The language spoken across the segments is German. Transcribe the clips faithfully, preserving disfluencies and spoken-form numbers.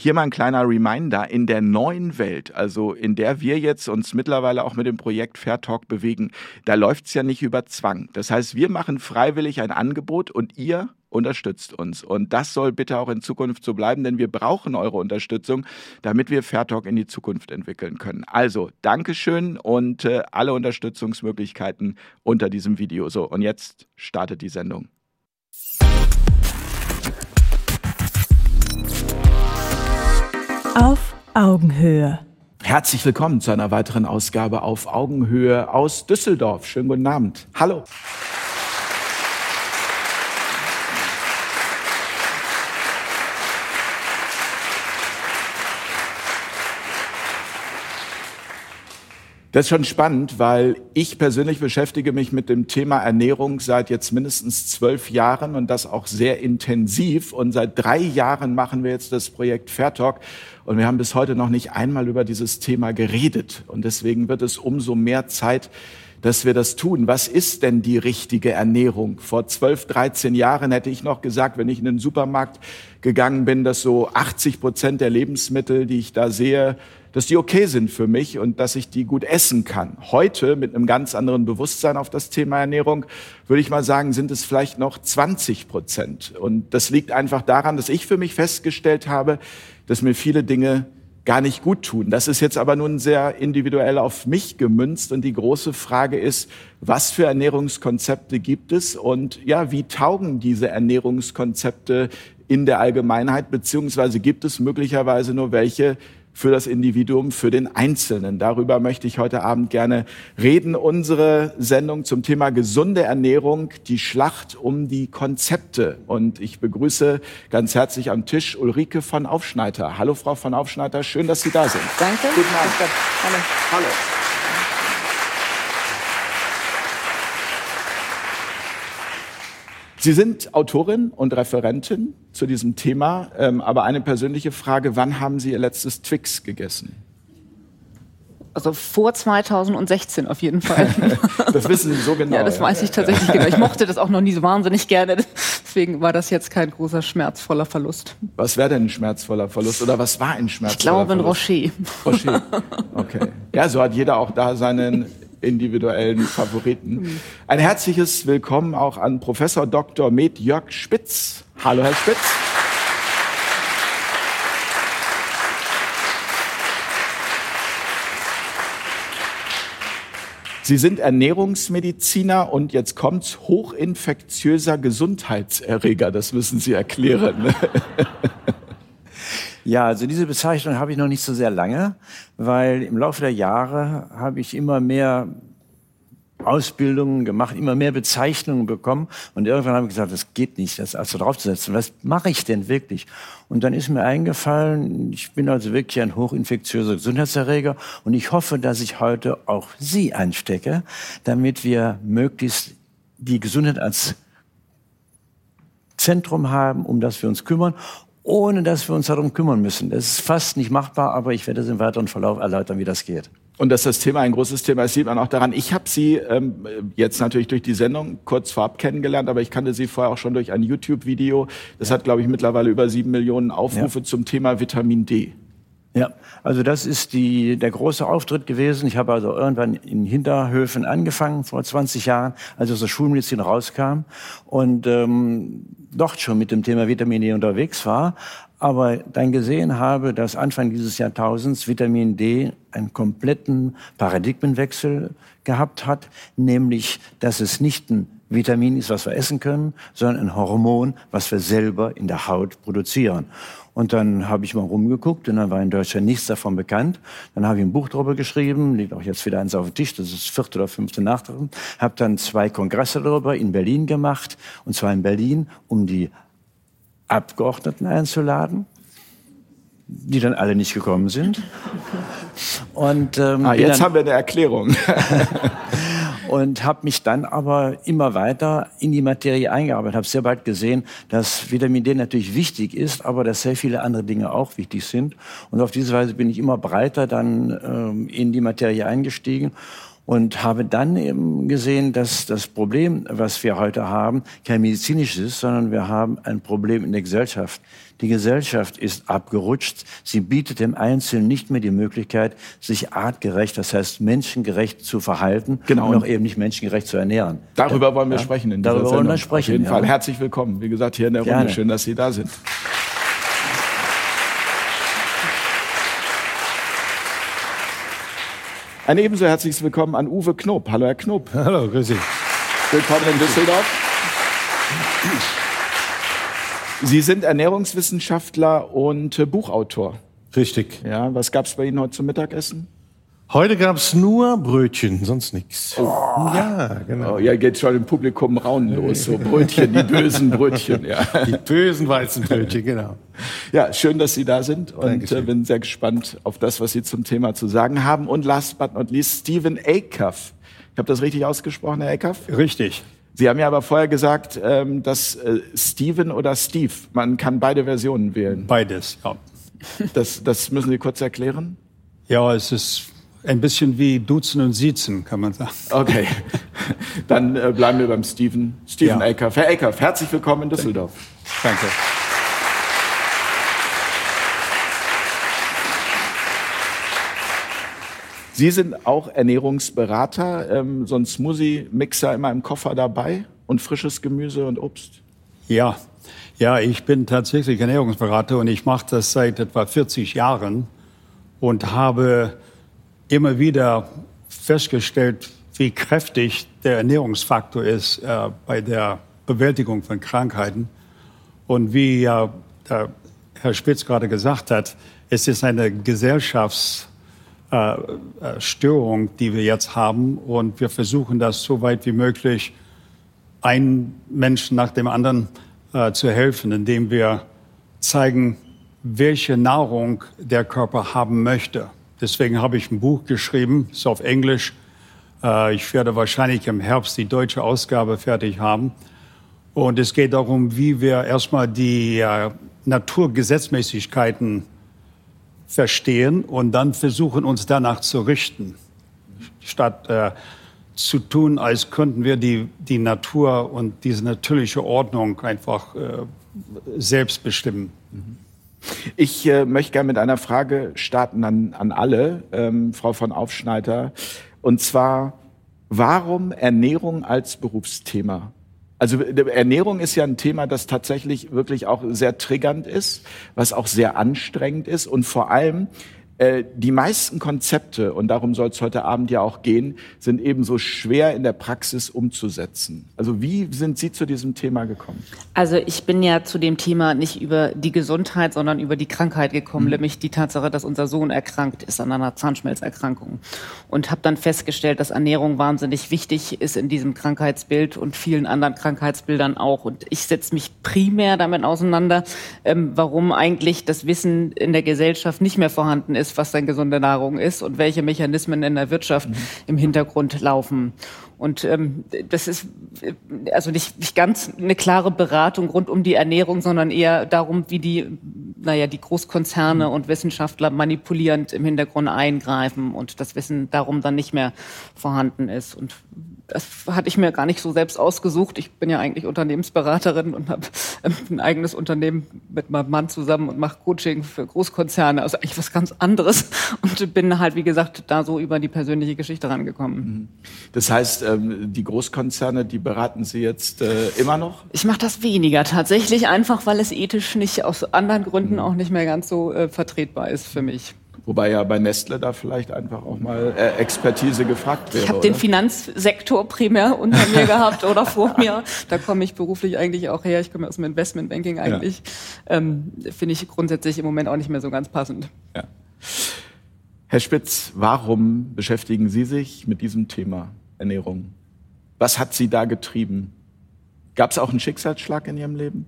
Hier mal ein kleiner Reminder, in der neuen Welt, also in der wir jetzt uns mittlerweile auch mit dem Projekt Fair Talk bewegen, da läuft es ja nicht über Zwang. Das heißt, wir machen freiwillig ein Angebot und ihr unterstützt uns. Und das soll bitte auch in Zukunft so bleiben, denn wir brauchen eure Unterstützung, damit wir Fair Talk in die Zukunft entwickeln können. Also, Dankeschön und äh, alle Unterstützungsmöglichkeiten unter diesem Video. So, und jetzt startet die Sendung. Auf Augenhöhe. Herzlich willkommen zu einer weiteren Ausgabe Auf Augenhöhe aus Düsseldorf. Schönen guten Abend. Hallo. Das ist schon spannend, weil ich persönlich beschäftige mich mit dem Thema Ernährung seit jetzt mindestens zwölf Jahren und das auch sehr intensiv. Und seit drei Jahren machen wir jetzt das Projekt Fair Talk und wir haben bis heute noch nicht einmal über dieses Thema geredet. Und deswegen wird es umso mehr Zeit, dass wir das tun. Was ist denn die richtige Ernährung? Vor zwölf, dreizehn Jahren hätte ich noch gesagt, wenn ich in den Supermarkt gegangen bin, dass so achtzig Prozent der Lebensmittel, die ich da sehe, dass die okay sind für mich und dass ich die gut essen kann. Heute, mit einem ganz anderen Bewusstsein auf das Thema Ernährung, würde ich mal sagen, sind es vielleicht noch zwanzig Prozent. Und das liegt einfach daran, dass ich für mich festgestellt habe, dass mir viele Dinge gar nicht gut tun. Das ist jetzt aber nun sehr individuell auf mich gemünzt. Und die große Frage ist, was für Ernährungskonzepte gibt es? Und ja, wie taugen diese Ernährungskonzepte in der Allgemeinheit? Beziehungsweise gibt es möglicherweise nur welche für das Individuum, für den Einzelnen. Darüber möchte ich heute Abend gerne reden. Unsere Sendung zum Thema gesunde Ernährung, die Schlacht um die Konzepte. Und ich begrüße ganz herzlich am Tisch Ulrike von Aufschneider. Hallo, Frau von Aufschneider, schön, dass Sie da sind. Danke. Guten Abend. Hallo. Hallo. Sie sind Autorin und Referentin zu diesem Thema, ähm, aber eine persönliche Frage, wann haben Sie Ihr letztes Twix gegessen? Also vor zweitausendsechzehn auf jeden Fall. Das wissen Sie so genau. Ja, das ja. weiß ich tatsächlich genau. Ich mochte das auch noch nie so wahnsinnig gerne. Deswegen war das jetzt kein großer, schmerzvoller Verlust. Was wäre denn ein schmerzvoller Verlust oder was war ein schmerzvoller Ich glaube, ein Verlust? Rocher. Rocher, okay. Ja, so hat jeder auch da seinen individuellen Favoriten. Ein herzliches Willkommen auch an Professor Doktor Med Jörg Spitz. Hallo, Herr Spitz. Sie sind Ernährungsmediziner und jetzt kommt's, hochinfektiöser Gesundheitserreger. Das müssen Sie erklären. Ja, also diese Bezeichnung habe ich noch nicht so sehr lange, weil im Laufe der Jahre habe ich immer mehr Ausbildungen gemacht, immer mehr Bezeichnungen bekommen und irgendwann habe ich gesagt, das geht nicht, das also draufzusetzen. Was mache ich denn wirklich? Und dann ist mir eingefallen, ich bin also wirklich ein hochinfektiöser Gesundheitserreger und ich hoffe, dass ich heute auch Sie einstecke, damit wir möglichst die Gesundheit als Zentrum haben, um das wir uns kümmern, ohne dass wir uns darum kümmern müssen. Das ist fast nicht machbar, aber ich werde es im weiteren Verlauf erläutern, wie das geht. Und dass das Thema ein großes Thema ist, sieht man auch daran. Ich habe Sie ähm, jetzt natürlich durch die Sendung kurz vorab kennengelernt, aber ich kannte Sie vorher auch schon durch ein YouTube-Video. Das hat, glaube ich, mittlerweile über sieben Millionen Aufrufe ja. zum Thema Vitamin D. Ja, also das ist die, der große Auftritt gewesen. Ich habe also irgendwann in Hinterhöfen angefangen, vor zwanzig Jahren, als ich aus der Schulmedizin rauskam und ähm, dort schon mit dem Thema Vitamin D unterwegs war, aber dann gesehen habe, dass Anfang dieses Jahrtausends Vitamin D einen kompletten Paradigmenwechsel gehabt hat, nämlich, dass es nicht ein Vitamin ist, was wir essen können, sondern ein Hormon, was wir selber in der Haut produzieren. Und dann habe ich mal rumgeguckt und dann war in Deutschland nichts davon bekannt. Dann habe ich ein Buch darüber geschrieben, liegt auch jetzt wieder eins auf dem Tisch, das ist das vierte oder fünfte Nachdruck. Habe dann zwei Kongresse darüber in Berlin gemacht, und zwar in Berlin, um die Abgeordneten einzuladen, die dann alle nicht gekommen sind. Und, ähm, ah, jetzt dann, haben wir eine Erklärung. Und habe mich dann aber immer weiter in die Materie eingearbeitet. Habe sehr bald gesehen, dass Vitamin D natürlich wichtig ist, aber dass sehr viele andere Dinge auch wichtig sind. Und auf diese Weise bin ich immer breiter dann ähm, in die Materie eingestiegen. Und habe dann eben gesehen, dass das Problem, was wir heute haben, kein medizinisches ist, sondern wir haben ein Problem in der Gesellschaft. Die Gesellschaft ist abgerutscht. Sie bietet dem Einzelnen nicht mehr die Möglichkeit, sich artgerecht, das heißt menschengerecht zu verhalten, genau, und auch eben nicht menschengerecht zu ernähren. Darüber wollen wir ja sprechen in dieser Darüber Sendung. wollen wir sprechen. Auf jeden ja. Fall. Herzlich willkommen. Wie gesagt, hier in der Runde. Gerne. Schön, dass Sie da sind. Ein ebenso herzliches Willkommen an Uwe Knob. Hallo, Herr Knob. Hallo, grüß Sie. Willkommen in Düsseldorf. Sie sind Ernährungswissenschaftler und äh, Buchautor. Richtig. Ja, was gab's bei Ihnen heute zum Mittagessen? Heute gab's nur Brötchen, sonst nichts. Oh. Ja, genau. Oh, ja, geht schon im Publikum Raunen los. So Brötchen, die bösen Brötchen. Ja. Die bösen Weizenbrötchen, genau. Ja, schön, dass Sie da sind und Dankeschön. äh, bin sehr gespannt auf das, was Sie zum Thema zu sagen haben. Und last but not least, Stephen Acuff. Ich habe das richtig ausgesprochen, Herr Acuff? Richtig. Sie haben ja aber vorher gesagt, ähm, dass äh, Steven oder Steve, man kann beide Versionen wählen. Beides, ja. Das, das müssen Sie kurz erklären? Ja, es ist ein bisschen wie Duzen und Siezen, kann man sagen. Okay, dann äh, bleiben wir beim Steven. Stephen Ja. Acuff. Herr Acuff, herzlich willkommen in Düsseldorf. Danke. Sie sind auch Ernährungsberater, ähm, so ein Smoothie-Mixer immer im Koffer dabei und frisches Gemüse und Obst. Ja, ja, ich bin tatsächlich Ernährungsberater und ich mache das seit etwa vierzig Jahren und habe immer wieder festgestellt, wie kräftig der Ernährungsfaktor ist äh, bei der Bewältigung von Krankheiten. Und wie äh, der Herr Spitz gerade gesagt hat, es ist eine Gesellschafts- Äh, Störung, die wir jetzt haben. Und wir versuchen das so weit wie möglich, einen Menschen nach dem anderen äh, zu helfen, indem wir zeigen, welche Nahrung der Körper haben möchte. Deswegen habe ich ein Buch geschrieben, ist auf Englisch. Äh, ich werde wahrscheinlich im Herbst die deutsche Ausgabe fertig haben. Und es geht darum, wie wir erstmal die äh, Naturgesetzmäßigkeiten verstehen und dann versuchen, uns danach zu richten, statt äh, zu tun, als könnten wir die, die Natur und diese natürliche Ordnung einfach äh, selbst bestimmen. Ich äh, möchte gerne mit einer Frage starten an, an alle, ähm, Frau von Aufschneider, und zwar, warum Ernährung als Berufsthema? Also Ernährung ist ja ein Thema, das tatsächlich wirklich auch sehr triggernd ist, was auch sehr anstrengend ist und vor allem äh, die meisten Konzepte, und darum soll es heute Abend ja auch gehen, sind eben so schwer in der Praxis umzusetzen. Also wie sind Sie zu diesem Thema gekommen? Also ich bin ja zu dem Thema nicht über die Gesundheit, sondern über die Krankheit gekommen, mhm. nämlich die Tatsache, dass unser Sohn erkrankt ist an einer Zahnschmelzerkrankung. Und habe dann festgestellt, dass Ernährung wahnsinnig wichtig ist in diesem Krankheitsbild und vielen anderen Krankheitsbildern auch. Und ich setze mich primär damit auseinander, ähm, warum eigentlich das Wissen in der Gesellschaft nicht mehr vorhanden ist, was denn gesunde Nahrung ist und welche Mechanismen in der Wirtschaft mhm. im Hintergrund laufen. Und ähm, das ist also nicht, nicht ganz eine klare Beratung rund um die Ernährung, sondern eher darum, wie die, naja, die Großkonzerne und Wissenschaftler manipulierend im Hintergrund eingreifen und das Wissen darum dann nicht mehr vorhanden ist. Und das hatte ich mir gar nicht so selbst ausgesucht. Ich bin ja eigentlich Unternehmensberaterin und habe ein eigenes Unternehmen mit meinem Mann zusammen und mache Coaching für Großkonzerne, also eigentlich was ganz anderes. Und bin halt, wie gesagt, da so über die persönliche Geschichte rangekommen. Das heißt, die Großkonzerne, die beraten Sie jetzt äh, immer noch? Ich mache das weniger tatsächlich, einfach weil es ethisch nicht aus anderen Gründen auch nicht mehr ganz so äh, vertretbar ist für mich. Wobei ja bei Nestle da vielleicht einfach auch mal äh, Expertise gefragt wäre. Ich habe den Finanzsektor primär unter mir gehabt oder vor mir. Da komme ich beruflich eigentlich auch her. Ich komme aus dem Investmentbanking eigentlich. Ja. Ähm, finde ich grundsätzlich im Moment auch nicht mehr so ganz passend. Ja. Herr Spitz, warum beschäftigen Sie sich mit diesem Thema Ernährung? Was hat Sie da getrieben? Gab es auch einen Schicksalsschlag in Ihrem Leben?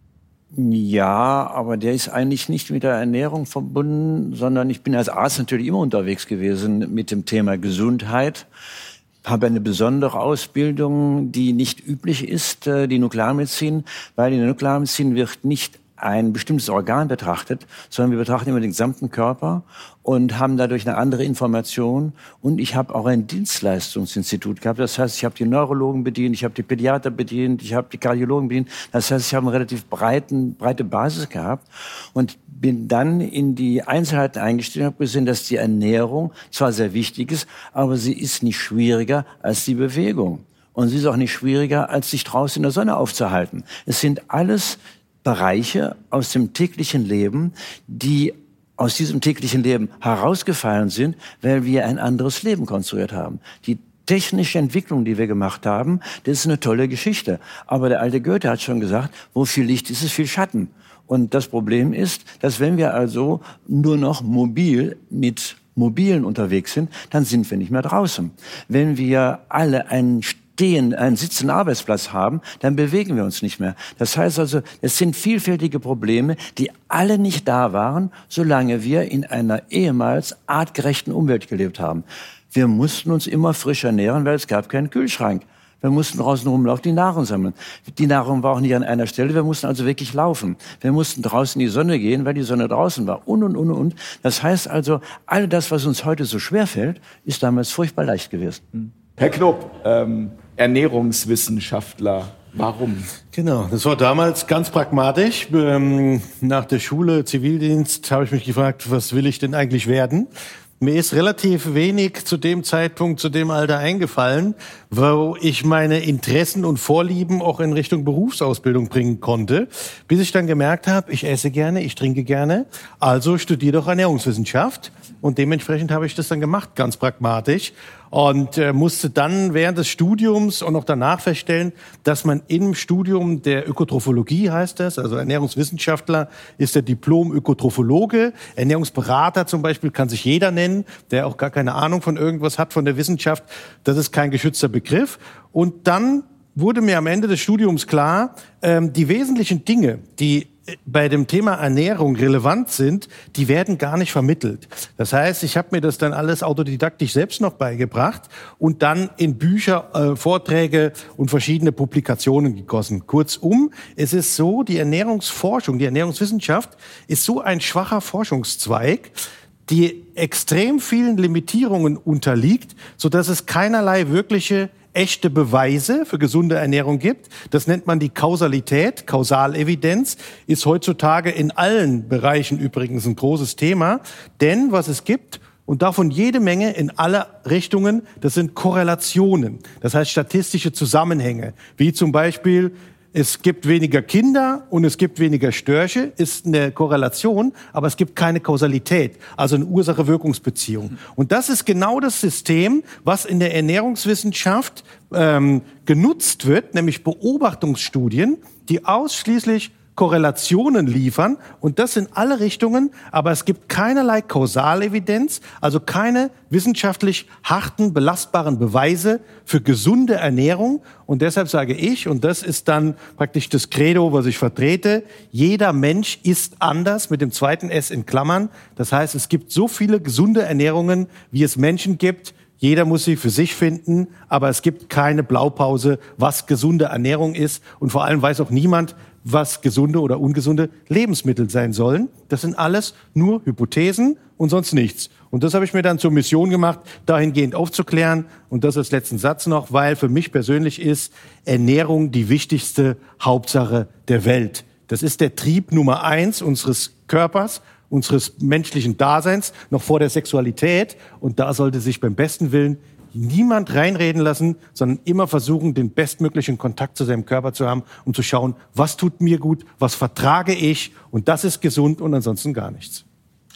Ja, aber der ist eigentlich nicht mit der Ernährung verbunden, sondern ich bin als Arzt natürlich immer unterwegs gewesen mit dem Thema Gesundheit. Habe eine besondere Ausbildung, die nicht üblich ist, die Nuklearmedizin, weil in der Nuklearmedizin wird nicht ein bestimmtes Organ betrachtet, sondern wir betrachten immer den gesamten Körper und haben dadurch eine andere Information. Und ich habe auch ein Dienstleistungsinstitut gehabt. Das heißt, ich habe die Neurologen bedient, ich habe die Pädiater bedient, ich habe die Kardiologen bedient. Das heißt, ich habe eine relativ breiten, breite Basis gehabt und bin dann in die Einzelheiten eingestiegen und habe gesehen, dass die Ernährung zwar sehr wichtig ist, aber sie ist nicht schwieriger als die Bewegung. Und sie ist auch nicht schwieriger, als sich draußen in der Sonne aufzuhalten. Es sind alles Bereiche aus dem täglichen Leben, die aus diesem täglichen Leben herausgefallen sind, weil wir ein anderes Leben konstruiert haben. Die technische Entwicklung, die wir gemacht haben, das ist eine tolle Geschichte. Aber der alte Goethe hat schon gesagt, wo viel Licht ist, ist viel Schatten. Und das Problem ist, dass wenn wir also nur noch mobil mit Mobilen unterwegs sind, dann sind wir nicht mehr draußen. Wenn wir alle einen stehen, einen sitzenden Arbeitsplatz haben, dann bewegen wir uns nicht mehr. Das heißt also, es sind vielfältige Probleme, die alle nicht da waren, solange wir in einer ehemals artgerechten Umwelt gelebt haben. Wir mussten uns immer frisch ernähren, weil es gab keinen Kühlschrank. Wir mussten draußen rumlaufen, die Nahrung sammeln. Die Nahrung war auch nicht an einer Stelle, wir mussten also wirklich laufen. Wir mussten draußen in die Sonne gehen, weil die Sonne draußen war. Und, und, und, und. Das heißt also, all das, was uns heute so schwer fällt, ist damals furchtbar leicht gewesen. Herr Knob, ähm, Ernährungswissenschaftler, warum? Genau, das war damals ganz pragmatisch. Ähm, nach der Schule, Zivildienst, habe ich mich gefragt, was will ich denn eigentlich werden? Mir ist relativ wenig zu dem Zeitpunkt, zu dem Alter eingefallen, wo ich meine Interessen und Vorlieben auch in Richtung Berufsausbildung bringen konnte, bis ich dann gemerkt habe, ich esse gerne, ich trinke gerne, also studiere doch Ernährungswissenschaft. Und dementsprechend habe ich das dann gemacht, ganz pragmatisch. Und äh, musste dann während des Studiums und auch danach feststellen, dass man im Studium der Ökotrophologie, heißt das, also Ernährungswissenschaftler ist der Diplom-Ökotrophologe. Ernährungsberater zum Beispiel kann sich jeder nennen, der auch gar keine Ahnung von irgendwas hat von der Wissenschaft. Das ist kein geschützter Begriff. Und dann wurde mir am Ende des Studiums klar, ähm, die wesentlichen Dinge, die bei dem Thema Ernährung relevant sind, die werden gar nicht vermittelt. Das heißt, ich habe mir das dann alles autodidaktisch selbst noch beigebracht und dann in Bücher, äh, Vorträge und verschiedene Publikationen gegossen. Kurzum, es ist so, die Ernährungsforschung, die Ernährungswissenschaft ist so ein schwacher Forschungszweig, die extrem vielen Limitierungen unterliegt, sodass es keinerlei wirkliche echte Beweise für gesunde Ernährung gibt. Das nennt man die Kausalität. Kausalevidenz ist heutzutage in allen Bereichen übrigens ein großes Thema. Denn was es gibt, und davon jede Menge in alle Richtungen, das sind Korrelationen. Das heißt statistische Zusammenhänge. Wie zum Beispiel, es gibt weniger Kinder und es gibt weniger Störche, ist eine Korrelation, aber es gibt keine Kausalität, also eine Ursache-Wirkungsbeziehung. Und das ist genau das System, was in der Ernährungswissenschaft ähm, genutzt wird, nämlich Beobachtungsstudien, die ausschließlich Korrelationen liefern und das in alle Richtungen, aber es gibt keinerlei Kausalevidenz, also keine wissenschaftlich harten, belastbaren Beweise für gesunde Ernährung und deshalb sage ich, und das ist dann praktisch das Credo, was ich vertrete, jeder Mensch ist anders mit dem zweiten S in Klammern, das heißt, es gibt so viele gesunde Ernährungen, wie es Menschen gibt. Jeder muss sie für sich finden, aber es gibt keine Blaupause, was gesunde Ernährung ist und vor allem weiß auch niemand, was gesunde oder ungesunde Lebensmittel sein sollen. Das sind alles nur Hypothesen und sonst nichts. Und das habe ich mir dann zur Mission gemacht, dahingehend aufzuklären. Und das als letzten Satz noch, weil für mich persönlich ist Ernährung die wichtigste Hauptsache der Welt. Das ist der Trieb Nummer eins unseres Körpers, unseres menschlichen Daseins, noch vor der Sexualität. Und da sollte sich beim besten Willen niemand reinreden lassen, sondern immer versuchen, den bestmöglichen Kontakt zu seinem Körper zu haben, um zu schauen, was tut mir gut, was vertrage ich und das ist gesund und ansonsten gar nichts.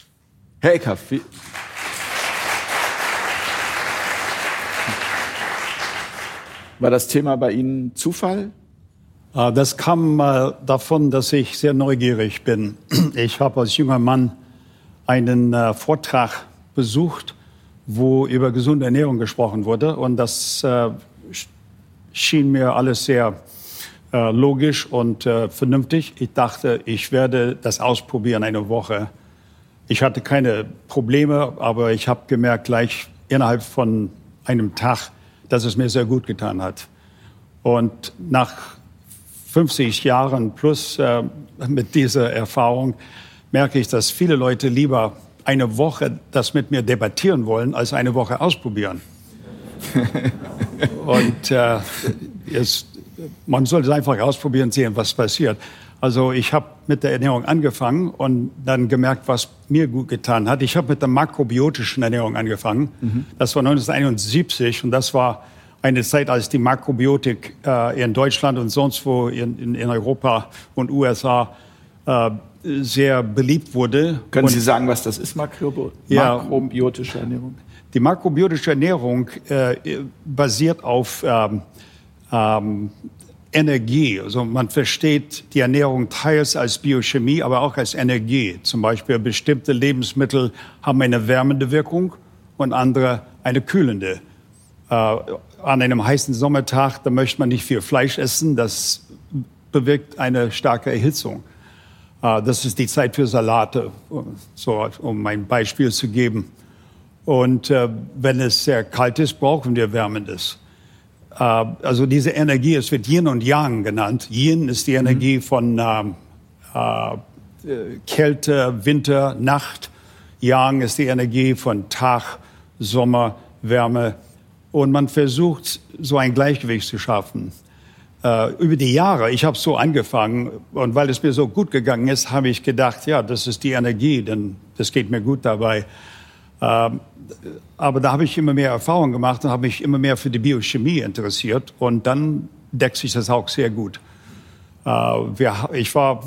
Herr Eckhardt, wie war das Thema bei Ihnen Zufall? Das kam mal davon, dass ich sehr neugierig bin. Ich habe als junger Mann einen Vortrag besucht, wo über gesunde Ernährung gesprochen wurde. Und das äh, schien mir alles sehr äh, logisch und äh, vernünftig. Ich dachte, ich werde das ausprobieren eine Woche. Ich hatte keine Probleme, aber ich habe gemerkt gleich innerhalb von einem Tag, dass es mir sehr gut getan hat. Und nach fünfzig Jahren plus äh, mit dieser Erfahrung merke ich, dass viele Leute lieber eine Woche das mit mir debattieren wollen, als eine Woche ausprobieren. Und äh, jetzt, man sollte es einfach ausprobieren, sehen, was passiert. Also ich habe mit der Ernährung angefangen und dann gemerkt, was mir gut getan hat. Ich habe mit der makrobiotischen Ernährung angefangen. Mhm. Das war neunzehnhunderteinundsiebzig und das war eine Zeit, als die Makrobiotik äh, in Deutschland und sonst wo in, in, in Europa und U S A äh, sehr beliebt wurde. Können und, Sie sagen, was das ist, Makrobi- ja, makrobiotische Ernährung? Die makrobiotische Ernährung äh, basiert auf ähm, ähm, Energie. Also man versteht die Ernährung teils als Biochemie, aber auch als Energie. Zum Beispiel bestimmte Lebensmittel haben eine wärmende Wirkung und andere eine kühlende. Äh, an einem heißen Sommertag, da möchte man nicht viel Fleisch essen. Das bewirkt eine starke Erhitzung. Äh, das ist die Zeit für Salate, so, um ein Beispiel zu geben. Und äh, wenn es sehr kalt ist, brauchen wir Wärmendes. Also diese Energie, es wird Yin und Yang genannt. Yin ist die Energie mhm. von äh, äh, Kälte, Winter, Nacht. Yang ist die Energie von Tag, Sommer, Wärme. Und man versucht, so ein Gleichgewicht zu schaffen. Äh, über die Jahre, ich habe so angefangen und weil es mir so gut gegangen ist, habe ich gedacht, ja, das ist die Energie, denn das geht mir gut dabei. Äh, Aber da habe ich immer mehr Erfahrung gemacht und habe mich immer mehr für die Biochemie interessiert. Und dann deckt sich das auch sehr gut. Äh, wir, ich war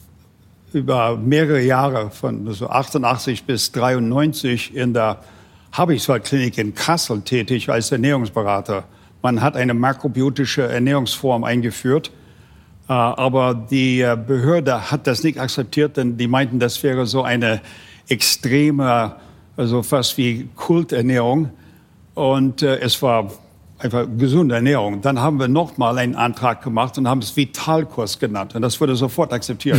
über mehrere Jahre, von so achtundachtzig bis dreiundneunzig, in der Habichtswald-Klinik in Kassel tätig als Ernährungsberater. Man hat eine makrobiotische Ernährungsform eingeführt. Äh, aber die Behörde hat das nicht akzeptiert, denn die meinten, das wäre so eine extreme, also fast wie Kulternährung. Und äh, es war einfach gesunde Ernährung. Dann haben wir noch mal einen Antrag gemacht und haben es Vitalkurs genannt. Und das wurde sofort akzeptiert.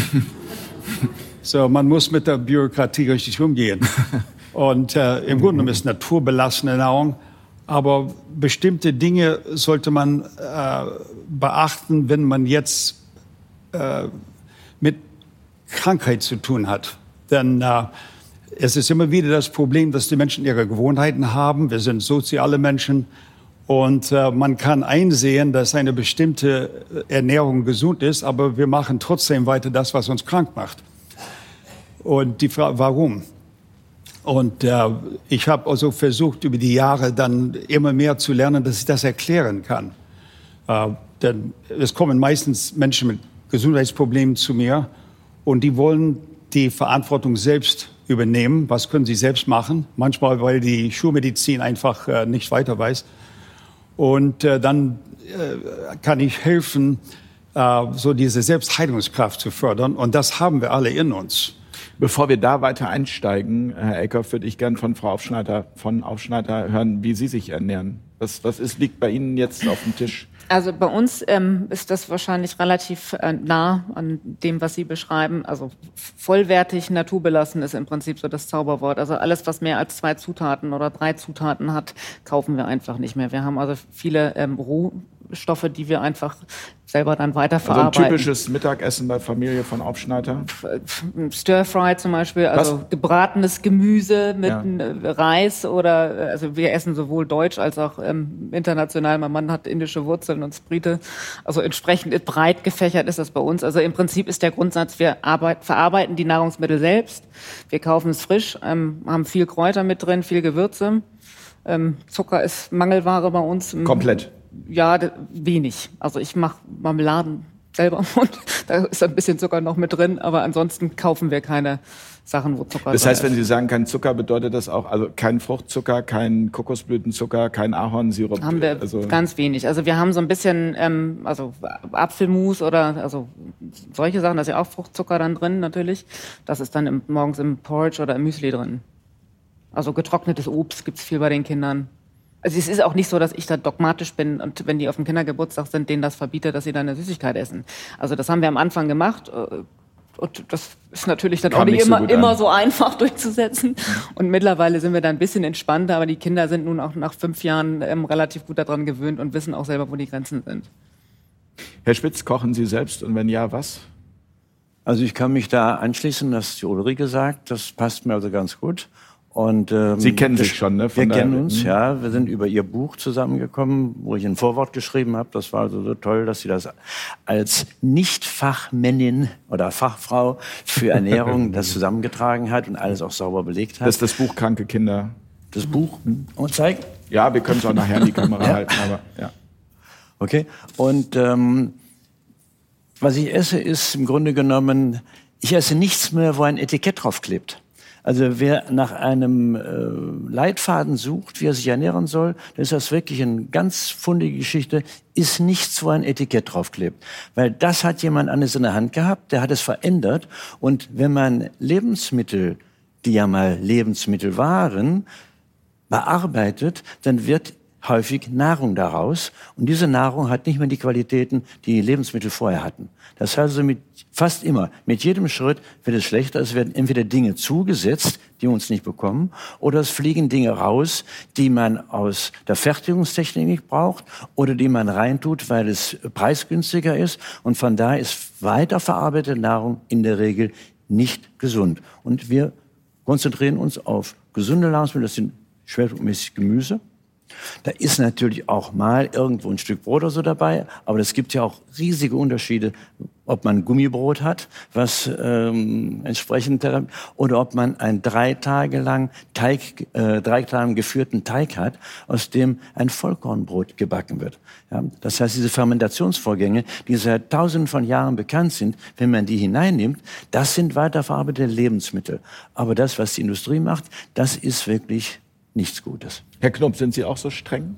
So, man muss mit der Bürokratie richtig umgehen. Und äh, im Grunde genommen ist naturbelassene Ernährung. Aber bestimmte Dinge sollte man äh, beachten, wenn man jetzt äh, mit Krankheit zu tun hat. Denn äh, es ist immer wieder das Problem, dass die Menschen ihre Gewohnheiten haben. Wir sind soziale Menschen und äh, man kann einsehen, dass eine bestimmte Ernährung gesund ist, aber wir machen trotzdem weiter das, was uns krank macht. Und die Frage, warum? Und äh, ich habe also versucht, über die Jahre dann immer mehr zu lernen, dass ich das erklären kann. Äh, denn es kommen meistens Menschen mit Gesundheitsproblemen zu mir und die wollen die Verantwortung selbst übernehmen. Was können sie selbst machen? Manchmal, weil die Schulmedizin einfach äh, nicht weiter weiß. Und äh, dann äh, kann ich helfen, äh, so diese Selbstheilungskraft zu fördern. Und das haben wir alle in uns. Bevor wir da weiter einsteigen, Herr Eckhoff, würde ich gern von Frau Aufschneider, von Aufschneider hören, wie Sie sich ernähren. Was, was ist, liegt bei Ihnen jetzt auf dem Tisch? Also bei uns ähm, ist das wahrscheinlich relativ äh, nah an dem, was Sie beschreiben. Also vollwertig, naturbelassen ist im Prinzip so das Zauberwort. Also alles, was mehr als zwei Zutaten oder drei Zutaten hat, kaufen wir einfach nicht mehr. Wir haben also viele ähm, Rohstoffe, die wir einfach selber dann weiterverarbeiten. Also ein typisches Mittagessen bei Familie von Aufschneider? Stir-Fry zum Beispiel, also Was? gebratenes Gemüse mit ja. Reis oder, also wir essen sowohl deutsch als auch ähm, international. Mein Mann hat indische Wurzeln und Sprite. Also entsprechend breit gefächert ist das bei uns. Also im Prinzip ist der Grundsatz, wir arbeit, verarbeiten die Nahrungsmittel selbst. Wir kaufen es frisch, ähm, haben viel Kräuter mit drin, viel Gewürze. Ähm, Zucker ist Mangelware bei uns. Komplett? Ja, wenig. Also ich mache Marmeladen selber und da ist ein bisschen Zucker noch mit drin, aber ansonsten kaufen wir keine Sachen, wo Zucker drin ist. Das heißt, wenn Sie sagen kein Zucker, bedeutet das auch, also kein Fruchtzucker, kein Kokosblütenzucker, kein Ahornsirup? Haben wir also ganz wenig. Also wir haben so ein bisschen, ähm, also Apfelmus oder also solche Sachen, da ist ja auch Fruchtzucker dann drin natürlich. Das ist dann im, morgens im Porridge oder im Müsli drin. Also getrocknetes Obst gibt's viel bei den Kindern. Also es ist auch nicht so, dass ich da dogmatisch bin und wenn die auf dem Kindergeburtstag sind, denen das verbiete, dass sie da eine Süßigkeit essen. Also das haben wir am Anfang gemacht und das ist natürlich dann Kam auch nicht, nicht immer, so immer so einfach durchzusetzen. Und mittlerweile sind wir da ein bisschen entspannter, aber die Kinder sind nun auch nach fünf Jahren ähm, relativ gut daran gewöhnt und wissen auch selber, wo die Grenzen sind. Herr Spitz, kochen Sie selbst und wenn ja, was? Also ich kann mich da anschließen, das hat die Ulrike gesagt, das passt mir also ganz gut. Und, ähm, Sie kennen sich schon, ne? Von wir kennen uns, ja. Wir sind über Ihr Buch zusammengekommen, wo ich ein Vorwort geschrieben habe. Das war also so toll, dass Sie das als Nicht-Fachmännin oder Fachfrau für Ernährung das zusammengetragen hat und alles auch sauber belegt hat. Das ist das Buch Kranke Kinder. Das Buch? Und zeigen? Ja, wir können es auch nachher in die Kamera ja? halten, aber ja. Okay. Und ähm, was ich esse, ist im Grunde genommen, ich esse nichts mehr, wo ein Etikett draufklebt. Also wer nach einem äh, Leitfaden sucht, wie er sich ernähren soll, dann ist das wirklich eine ganz fundige Geschichte, ist nichts, wo ein Etikett draufklebt. Weil das hat jemand anders in der Hand gehabt, der hat es verändert. Und wenn man Lebensmittel, die ja mal Lebensmittel waren, bearbeitet, dann wird häufig Nahrung daraus. Und diese Nahrung hat nicht mehr die Qualitäten, die Lebensmittel vorher hatten. Das heißt also mit, fast immer, mit jedem Schritt wird es schlechter. Es werden entweder Dinge zugesetzt, die wir uns nicht bekommen, oder es fliegen Dinge raus, die man aus der Fertigungstechnik nicht braucht oder die man reintut, weil es preisgünstiger ist. Und von daher ist weiterverarbeitete Nahrung in der Regel nicht gesund. Und wir konzentrieren uns auf gesunde Nahrungsmittel, das sind schwerpunktmäßig Gemüse. Da ist natürlich auch mal irgendwo ein Stück Brot oder so dabei, aber es gibt ja auch riesige Unterschiede, ob man Gummibrot hat, was ähm, entsprechend, oder ob man einen drei Tage lang Teig, äh, drei Tage lang geführten Teig hat, aus dem ein Vollkornbrot gebacken wird. Ja, das heißt, diese Fermentationsvorgänge, die seit Tausenden von Jahren bekannt sind, wenn man die hineinnimmt, das sind weiterverarbeitete Lebensmittel. Aber das, was die Industrie macht, das ist wirklich nichts Gutes. Herr Knopp, sind Sie auch so streng?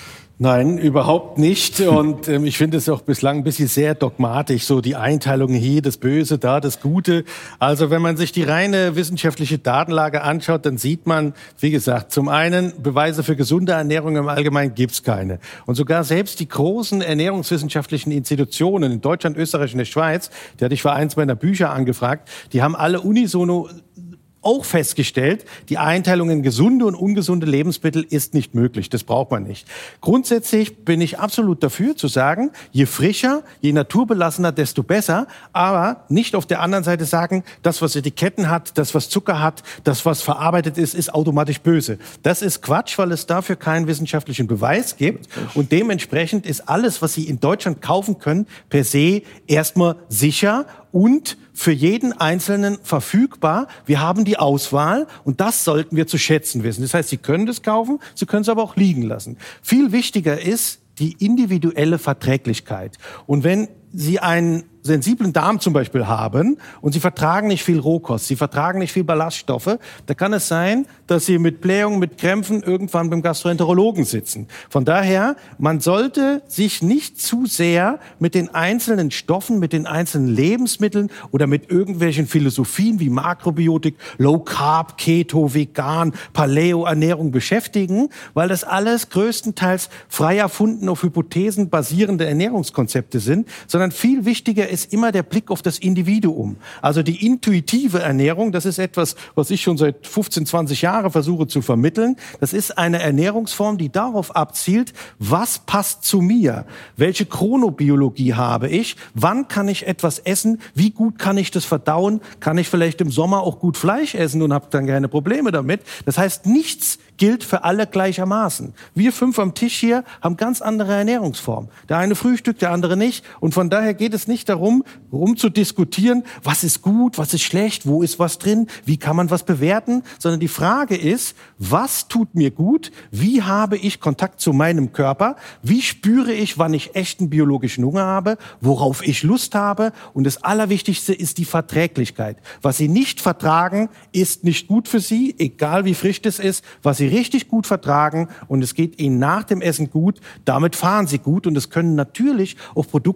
Nein, überhaupt nicht. Und ähm, ich finde es auch bislang ein bisschen sehr dogmatisch, so die Einteilung hier, das Böse, da das Gute. Also wenn man sich die reine wissenschaftliche Datenlage anschaut, dann sieht man, wie gesagt, zum einen Beweise für gesunde Ernährung im Allgemeinen gibt's keine. Und sogar selbst die großen ernährungswissenschaftlichen Institutionen in Deutschland, Österreich und der Schweiz, die hatte ich für eins meiner Bücher angefragt, die haben alle unisono auch festgestellt, die Einteilung in gesunde und ungesunde Lebensmittel ist nicht möglich. Das braucht man nicht. Grundsätzlich bin ich absolut dafür zu sagen, je frischer, je naturbelassener, desto besser. Aber nicht auf der anderen Seite sagen, das, was Etiketten hat, das, was Zucker hat, das, was verarbeitet ist, ist automatisch böse. Das ist Quatsch, weil es dafür keinen wissenschaftlichen Beweis gibt. Und dementsprechend ist alles, was Sie in Deutschland kaufen können, per se erstmal sicher und für jeden Einzelnen verfügbar. Wir haben die Auswahl und das sollten wir zu schätzen wissen. Das heißt, Sie können das kaufen, Sie können es aber auch liegen lassen. Viel wichtiger ist die individuelle Verträglichkeit. Und wenn Sie einen sensiblen Darm zum Beispiel haben und Sie vertragen nicht viel Rohkost, Sie vertragen nicht viel Ballaststoffe, da kann es sein, dass Sie mit Blähungen, mit Krämpfen irgendwann beim Gastroenterologen sitzen. Von daher, man sollte sich nicht zu sehr mit den einzelnen Stoffen, mit den einzelnen Lebensmitteln oder mit irgendwelchen Philosophien wie Makrobiotik, Low Carb, Keto, Vegan, Paleo-Ernährung beschäftigen, weil das alles größtenteils frei erfunden auf Hypothesen basierende Ernährungskonzepte sind, sondern viel wichtiger ist immer der Blick auf das Individuum. Also die intuitive Ernährung, das ist etwas, was ich schon seit fünfzehn, zwanzig Jahren versuche zu vermitteln. Das ist eine Ernährungsform, die darauf abzielt, was passt zu mir? Welche Chronobiologie habe ich? Wann kann ich etwas essen? Wie gut kann ich das verdauen? Kann ich vielleicht im Sommer auch gut Fleisch essen und habe dann keine Probleme damit? Das heißt, nichts gilt für alle gleichermaßen. Wir fünf am Tisch hier haben ganz andere Ernährungsformen. Der eine frühstückt, der andere nicht. Und von daher geht es nicht darum, rum zu diskutieren, was ist gut, was ist schlecht, wo ist was drin, wie kann man was bewerten, sondern die Frage ist, was tut mir gut, wie habe ich Kontakt zu meinem Körper, wie spüre ich, wann ich echten biologischen Hunger habe, worauf ich Lust habe. Und das Allerwichtigste ist die Verträglichkeit. Was Sie nicht vertragen, ist nicht gut für Sie, egal wie frisch das ist. Was Sie richtig gut vertragen und es geht Ihnen nach dem Essen gut, damit fahren Sie gut und es können natürlich auch Produkte aus dem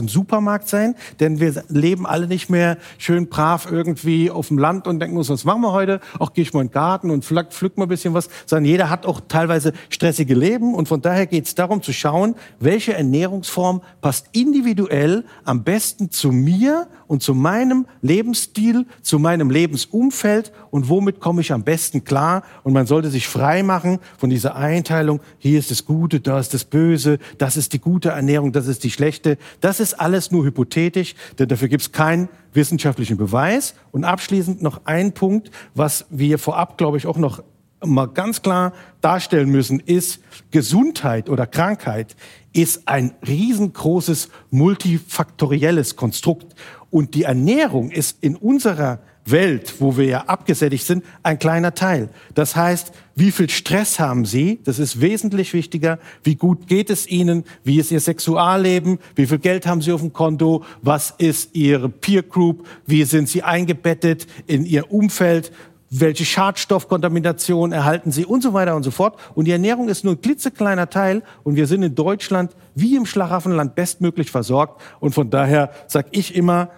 im Supermarkt sein, denn wir leben alle nicht mehr schön brav irgendwie auf dem Land und denken uns, was machen wir heute? Auch gehe ich mal in den Garten und pflück, pflück mal ein bisschen was. Sondern jeder hat auch teilweise stressige Leben und von daher geht es darum zu schauen, welche Ernährungsform passt individuell am besten zu mir und zu meinem Lebensstil, zu meinem Lebensumfeld und womit komme ich am besten klar. Und man sollte sich frei machen von dieser Einteilung, hier ist das Gute, da ist das Böse, das ist die gute Ernährung, das ist die schlechte. Das ist alles nur hypothetisch, denn dafür gibt es keinen wissenschaftlichen Beweis. Und abschließend noch ein Punkt, was wir vorab, glaube ich, auch noch mal ganz klar darstellen müssen, ist, Gesundheit oder Krankheit ist ein riesengroßes multifaktorielles Konstrukt. Und die Ernährung ist in unserer Welt, wo wir ja abgesättigt sind, ein kleiner Teil. Das heißt, wie viel Stress haben Sie? Das ist wesentlich wichtiger. Wie gut geht es Ihnen? Wie ist Ihr Sexualleben? Wie viel Geld haben Sie auf dem Konto? Was ist Ihre Peer Group? Wie sind Sie eingebettet in Ihr Umfeld? Welche Schadstoffkontamination erhalten Sie und so weiter und so fort. Und die Ernährung ist nur ein klitzekleiner Teil und wir sind in Deutschland wie im Schlaraffenland bestmöglich versorgt. Und von daher sage ich immer,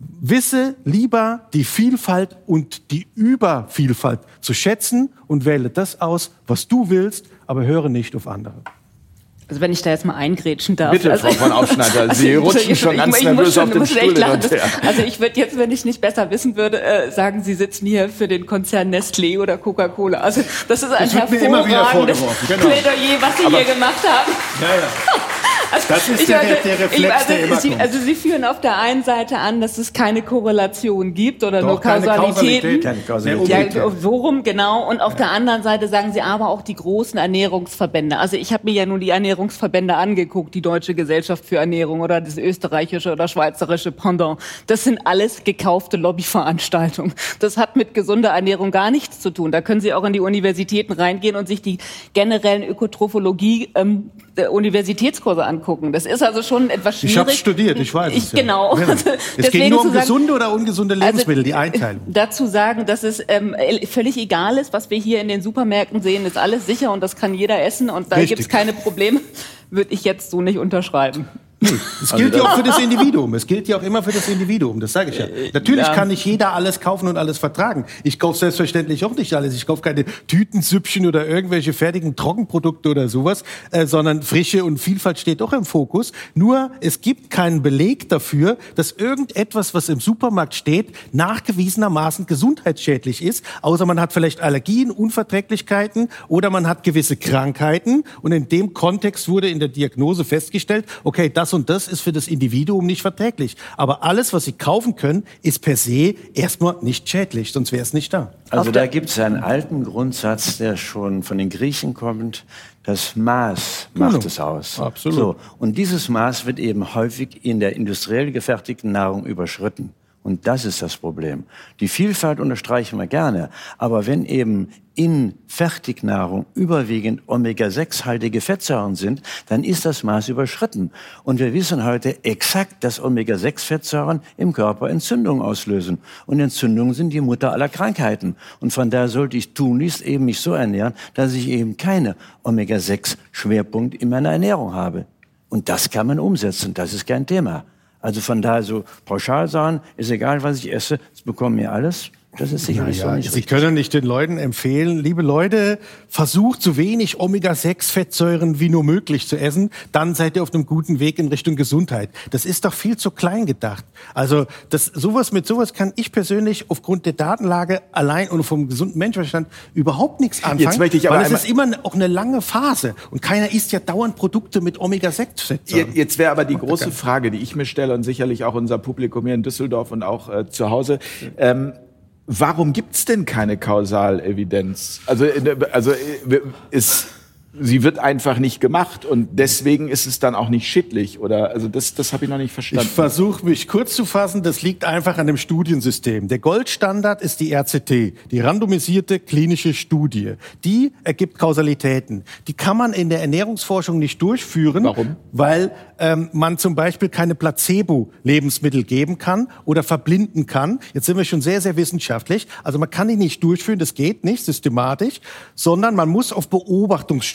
wisse lieber die Vielfalt und die Übervielfalt zu schätzen und wähle das aus, was du willst, aber höre nicht auf andere. Also wenn ich da jetzt mal eingrätschen darf. Bitte, also, Frau von Aufschneider, Sie also, rutschen schon ganz ich, ich nervös schon, auf den Stuhl hin und her. Also ich würde jetzt, wenn ich nicht besser wissen würde, äh, sagen, Sie sitzen hier für den Konzern Nestlé oder Coca-Cola. Also das ist ein das hervorragendes genau. Plädoyer, was Sie Aber, hier gemacht haben. Ja, ja. Also, das ist ich der, meine, der Reflex, ich, also, der immer Sie, kommt. also Sie führen auf der einen Seite an, dass es keine Korrelation gibt oder Doch, nur keine Kausalitäten. Kausalität. Keine Kausalität. Ja, so rum, genau. Und auf ja. der anderen Seite sagen Sie aber auch die großen Ernährungsverbände. Also ich habe mir ja nun die Ernährungsverbände angeguckt, die Deutsche Gesellschaft für Ernährung oder das österreichische oder schweizerische Pendant. Das sind alles gekaufte Lobbyveranstaltungen. Das hat mit gesunder Ernährung gar nichts zu tun. Da können Sie auch in die Universitäten reingehen und sich die generellen Ökotrophologie ähm, der Universitätskurse angucken. Das ist also schon etwas schwierig. Ich habe studiert, ich weiß ich, es. Ja. Genau. Ja. Also, es ging nur um sagen, gesunde oder ungesunde Lebensmittel, also, die Einteilung. Dazu sagen, dass es ähm, völlig egal ist, was wir hier in den Supermärkten sehen, ist alles sicher und das kann jeder essen und da gibt es keine Probleme, würde ich jetzt so nicht unterschreiben. Nee, es gilt ja auch für das Individuum. Es gilt ja auch immer für das Individuum. Das sage ich ja. Natürlich ja. kann nicht jeder alles kaufen und alles vertragen. Ich kaufe selbstverständlich auch nicht alles. Ich kaufe keine Tütensüppchen oder irgendwelche fertigen Trockenprodukte oder sowas, äh, sondern Frische und Vielfalt steht auch im Fokus. Nur es gibt keinen Beleg dafür, dass irgendetwas, was im Supermarkt steht, nachgewiesenermaßen gesundheitsschädlich ist. Außer man hat vielleicht Allergien, Unverträglichkeiten oder man hat gewisse Krankheiten. Und in dem Kontext wurde in der Diagnose festgestellt, okay, das und das ist für das Individuum nicht verträglich. Aber alles, was Sie kaufen können, ist per se erstmal nicht schädlich, sonst wäre es nicht da. Also da gibt es einen alten Grundsatz, der schon von den Griechen kommt. Das Maß macht genau. es aus. Absolut. So, und dieses Maß wird eben häufig in der industriell gefertigten Nahrung überschritten. Und das ist das Problem. Die Vielfalt unterstreichen wir gerne. Aber wenn eben in Fertignahrung überwiegend Omega sechs haltige Fettsäuren sind, dann ist das Maß überschritten. Und wir wissen heute exakt, dass Omega sechs Fettsäuren im Körper Entzündungen auslösen. Und Entzündungen sind die Mutter aller Krankheiten. Und von daher sollte ich tunlichst eben mich so ernähren, dass ich eben keine Omega sechs Schwerpunkt in meiner Ernährung habe. Und das kann man umsetzen. Das ist kein Thema. Also von daher so pauschal sagen, ist egal, was ich esse, es bekommen mir alles. Das ist sicherlich naja, so nicht Sie richtig. können nicht den Leuten empfehlen, liebe Leute, versucht so wenig Omega sechs Fettsäuren wie nur möglich zu essen, dann seid ihr auf einem guten Weg in Richtung Gesundheit. Das ist doch viel zu klein gedacht. Also das, sowas mit sowas kann ich persönlich aufgrund der Datenlage allein und vom gesunden Menschenverstand überhaupt nichts anfangen. Jetzt möchte ich aber weil es ist immer auch eine lange Phase und keiner isst ja dauernd Produkte mit Omega sechs Fettsäuren. Jetzt wäre aber die große Frage, die ich mir stelle und sicherlich auch unser Publikum hier in Düsseldorf und auch äh, zu Hause, ähm, warum gibt's denn keine Kausalevidenz? Also, also ist, sie wird einfach nicht gemacht und deswegen ist es dann auch nicht schädlich, oder? Also das, das habe ich noch nicht verstanden. Ich versuche mich kurz zu fassen. Das liegt einfach an dem Studiensystem. Der Goldstandard ist die R C T, die randomisierte klinische Studie. Die ergibt Kausalitäten. Die kann man in der Ernährungsforschung nicht durchführen. Warum? Weil ähm, man zum Beispiel keine Placebo-Lebensmittel geben kann oder verblinden kann. Jetzt sind wir schon sehr, sehr wissenschaftlich. Also man kann die nicht durchführen, das geht nicht systematisch, sondern man muss auf Beobachtungsstudien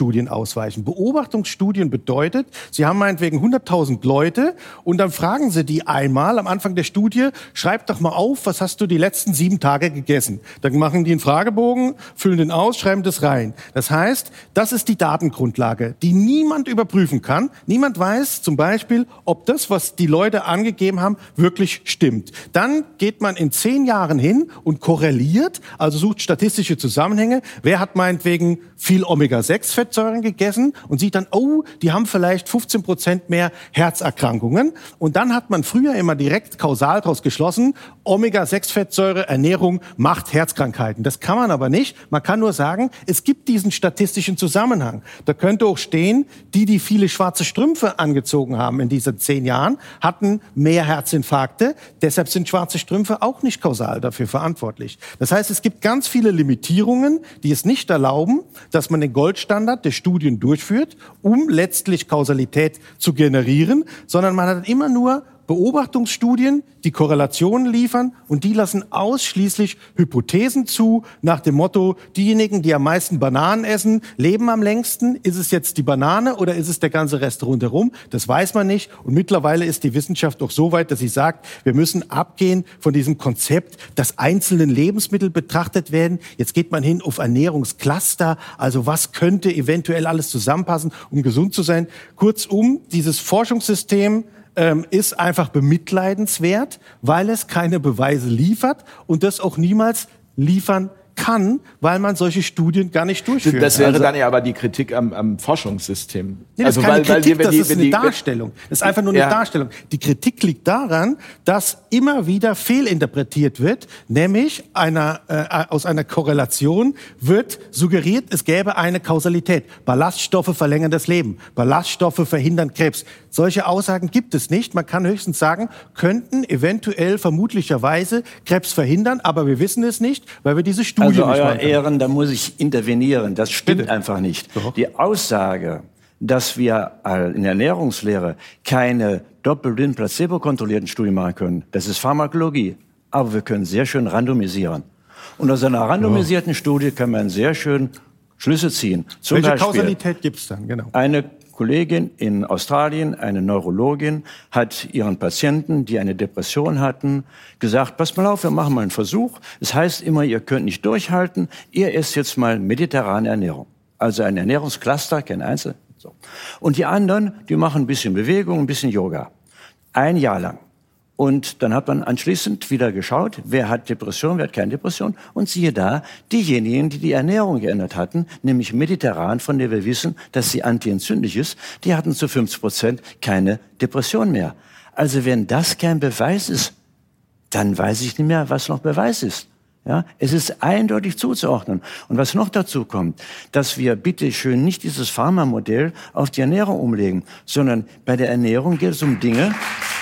Beobachtungsstudien ausweichen. Beobachtungsstudien bedeutet, Sie haben meinetwegen hunderttausend Leute und dann fragen Sie die einmal am Anfang der Studie, schreib doch mal auf, was hast du die letzten sieben Tage gegessen. Dann machen die einen Fragebogen, füllen den aus, schreiben das rein. Das heißt, das ist die Datengrundlage, die niemand überprüfen kann. Niemand weiß zum Beispiel, ob das, was die Leute angegeben haben, wirklich stimmt. Dann geht man in zehn Jahren hin und korreliert, also sucht statistische Zusammenhänge. Wer hat meinetwegen viel Omega sechs Fettsäuren gegessen und sieht dann, oh, die haben vielleicht fünfzehn Prozent mehr Herzerkrankungen. Und dann hat man früher immer direkt kausal daraus geschlossen, Omega sechs Fettsäure Ernährung macht Herzkrankheiten. Das kann man aber nicht. Man kann nur sagen, es gibt diesen statistischen Zusammenhang. Da könnte auch stehen, die, die viele schwarze Strümpfe angezogen haben in diesen zehn Jahren, hatten mehr Herzinfarkte. Deshalb sind schwarze Strümpfe auch nicht kausal dafür verantwortlich. Das heißt, es gibt ganz viele Limitierungen, die es nicht erlauben, dass man den Goldstandard der Studien durchführt, um letztlich Kausalität zu generieren, sondern man hat immer nur Beobachtungsstudien, die Korrelationen liefern und die lassen ausschließlich Hypothesen zu, nach dem Motto, diejenigen, die am meisten Bananen essen, leben am längsten. Ist es jetzt die Banane oder ist es der ganze Rest rundherum? Das weiß man nicht. Und mittlerweile ist die Wissenschaft auch so weit, dass sie sagt, wir müssen abgehen von diesem Konzept, dass einzelne Lebensmittel betrachtet werden. Jetzt geht man hin auf Ernährungscluster. Also was könnte eventuell alles zusammenpassen, um gesund zu sein? Kurzum, dieses Forschungssystem Ähm, ist einfach bemitleidenswert, weil es keine Beweise liefert und das auch niemals liefern kann, weil man solche Studien gar nicht durchführt. Das wäre also, dann ja aber die Kritik am, am Forschungssystem. Nee, das also, ist keine weil, weil Kritik, die, das die, ist eine die, Darstellung. Das ist einfach nur eine ja. Darstellung. Die Kritik liegt daran, dass immer wieder fehlinterpretiert wird, nämlich einer, äh, aus einer Korrelation wird suggeriert, es gäbe eine Kausalität. Ballaststoffe verlängern das Leben. Ballaststoffe verhindern Krebs. Solche Aussagen gibt es nicht. Man kann höchstens sagen, könnten eventuell vermutlicherweise Krebs verhindern, aber wir wissen es nicht, weil wir diese Studie Also, nicht Euer machen. Ehren, da muss ich intervenieren. Das stimmt Bitte. einfach nicht. Doch. Die Aussage, dass wir in der Ernährungslehre keine doppelblind placebo-kontrollierten Studien machen können, das ist Pharmakologie. Aber wir können sehr schön randomisieren. Und aus einer randomisierten ja. Studie kann man sehr schön Schlüsse ziehen. Zum Welche Beispiel, Kausalität gibt es dann? Genau. Eine Kollegin in Australien, eine Neurologin, hat ihren Patienten, die eine Depression hatten, gesagt, pass mal auf, wir machen mal einen Versuch. Es heißt immer, ihr könnt nicht durchhalten, ihr esst jetzt mal mediterrane Ernährung. Also ein Ernährungscluster, kein Einzel. So. Und die anderen, die machen ein bisschen Bewegung, ein bisschen Yoga. Ein Jahr lang. Und dann hat man anschließend wieder geschaut, wer hat Depression, wer hat keine Depression. Und siehe da, diejenigen, die die Ernährung geändert hatten, nämlich mediterran, von der wir wissen, dass sie antientzündlich ist, die hatten zu fünfzig Prozent keine Depression mehr. Also wenn das kein Beweis ist, dann weiß ich nicht mehr, was noch Beweis ist. Ja, es ist eindeutig zuzuordnen. Und was noch dazu kommt, dass wir bitte schön nicht dieses Pharma-Modell auf die Ernährung umlegen, sondern bei der Ernährung geht es um Dinge,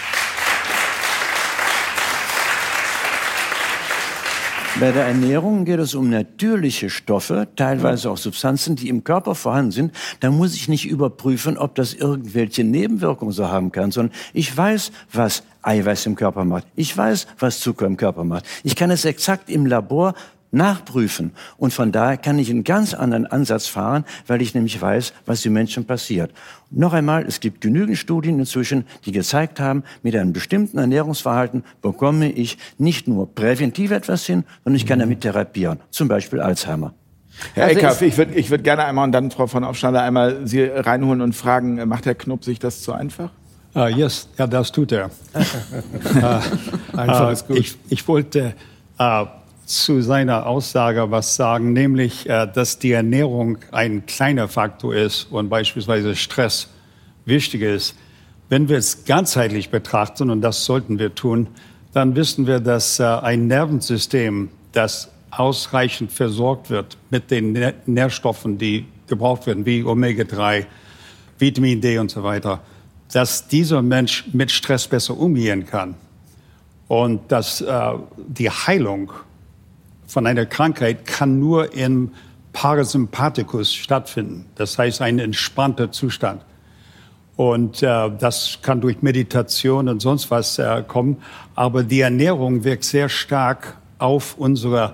Bei der Ernährung geht es um natürliche Stoffe, teilweise auch Substanzen, die im Körper vorhanden sind. Da muss ich nicht überprüfen, ob das irgendwelche Nebenwirkungen so haben kann, sondern ich weiß, was Eiweiß im Körper macht. Ich weiß, was Zucker im Körper macht. Ich kann es exakt im Labor nachprüfen. Und von daher kann ich einen ganz anderen Ansatz fahren, weil ich nämlich weiß, was im Menschen passiert. Und noch einmal, es gibt genügend Studien inzwischen, die gezeigt haben, mit einem bestimmten Ernährungsverhalten bekomme ich nicht nur präventiv etwas hin, sondern ich kann damit therapieren. Zum Beispiel Alzheimer. Herr Also Eckhoff, ich würde ich würd gerne einmal und dann Frau von Aufschneider einmal Sie reinholen und fragen, macht Herr Knopp sich das zu einfach? Uh, yes, ja, das tut er. uh, Einfach ist gut. Ich, ich wollte uh, zu seiner Aussage was sagen, nämlich, uh, dass die Ernährung ein kleiner Faktor ist und beispielsweise Stress wichtig ist. Wenn wir es ganzheitlich betrachten, und das sollten wir tun, dann wissen wir, dass uh, ein Nervensystem, das ausreichend versorgt wird mit den Nä- Nährstoffen, die gebraucht werden, wie Omega drei, Vitamin D und so weiter, dass dieser Mensch mit Stress besser umgehen kann und dass äh, die Heilung von einer Krankheit kann nur im Parasympathikus stattfinden. Das heißt, ein entspannter Zustand. Und äh, das kann durch Meditation und sonst was äh, kommen. Aber die Ernährung wirkt sehr stark auf unsere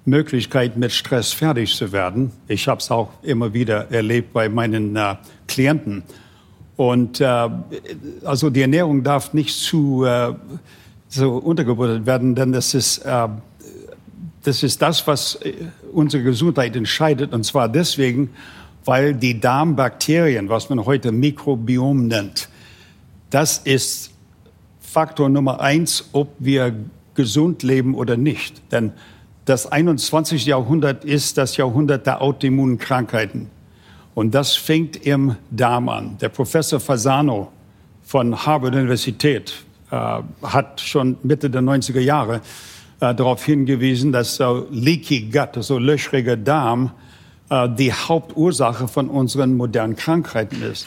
Möglichkeit, mit Stress fertig zu werden. Ich habe es auch immer wieder erlebt bei meinen äh, Klienten. Und äh, also die Ernährung darf nicht zu äh, so untergebuttert werden, denn das ist, äh, das ist das, was unsere Gesundheit entscheidet. Und zwar deswegen, weil die Darmbakterien, was man heute Mikrobiom nennt, das ist Faktor Nummer eins, ob wir gesund leben oder nicht. Denn das einundzwanzigste Jahrhundert ist das Jahrhundert der Autoimmunkrankheiten. Und das fängt im Darm an. Der Professor Fasano von Harvard Universität äh, hat schon Mitte der neunziger Jahre äh, darauf hingewiesen, dass äh, Leaky Gut, also löchriger Darm, äh, die Hauptursache von unseren modernen Krankheiten ist.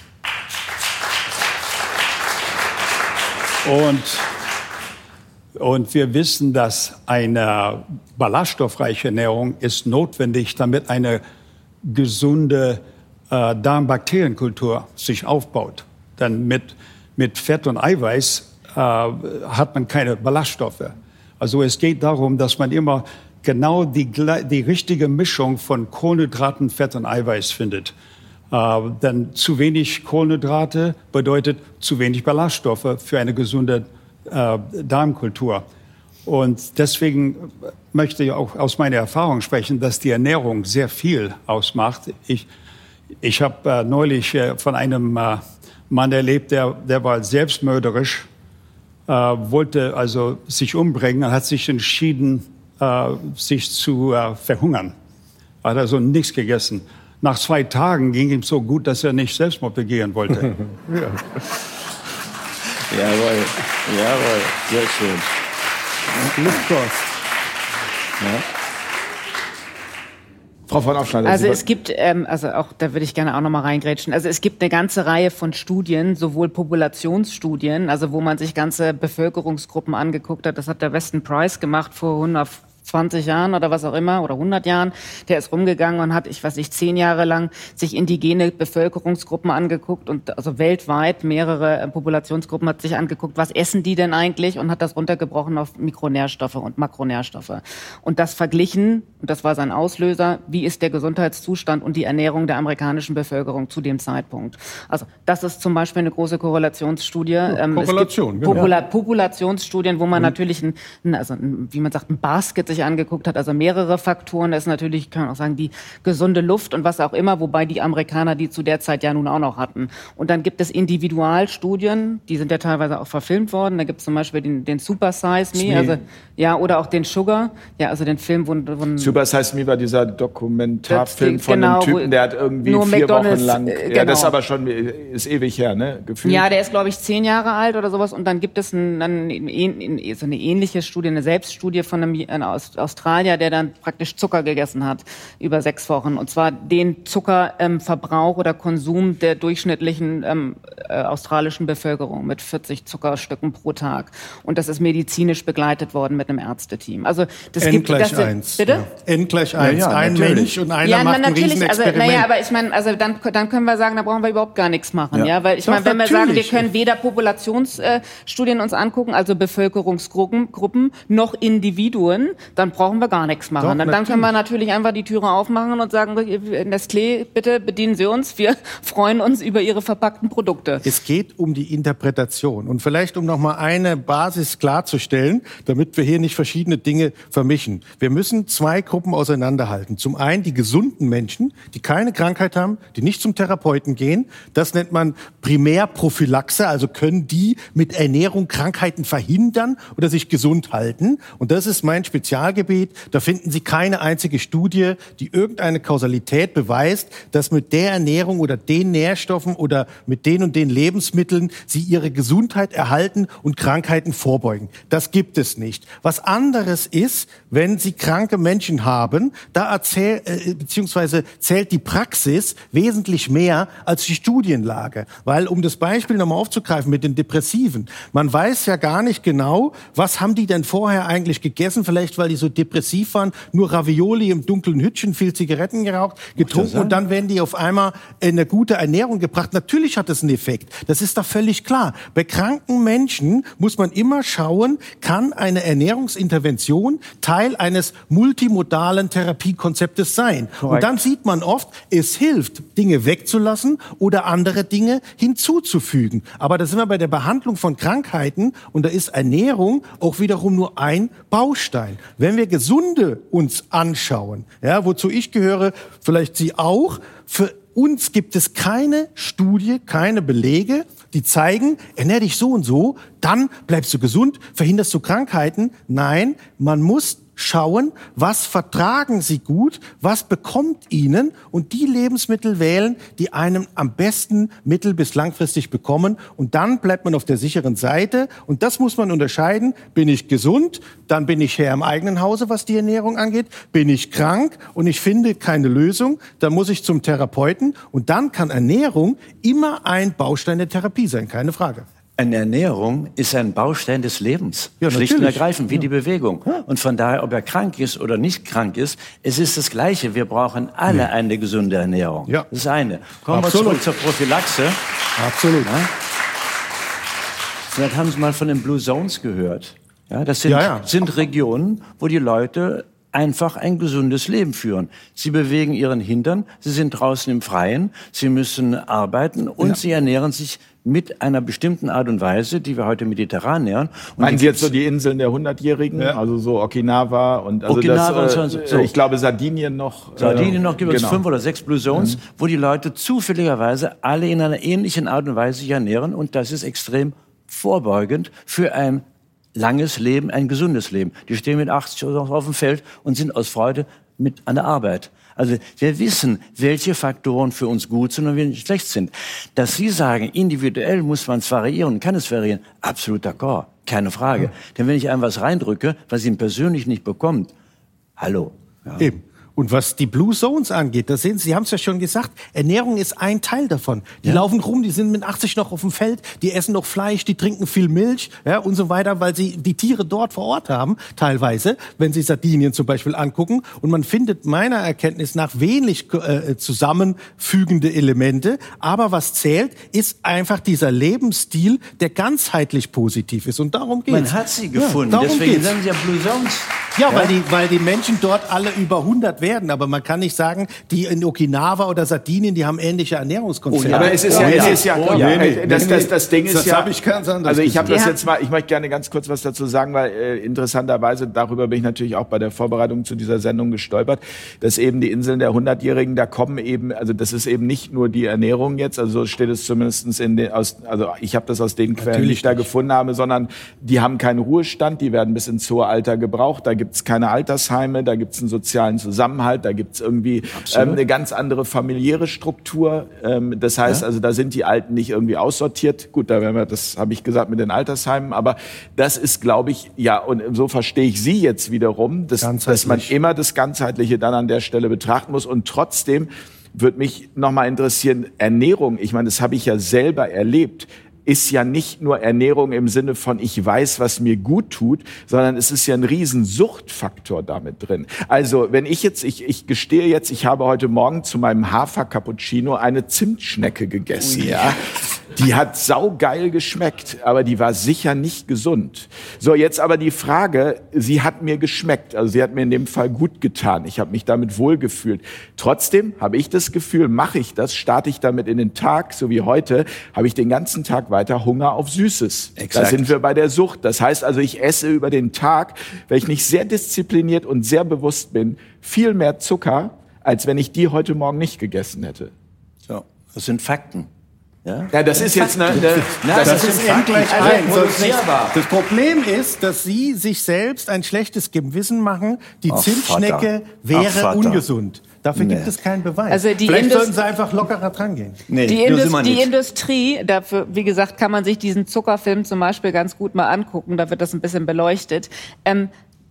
Und Und wir wissen, dass eine ballaststoffreiche Ernährung ist notwendig, damit eine gesunde äh, Darmbakterienkultur sich aufbaut. Denn mit, mit Fett und Eiweiß äh, hat man keine Ballaststoffe. Also es geht darum, dass man immer genau die, die richtige Mischung von Kohlenhydraten, Fett und Eiweiß findet. Äh, denn zu wenig Kohlenhydrate bedeutet zu wenig Ballaststoffe für eine gesunde Äh, Darmkultur. Und deswegen möchte ich auch aus meiner Erfahrung sprechen, dass die Ernährung sehr viel ausmacht. Ich, ich habe äh, neulich äh, von einem äh, Mann erlebt, der, der war selbstmörderisch, äh, wollte also sich umbringen und hat sich entschieden, äh, sich zu äh, verhungern. Hat also nichts gegessen. Nach zwei Tagen ging ihm so gut, dass er nicht Selbstmord begehen wollte. Ja. Jawohl, jawohl, sehr schön. Luftkost. Ja. Frau von Aufschneider. Also es gibt, ähm, also auch, da würde ich gerne auch noch mal reingrätschen. Also es gibt eine ganze Reihe von Studien, sowohl Populationsstudien, also wo man sich ganze Bevölkerungsgruppen angeguckt hat. Das hat der Weston Price gemacht vor hundertzwanzig Jahren oder was auch immer, oder hundert Jahren. Der ist rumgegangen und hat, ich weiß nicht, zehn Jahre lang sich indigene Bevölkerungsgruppen angeguckt und also weltweit mehrere äh, Populationsgruppen hat sich angeguckt, was essen die denn eigentlich, und hat das runtergebrochen auf Mikronährstoffe und Makronährstoffe. Und das verglichen, und das war sein Auslöser, wie ist der Gesundheitszustand und die Ernährung der amerikanischen Bevölkerung zu dem Zeitpunkt. Also das ist zum Beispiel eine große Korrelationsstudie. Ja, ähm, Korrelation, es gibt Popula- genau. Populationsstudien, wo man Mhm. natürlich, ein, ein, also ein, wie man sagt, ein Basket sich angeguckt hat, also mehrere Faktoren. Das ist natürlich, kann man auch sagen, die gesunde Luft und was auch immer, wobei die Amerikaner die zu der Zeit ja nun auch noch hatten. Und dann gibt es Individualstudien, die sind ja teilweise auch verfilmt worden. Da gibt es zum Beispiel den, den Super Size Me, also ja, oder auch den Sugar, ja, also den Film, wo, wo Super Size Me war dieser Dokumentarfilm Das- von genau, einem Typen, wo der hat irgendwie nur vier McDonald's, Wochen lang, äh, ja, das ist genau. aber schon, ist ewig her, ne, gefühlt. Ja, der ist, glaube ich, zehn Jahre alt oder sowas. Und dann gibt es ein, ein, ein, so eine ähnliche Studie, eine Selbststudie von einem, einem Australier, der dann praktisch Zucker gegessen hat über sechs Wochen. Und zwar den Zuckerverbrauch ähm, oder Konsum der durchschnittlichen ähm, äh, australischen Bevölkerung mit vierzig Zuckerstücken pro Tag. Und das ist medizinisch begleitet worden mit einem Ärzteteam. Also das N gibt gleich das, eins. Bitte? Ja. N gleich eins. Ja, ja, ein natürlich. Mensch und einer Ja, macht na, ein natürlich, also Riesenexperiment. naja, aber ich meine, also dann, dann können wir sagen, da brauchen wir überhaupt gar nichts machen, ja, Ja. weil ich Doch, meine, wenn wir sagen, wir natürlich. können weder Populationsstudien uns angucken, also Bevölkerungsgruppen, Gruppen, noch Individuen, dann brauchen wir gar nichts machen. Doch, dann, dann können wir natürlich einfach die Türe aufmachen und sagen, Nestlé, bitte bedienen Sie uns, wir freuen uns über Ihre verpackten Produkte. Es geht um die Interpretation. Und vielleicht, um noch mal eine Basis klarzustellen, damit wir hier nicht verschiedene Dinge vermischen. Wir müssen zwei Gruppen auseinanderhalten. Zum einen die gesunden Menschen, die keine Krankheit haben, die nicht zum Therapeuten gehen. Das nennt man Primärprophylaxe. Also können die mit Ernährung Krankheiten verhindern oder sich gesund halten. Und das ist mein Spezialgebiet. Da finden Sie keine einzige Studie, die irgendeine Kausalität beweist, dass mit der Ernährung oder den Nährstoffen oder mit den und den Lebensmitteln Sie Ihre Gesundheit erhalten und Krankheiten vorbeugen. Das gibt es nicht. Was anderes ist, wenn Sie kranke Menschen haben, da erzähl, äh, beziehungsweise zählt die Praxis wesentlich mehr als die Studienlage. Weil, um das Beispiel nochmal aufzugreifen mit den Depressiven, man weiß ja gar nicht genau, was haben die denn vorher eigentlich gegessen, vielleicht weil die die so depressiv waren, nur Ravioli im dunklen Hütchen, viel Zigaretten geraucht, getrunken und dann werden die auf einmal in eine gute Ernährung gebracht. Natürlich hat das einen Effekt. Das ist doch völlig klar. Bei kranken Menschen muss man immer schauen, kann eine Ernährungsintervention Teil eines multimodalen Therapiekonzeptes sein. Korrekt. Und dann sieht man oft, es hilft, Dinge wegzulassen oder andere Dinge hinzuzufügen. Aber da sind wir bei der Behandlung von Krankheiten und da ist Ernährung auch wiederum nur ein Baustein. Wenn wir Gesunde uns anschauen, ja, wozu ich gehöre, vielleicht Sie auch, für uns gibt es keine Studie, keine Belege, die zeigen, ernähr dich so und so, dann bleibst du gesund, verhinderst du Krankheiten. Nein, man muss schauen, was vertragen sie gut, was bekommt ihnen und die Lebensmittel wählen, die einem am besten mittel- bis langfristig bekommen. Und dann bleibt man auf der sicheren Seite. Und das muss man unterscheiden. Bin ich gesund, dann bin ich Herr im eigenen Hause, was die Ernährung angeht. Bin ich krank und ich finde keine Lösung, dann muss ich zum Therapeuten. Und dann kann Ernährung immer ein Baustein der Therapie sein, keine Frage. Eine Ernährung ist ein Baustein des Lebens, ja, schlicht und natürlich. ergreifend, wie ja. die Bewegung. Ja. Und von daher, ob er krank ist oder nicht krank ist, es ist das Gleiche. Wir brauchen alle ja. eine gesunde Ernährung. Ja. Das ist eine. Kommen Absolut. wir zurück zur Prophylaxe. Absolut. Ja? Vielleicht haben Sie mal von den Blue Zones gehört. Ja, das sind, ja, ja. sind Regionen, wo die Leute einfach ein gesundes Leben führen. Sie bewegen ihren Hintern, sie sind draußen im Freien, sie müssen arbeiten und ja. sie ernähren sich mit einer bestimmten Art und Weise, die wir heute mediterran nähern. Und meinen Sie jetzt so die Inseln der Hundertjährigen, ja. also so Okinawa und also Okinawa das, äh, und so, so. ich glaube Sardinien noch. Sardinien noch gibt es genau. fünf oder sechs Blue Zones, mhm. wo die Leute zufälligerweise alle in einer ähnlichen Art und Weise sich ernähren und das ist extrem vorbeugend für ein langes Leben, ein gesundes Leben. Die stehen mit achtzig auf dem Feld und sind aus Freude mit an der Arbeit. Also wir wissen, welche Faktoren für uns gut sind und welche schlecht sind. Dass Sie sagen, individuell muss man es variieren, kann es variieren, absolut d'accord, keine Frage. Ja. Denn wenn ich einem was reindrücke, was ihm persönlich nicht bekommt, hallo. Ja. Eben. Und was die Blue Zones angeht, da sehen Sie, Sie haben es ja schon gesagt, Ernährung ist ein Teil davon. Die ja. laufen rum, die sind mit achtzig noch auf dem Feld, die essen noch Fleisch, die trinken viel Milch, ja, und so weiter, weil sie die Tiere dort vor Ort haben, teilweise, wenn Sie Sardinien zum Beispiel angucken. Und man findet meiner Erkenntnis nach wenig äh, zusammenfügende Elemente. Aber was zählt, ist einfach dieser Lebensstil, der ganzheitlich positiv ist. Und darum geht's. Man hat sie gefunden, ja, deswegen geht's. sind sie ja Blue Zones. Ja, ja, weil die, weil die Menschen dort alle über hundert werden. Aber man kann nicht sagen, die in Okinawa oder Sardinien, die haben ähnliche Ernährungskonzepte. Oh, ja. Aber es ist ja, ja, es ist ja, oh, ja. Nee, nee, das, das, das Ding ist das ja, habe ich ganz anders also ich habe das ja. jetzt mal, ich möchte gerne ganz kurz was dazu sagen, weil äh, interessanterweise, darüber bin ich natürlich auch bei der Vorbereitung zu dieser Sendung gestolpert, dass eben die Inseln der Hundertjährigen, da kommen eben, also das ist eben nicht nur die Ernährung jetzt, also so steht es zumindest in den, aus, also ich habe das aus den Quellen, die ich da gefunden habe, sondern die haben keinen Ruhestand, die werden bis ins hohe Alter gebraucht, da gibt's keine Altersheime, da gibt's einen sozialen Zusammenhalt, da gibt's irgendwie ähm, eine ganz andere familiäre Struktur. Ähm, das heißt, ja. also da sind die Alten nicht irgendwie aussortiert. Gut, da werden wir, das habe ich gesagt mit den Altersheimen, aber das ist, glaube ich, ja, und so verstehe ich Sie jetzt wiederum, dass, dass man immer das Ganzheitliche dann an der Stelle betrachten muss und trotzdem würde mich nochmal interessieren, Ernährung, ich meine, das habe ich ja selber erlebt, ist ja nicht nur Ernährung im Sinne von, ich weiß, was mir gut tut, sondern es ist ja ein riesen Suchtfaktor damit drin. Also, wenn ich jetzt, ich, ich gestehe jetzt, ich habe heute Morgen zu meinem Hafer-Cappuccino eine Zimtschnecke gegessen, oh, ja. Die hat saugeil geschmeckt, aber die war sicher nicht gesund. So, jetzt aber die Frage, sie hat mir geschmeckt, also sie hat mir in dem Fall gut getan. Ich habe mich damit wohlgefühlt. Trotzdem habe ich das Gefühl, mache ich das, starte ich damit in den Tag, so wie heute, habe ich den ganzen Tag weiter Hunger auf Süßes. Exakt. Da sind wir bei der Sucht. Das heißt also, ich esse über den Tag, wenn ich nicht sehr diszipliniert und sehr bewusst bin, viel mehr Zucker, als wenn ich die heute Morgen nicht gegessen hätte. So, das sind Fakten. Ja, ja das ist jetzt eine, eine das, das ist eben gleich ein. Reproduzierbar. Das Problem ist, dass Sie sich selbst ein schlechtes Gewissen machen. Die Ach, Zimtschnecke Vater. wäre Ach, ungesund. Dafür nee. gibt es keinen Beweis. Also die Vielleicht Indust- sollten Sie einfach lockerer drangehen. Nee, die, das Indust- immer die nicht. Industrie, dafür, wie gesagt, kann man sich diesen Zuckerfilm zum Beispiel ganz gut mal angucken. Da wird das ein bisschen beleuchtet. Ähm,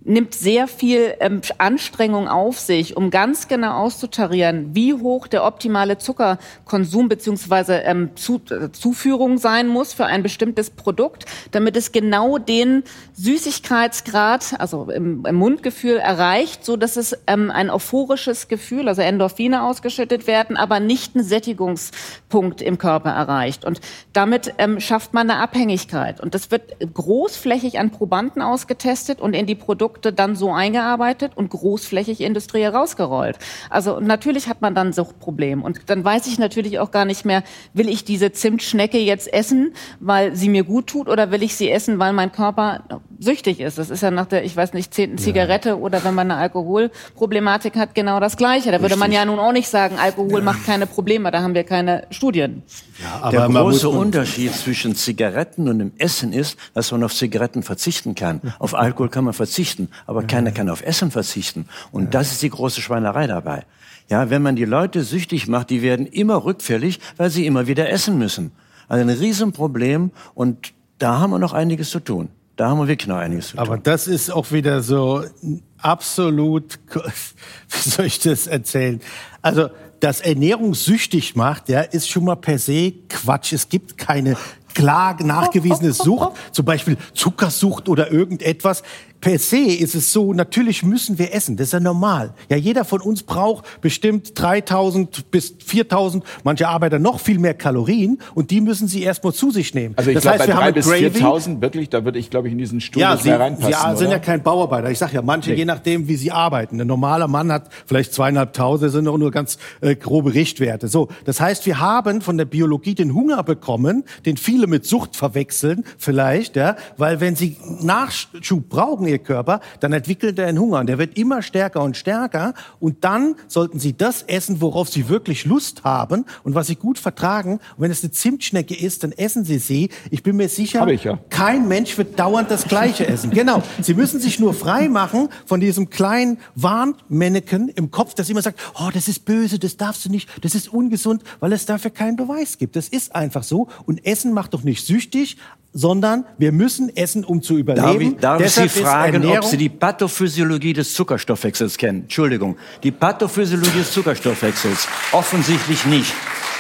nimmt sehr viel ähm, Anstrengung auf sich, um ganz genau auszutarieren, wie hoch der optimale Zuckerkonsum bzw. Ähm, zu, äh, Zuführung sein muss für ein bestimmtes Produkt, damit es genau den Süßigkeitsgrad, also im, im Mundgefühl erreicht, so dass es ähm, ein euphorisches Gefühl, also Endorphine ausgeschüttet werden, aber nicht einen Sättigungspunkt im Körper erreicht. Und damit ähm, schafft man eine Abhängigkeit. Und das wird großflächig an Probanden ausgetestet und in die Produkte dann so eingearbeitet und großflächig industriell rausgerollt. Also natürlich hat man dann Suchtproblem. Und dann weiß ich natürlich auch gar nicht mehr, will ich diese Zimtschnecke jetzt essen, weil sie mir gut tut, oder will ich sie essen, weil mein Körper süchtig ist. Das ist ja nach der, ich weiß nicht, zehnten Zigarette ja. oder wenn man eine Alkoholproblematik hat, genau das Gleiche. Da Richtig. würde man ja nun auch nicht sagen, Alkohol ja. macht keine Probleme, da haben wir keine Studien. Ja, aber der große Unterschied zwischen Zigaretten und dem Essen ist, dass man auf Zigaretten verzichten kann. Auf Alkohol kann man verzichten, aber ja. keiner kann auf Essen verzichten. Und ja. das ist die große Schweinerei dabei. Ja, wenn man die Leute süchtig macht, die werden immer rückfällig, weil sie immer wieder essen müssen. Also ein Riesenproblem, und da haben wir noch einiges zu tun. Da haben wir wirklich noch einiges zu tun. Aber das ist auch wieder so absolut, wie soll ich das erzählen? Also, dass Ernährung süchtig macht, ja, ist schon mal per se Quatsch. Es gibt keine klar nachgewiesene Sucht, zum Beispiel Zuckersucht oder irgendetwas. Per se ist es so, natürlich müssen wir essen, das ist ja normal. Ja, jeder von uns braucht bestimmt dreitausend bis viertausend, manche Arbeiter noch viel mehr Kalorien, und die müssen sie erstmal zu sich nehmen. Also ich glaube, bei drei bis viertausend, wirklich, da würde ich, glaube ich, in diesen Stuhl ja, nicht mehr reinpassen. Ja, sie sind oder? ja kein Bauarbeiter. Ich sage ja, manche, nee. je nachdem, wie sie arbeiten. Ein normaler Mann hat vielleicht zweieinhalbtausend, das sind auch nur ganz äh, grobe Richtwerte. So, das heißt, wir haben von der Biologie den Hunger bekommen, den viele mit Sucht verwechseln, vielleicht, ja, weil wenn sie Nachschub brauchen, ihr Körper, dann entwickelt er einen Hunger, und der wird immer stärker und stärker, und dann sollten sie das essen, worauf sie wirklich Lust haben und was sie gut vertragen. Und wenn es eine Zimtschnecke ist, dann essen sie sie. Ich bin mir sicher, Hab ich ja. kein Mensch wird dauernd das Gleiche essen. Genau. Sie müssen sich nur frei machen von diesem kleinen Warnmännchen im Kopf, das immer sagt, oh, das ist böse, das darfst du nicht, das ist ungesund, weil es dafür keinen Beweis gibt. Das ist einfach so. Und Essen macht doch nicht süchtig, sondern wir müssen essen, um zu überleben. Darf ich, darf ich Sie fragen, ob Sie die Pathophysiologie des Zuckerstoffwechsels kennen? Entschuldigung, die Pathophysiologie des Zuckerstoffwechsels offensichtlich nicht.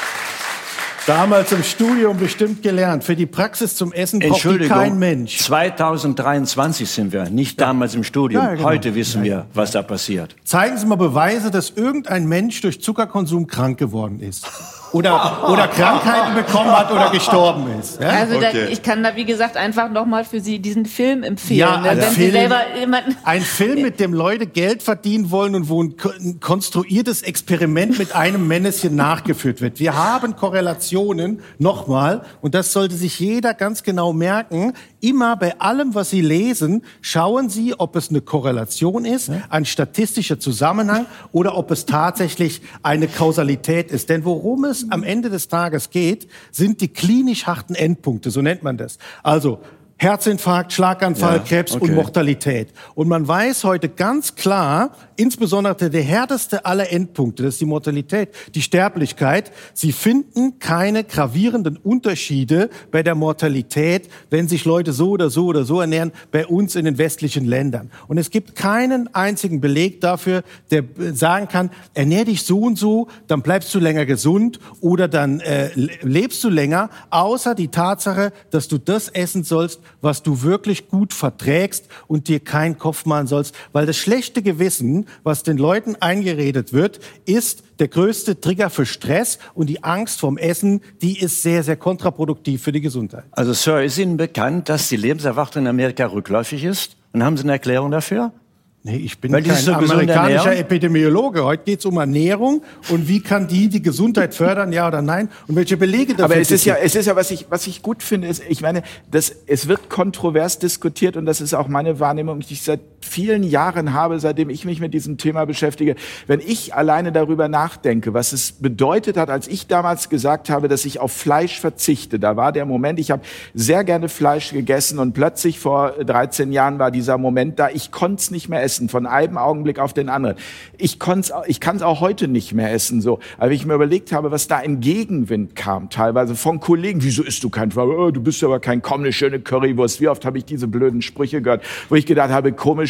Damals im Studium bestimmt gelernt. Für die Praxis zum Essen braucht die kein Mensch. zweitausenddreiundzwanzig sind wir, nicht damals im Studium. Ja, genau. Heute wissen wir, was da passiert. Zeigen Sie mal Beweise, dass irgendein Mensch durch Zuckerkonsum krank geworden ist. Oder, oder Krankheiten bekommen hat oder gestorben ist. Ja? Also da, okay. ich kann da, wie gesagt, einfach nochmal für Sie diesen Film empfehlen. Ja, ne? ein, Wenn Film, Sie selber jemanden ein Film, mit dem Leute Geld verdienen wollen und wo ein, ein konstruiertes Experiment mit einem Männchen nachgeführt wird. Wir haben Korrelationen, nochmal, und das sollte sich jeder ganz genau merken. Immer bei allem, was Sie lesen, schauen Sie, ob es eine Korrelation ist, ein statistischer Zusammenhang, oder ob es tatsächlich eine Kausalität ist. Denn worum es am Ende des Tages geht, sind die klinisch harten Endpunkte, so nennt man das. Also Herzinfarkt, Schlaganfall, ja, Krebs okay. und Mortalität. Und man weiß heute ganz klar, insbesondere der härteste aller Endpunkte, das ist die Mortalität, die Sterblichkeit. Sie finden keine gravierenden Unterschiede bei der Mortalität, wenn sich Leute so oder so oder so ernähren, bei uns in den westlichen Ländern. Und es gibt keinen einzigen Beleg dafür, der sagen kann, ernähr dich so und so, dann bleibst du länger gesund oder dann äh, lebst du länger, außer die Tatsache, dass du das essen sollst, was du wirklich gut verträgst und dir keinen Kopf machen sollst. Weil das schlechte Gewissen, was den Leuten eingeredet wird, ist der größte Trigger für Stress, und die Angst vorm Essen, die ist sehr, sehr kontraproduktiv für die Gesundheit. Also Sir, ist Ihnen bekannt, dass die Lebenserwartung in Amerika rückläufig ist? Und haben Sie eine Erklärung dafür? Nee, ich bin Weil kein so amerikanischer Epidemiologe. Heute geht's um Ernährung und wie kann die die Gesundheit fördern, ja oder nein? Und welche Belege dafür Aber es ist ja, es ist ja, was ich, was ich gut finde, ist, ich meine, das, es wird kontrovers diskutiert, und das ist auch meine Wahrnehmung, die ich seit vielen Jahren habe, seitdem ich mich mit diesem Thema beschäftige. Wenn ich alleine darüber nachdenke, was es bedeutet hat, als ich damals gesagt habe, dass ich auf Fleisch verzichte, da war der Moment, ich habe sehr gerne Fleisch gegessen, und plötzlich vor dreizehn Jahren war dieser Moment da, ich konnte es nicht mehr essen. Von einem Augenblick auf den anderen. Ich konnte, ich kann es auch heute nicht mehr essen, so. Aber wenn ich mir überlegt habe, was da im Gegenwind kam, teilweise von Kollegen, wieso isst du kein Fleisch? Oh, du bist aber kein, komm, eine schöne Currywurst. Wie oft habe ich diese blöden Sprüche gehört, wo ich gedacht habe, komisch,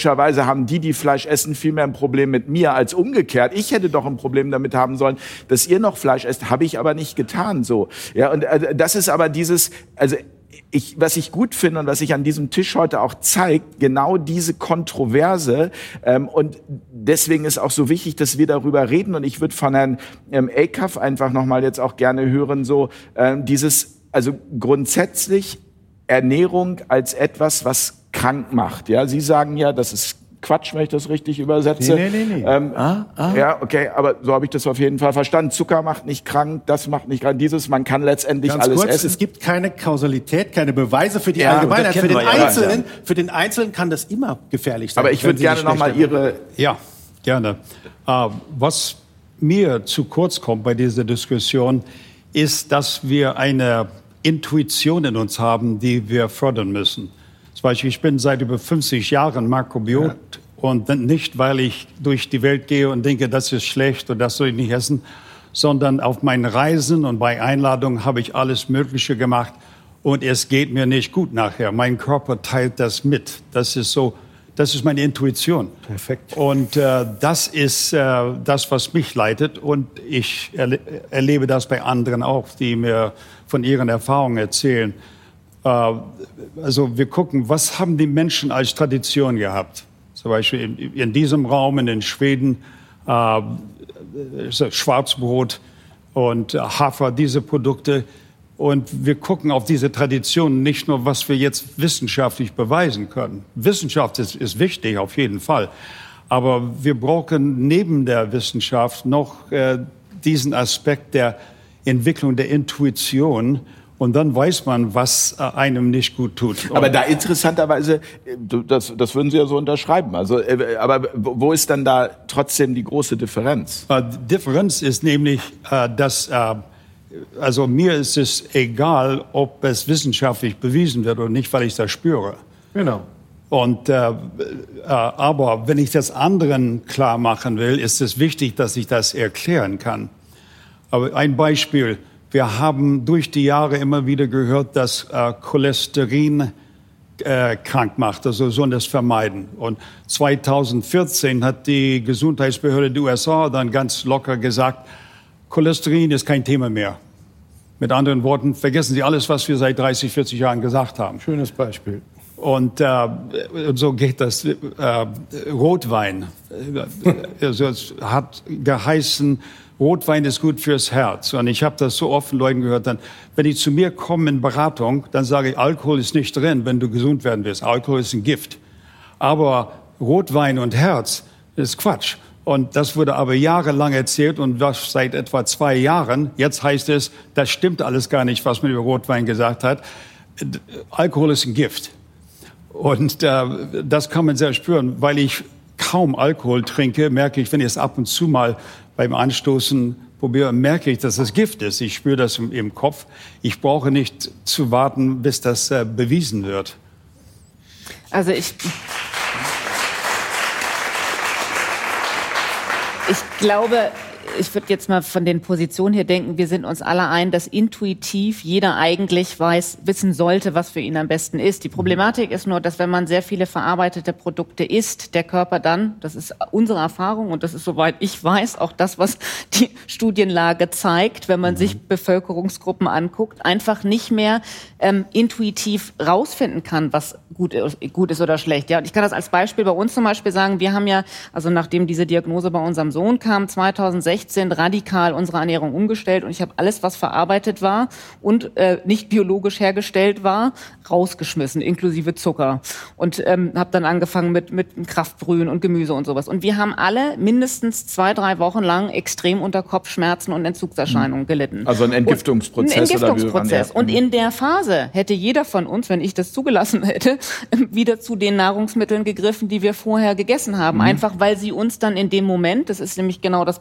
Komischerweise haben die, die Fleisch essen, viel mehr ein Problem mit mir als umgekehrt. Ich hätte doch ein Problem damit haben sollen, dass ihr noch Fleisch esst, habe ich aber nicht getan, so. Ja, und äh, das ist aber dieses, also Ich, was ich gut finde und was sich an diesem Tisch heute auch zeigt, genau diese Kontroverse. Ähm, und deswegen ist auch so wichtig, dass wir darüber reden. Und ich würde von Herrn ähm, Acuff einfach nochmal jetzt auch gerne hören, so ähm, dieses, also grundsätzlich Ernährung als etwas, was krank macht. Ja, Sie sagen ja, das ist Quatsch, wenn ich das richtig übersetze. Nee, nee, nee, nee. Ähm, ah, ah. Ja, okay, aber so habe ich das auf jeden Fall verstanden. Zucker macht nicht krank, das macht nicht krank, dieses, man kann letztendlich Ganz alles kurz, essen. Es gibt keine Kausalität, keine Beweise für die Ja, Allgemeinheit. das Für den, kennen wir ja. Einzelnen, für den Einzelnen kann das immer gefährlich sein. Aber ich wenn würde Sie gerne sich noch mal schlecht Ihre... Ja, gerne. Äh, was mir zu kurz kommt bei dieser Diskussion, ist, dass wir eine Intuition in uns haben, die wir fördern müssen. Zum Beispiel, ich bin seit über fünfzig Jahren Makrobiot. Ja. Und nicht, weil ich durch die Welt gehe und denke, das ist schlecht und das soll ich nicht essen, sondern auf meinen Reisen und bei Einladungen habe ich alles Mögliche gemacht und es geht mir nicht gut nachher. Mein Körper teilt das mit. Das ist so, das ist meine Intuition. Perfekt. Und äh, das ist äh, das, was mich leitet und ich erle- erlebe das bei anderen auch, die mir von ihren Erfahrungen erzählen. Äh, also wir gucken, was haben die Menschen als Tradition gehabt? Zum Beispiel in, in diesem Raum in Schweden äh, Schwarzbrot und Hafer, diese Produkte. Und wir gucken auf diese Traditionen nicht nur, was wir jetzt wissenschaftlich beweisen können. Wissenschaft ist, ist wichtig, auf jeden Fall. Aber wir brauchen neben der Wissenschaft noch äh, diesen Aspekt der Entwicklung der Intuition. Und dann weiß man, was einem nicht gut tut. Aber da interessanterweise, das, das würden Sie ja so unterschreiben. Also, aber wo ist dann da trotzdem die große Differenz? Die Differenz ist nämlich, dass, also mir ist es egal, ob es wissenschaftlich bewiesen wird oder nicht, weil ich das spüre. Genau. Und, äh, aber wenn ich das anderen klar machen will, ist es wichtig, dass ich das erklären kann. Aber ein Beispiel. Wir haben durch die Jahre immer wieder gehört, dass äh, Cholesterin äh, krank macht, also sollen das vermeiden. Und zweitausendvierzehn hat die Gesundheitsbehörde der U S A dann ganz locker gesagt, Cholesterin ist kein Thema mehr. Mit anderen Worten, vergessen Sie alles, was wir seit dreißig, vierzig Jahren gesagt haben. Schönes Beispiel. Und äh, so geht das. Äh, Rotwein, also es hat geheißen, Rotwein ist gut fürs Herz. Und ich habe das so oft von Leuten gehört, dann, wenn die zu mir kommen in Beratung, dann sage ich, Alkohol ist nicht drin, wenn du gesund werden willst. Alkohol ist ein Gift. Aber Rotwein und Herz ist Quatsch. Und das wurde aber jahrelang erzählt und was seit etwa zwei Jahren. Jetzt heißt es, das stimmt alles gar nicht, was man über Rotwein gesagt hat. Alkohol ist ein Gift. Und äh, das kann man sehr spüren, weil ich kaum Alkohol trinke, merke ich, wenn ich es ab und zu mal beim Anstoßen probiere, merke ich, dass es Gift ist. Ich spüre das im, im Kopf. Ich brauche nicht zu warten, bis das äh, bewiesen wird. Also ich... Ich glaube, ich würde jetzt mal von den Positionen hier denken, wir sind uns alle ein, dass intuitiv jeder eigentlich weiß, wissen sollte, was für ihn am besten ist. Die Problematik ist nur, dass wenn man sehr viele verarbeitete Produkte isst, der Körper dann, das ist unsere Erfahrung und das ist, soweit ich weiß, auch das, was die Studienlage zeigt, wenn man sich Bevölkerungsgruppen anguckt, einfach nicht mehr ähm, intuitiv rausfinden kann, was gut ist, gut ist oder schlecht. Ja, und ich kann das als Beispiel bei uns zum Beispiel sagen, wir haben ja, also nachdem diese Diagnose bei unserem Sohn kam, zweitausendsechzehn radikal unsere Ernährung umgestellt und ich habe alles, was verarbeitet war und äh, nicht biologisch hergestellt war, rausgeschmissen, inklusive Zucker. Und ähm, habe dann angefangen mit, mit Kraftbrühen und Gemüse und sowas. Und wir haben alle mindestens zwei, drei Wochen lang extrem unter Kopfschmerzen und Entzugserscheinungen gelitten. Also ein Entgiftungsprozess. Und ein Entgiftungsprozess. Oder wie man, ja. Und in der Phase hätte jeder von uns, wenn ich das zugelassen hätte, wieder zu den Nahrungsmitteln gegriffen, die wir vorher gegessen haben. Mhm. Einfach, weil sie uns dann in dem Moment, das ist nämlich genau das, was ja im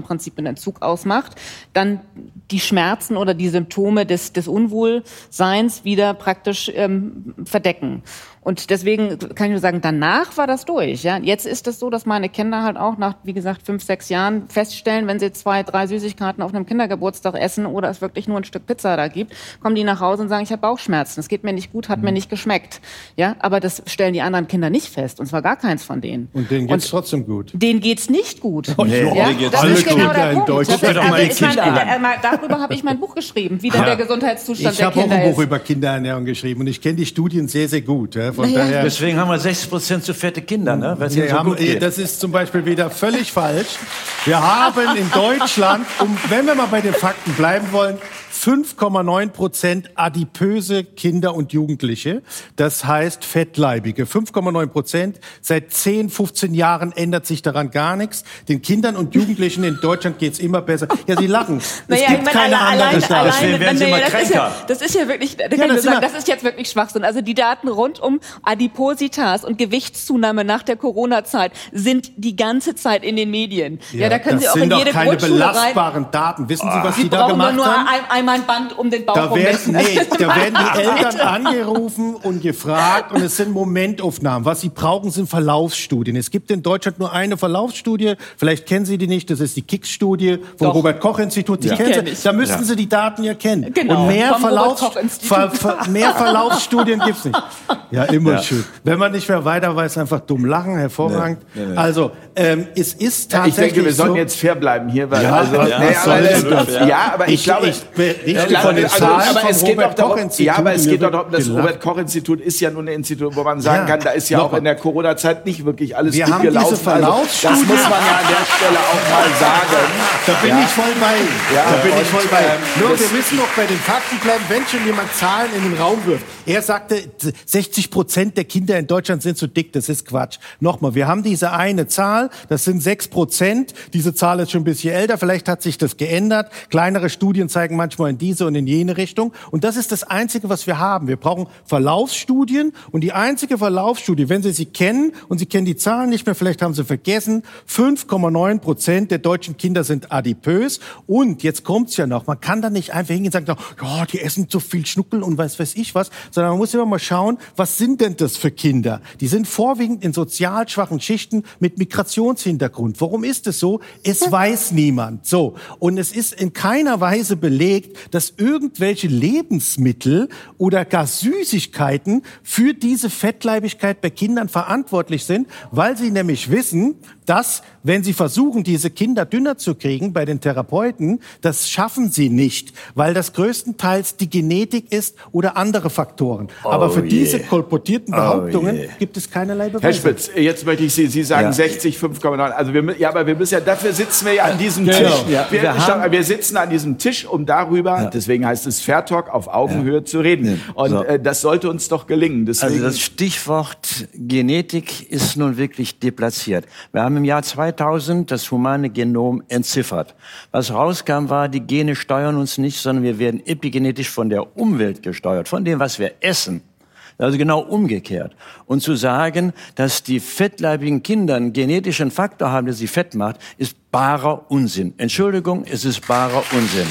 Prinzip einen Entzug ausmacht, dann die Schmerzen oder die Symptome des, des Unwohlseins wieder praktisch ähm, verdecken. Und deswegen kann ich nur sagen, danach war das durch. Ja? Jetzt ist es so, dass meine Kinder halt auch nach, wie gesagt, fünf, sechs Jahren feststellen, wenn sie zwei, drei Süßigkeiten auf einem Kindergeburtstag essen oder es wirklich nur ein Stück Pizza da gibt, kommen die nach Hause und sagen, ich habe Bauchschmerzen, es geht mir nicht gut, hat mhm. mir nicht geschmeckt. Ja? Aber das stellen die anderen Kinder nicht fest, und zwar gar keins von denen. Und denen geht's und trotzdem gut? Denen geht's nicht gut. Oh, nee, ja? geht's Das alle ist genau der in Punkt. Deutschland. Das ist, also meine ich mein, äh, darüber habe ich mein Buch geschrieben, wie denn ja. der Gesundheitszustand ich der Kinder ist. Ich habe auch ein Buch über Kinderernährung geschrieben und ich kenne die Studien sehr, sehr gut. Ja? Von naja. daher Deswegen haben wir sechzig Prozent zu fette Kinder, ne? Weil es nee, so haben, gut geht. Das ist zum Beispiel wieder völlig falsch. Wir haben in Deutschland, um, wenn wir mal bei den Fakten bleiben wollen, fünf Komma neun Prozent adipöse Kinder und Jugendliche. Das heißt Fettleibige. fünf Komma neun Prozent. Seit zehn, fünfzehn Jahren ändert sich daran gar nichts. Den Kindern und Jugendlichen in Deutschland geht's immer besser. Ja, sie lachen. Es naja, gibt ich meine, keine allein, andere Stadt. Deswegen werden sie immer das, ist ja, das ist ja wirklich, da kann ja, ich nur das, sagen, das ist jetzt wirklich Schwachsinn. Also die Daten rund um Adipositas und Gewichtszunahme nach der Corona-Zeit sind die ganze Zeit in den Medien. Ja, ja da können Sie auch in jede Grundschule rein. Das sind doch keine belastbaren Daten. Wissen Sie, was Sie die da gemacht haben? Sie brauchen nur ein, einmal ein Band um den Bauch da werden, rum. nee, da werden die Eltern angerufen und gefragt und es sind Momentaufnahmen. Was sie brauchen, sind Verlaufsstudien. Es gibt in Deutschland nur eine Verlaufsstudie. Vielleicht kennen Sie die nicht. Das ist die K I X-Studie vom Doch. Robert-Koch-Institut. Die kennen kenn Sie. ich. Da müssten Ja. Sie die Daten ja kennen. Genau. Und mehr, Vom Verlaufs Robert-Koch-Institut. Ver Ver mehr Verlaufsstudien gibt's nicht. Ja, immer Ja. schön. Wenn man nicht mehr weiter weiß, einfach dumm lachen. Hervorragend. Nee, nee, nee. Also, ähm, es ist Ja, ich tatsächlich denke, wir sollten so, jetzt fair bleiben hier. Weil, Ja, also, ja, nee, was aber, soll das, denn das? ja, aber ich, Ich- glaube, ich berichte äh, von den also, Zahlen aber vom es geht doch darum, Robert-Koch-Institut. ja, aber es Mir geht doch wird darum, das gelacht. Robert-Koch-Institut ist ja nun ein Institut, wo man sagen Ja. kann, da ist ja auch Nochmal. in der Corona-Zeit nicht wirklich alles Wir gut haben diese gelaufen. Also, das Verlaufsstudie- muss man ja an der Stelle auch mal sagen. Da bin Ja. ich voll bei Ihnen. Ja, da bin und, ich voll bei Ihnen. ähm, Nur, das- wir müssen noch bei den Fakten bleiben, wenn schon jemand Zahlen in den Raum wirft. Er sagte, sechzig Prozent der Kinder in Deutschland sind zu dick. Das ist Quatsch. Nochmal, wir haben diese eine Zahl, das sind sechs Prozent. Diese Zahl ist schon ein bisschen älter, vielleicht hat sich das geändert. Kleinere Studien zeigen manchmal in diese und in jene Richtung. Und das ist das Einzige, was wir haben. Wir brauchen Verlaufsstudien. Und die einzige Verlaufsstudie, wenn Sie sie kennen und Sie kennen die Zahlen nicht mehr, vielleicht haben Sie vergessen, fünf Komma neun Prozent der deutschen Kinder sind adipös. Und jetzt kommt's ja noch, man kann da nicht einfach hingehen und sagen, ja, die essen so viel Schnuckel und weiß weiß ich was, sondern man muss immer mal schauen, was sind denn das für Kinder? Die sind vorwiegend in sozial schwachen Schichten mit Migrationshintergrund. Warum ist es so? Es weiß niemand. So. Und es ist in keiner Weise belegt, dass irgendwelche Lebensmittel oder gar Süßigkeiten für diese Fettleibigkeit bei Kindern verantwortlich sind, weil sie nämlich wissen, dass, wenn sie versuchen, diese Kinder dünner zu kriegen bei den Therapeuten, das schaffen sie nicht, weil das größtenteils die Genetik ist oder andere Faktoren. Oh Aber für je. diese kolportierten Behauptungen Oh je. gibt es keinerlei Beweise. Herr Spitz, jetzt möchte ich Sie, Sie sagen Ja. sechzig, fünf Komma neun. Also wir, mü- ja, aber wir müssen ja, dafür sitzen wir ja an diesem Genau. Tisch. Ja, wir, wir stopp, haben- wir sitzen an diesem Tisch, um darüber, deswegen heißt es Fair Talk, auf Augenhöhe zu reden. Und So. äh, das sollte uns doch gelingen. Deswegen, Also das Stichwort Genetik ist nun wirklich deplatziert. Wir haben im Jahr zweitausend das humane Genom entziffert. Was rauskam, war, die Gene steuern uns nicht, sondern wir werden epigenetisch von der Umwelt gesteuert, von dem, was wir essen. Also genau umgekehrt. Und zu sagen, dass die fettleibigen Kinder einen genetischen Faktor haben, der sie fett macht, ist barer Unsinn. Entschuldigung, es ist barer Unsinn.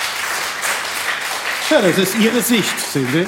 Ja, das ist Ihre Sicht, sehen Sie.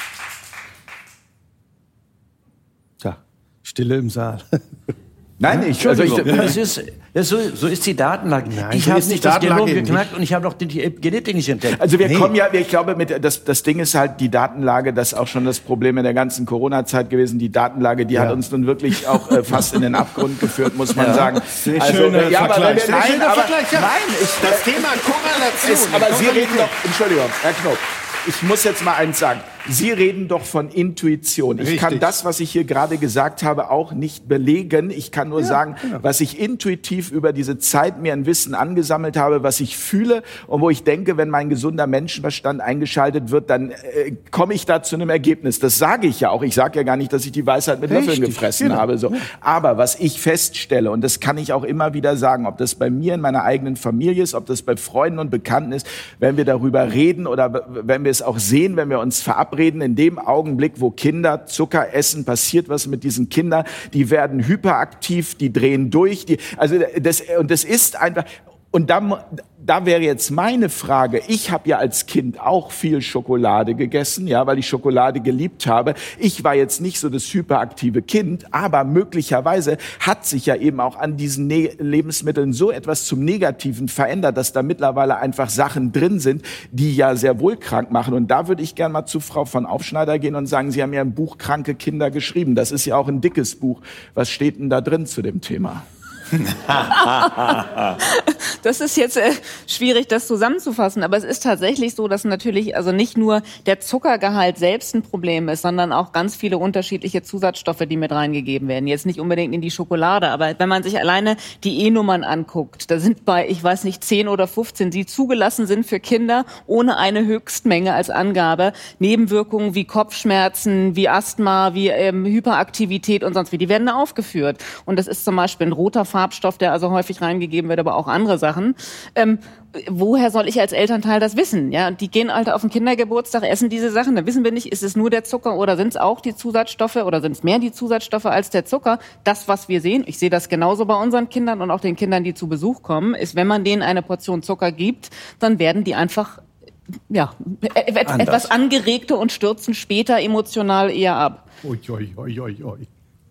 Tja, Stille im Saal. nein, ich, also ich, Entschuldigung, das ist, das so, so ist die Datenlage. Nein, ich so habe ist die nicht das Datenlage Genom eben geknackt und ich habe noch die, die Genetik nicht entdeckt. Also wir Nee. kommen ja, ich glaube, mit das, das Ding ist halt die Datenlage, das ist auch schon das Problem in der ganzen Corona-Zeit gewesen. Die Datenlage, die Ja. hat uns nun wirklich auch äh, fast in den Abgrund geführt, muss man Ja. sagen. Sehr Also, schöner äh, ja, aber wenn wir, Vergleich. Sehr nein, schöner aber, Vergleich, ja. nein, ich, Das Thema Korrelation. ist, aber Sie reden doch, Entschuldigung, Herr Knob, ich muss jetzt mal eins sagen. Sie reden doch von Intuition. Ich Richtig. kann das, was ich hier gerade gesagt habe, auch nicht belegen. Ich kann nur sagen, was ich intuitiv über diese Zeit mir an Wissen angesammelt habe, was ich fühle und wo ich denke, wenn mein gesunder Menschenverstand eingeschaltet wird, dann äh, komme ich da zu einem Ergebnis. Das sage ich ja auch. Ich sage ja gar nicht, dass ich die Weisheit mit Löffeln Richtig, gefressen genau. habe. So. Aber was ich feststelle, und das kann ich auch immer wieder sagen, ob das bei mir in meiner eigenen Familie ist, ob das bei Freunden und Bekannten ist, wenn wir darüber reden oder wenn wir es auch sehen, wenn wir uns verabreden, in dem Augenblick, wo Kinder Zucker essen, passiert was mit diesen Kindern. Die werden hyperaktiv, die drehen durch. Die, also das, und das ist einfach... Und da, da wäre jetzt meine Frage, ich habe ja als Kind auch viel Schokolade gegessen, ja, weil ich Schokolade geliebt habe. Ich war jetzt nicht so das hyperaktive Kind, aber möglicherweise hat sich ja eben auch an diesen ne- Lebensmitteln so etwas zum Negativen verändert, dass da mittlerweile einfach Sachen drin sind, die ja sehr wohl krank machen. Und da würde ich gerne mal zu Frau von Aufschneider gehen und sagen, Sie haben ja ein Buch Kranke Kinder geschrieben. Das ist ja auch ein dickes Buch. Was steht denn da drin zu dem Thema? Das ist jetzt äh, schwierig, das zusammenzufassen, aber es ist tatsächlich so, dass natürlich also nicht nur der Zuckergehalt selbst ein Problem ist, sondern auch ganz viele unterschiedliche Zusatzstoffe, die mit reingegeben werden. Jetzt nicht unbedingt in die Schokolade, aber wenn man sich alleine die E-Nummern anguckt, da sind bei, ich weiß nicht, zehn oder fünfzehn, die zugelassen sind für Kinder ohne eine Höchstmenge als Angabe, Nebenwirkungen wie Kopfschmerzen, wie Asthma, wie ähm, Hyperaktivität und sonst wie, die werden da aufgeführt. Und das ist zum Beispiel ein roter Farbstoff, der also häufig reingegeben wird, aber auch andere Sachen. Ähm, woher soll ich als Elternteil das wissen? Ja, und die gehen halt auf den Kindergeburtstag, essen diese Sachen, da wissen wir nicht, ist es nur der Zucker oder sind es auch die Zusatzstoffe oder sind es mehr die Zusatzstoffe als der Zucker? Das, was wir sehen, ich sehe das genauso bei unseren Kindern und auch den Kindern, die zu Besuch kommen, ist, wenn man denen eine Portion Zucker gibt, dann werden die einfach ja, et- etwas angeregter und stürzen später emotional eher ab. Ui, ui, ui, ui, ui.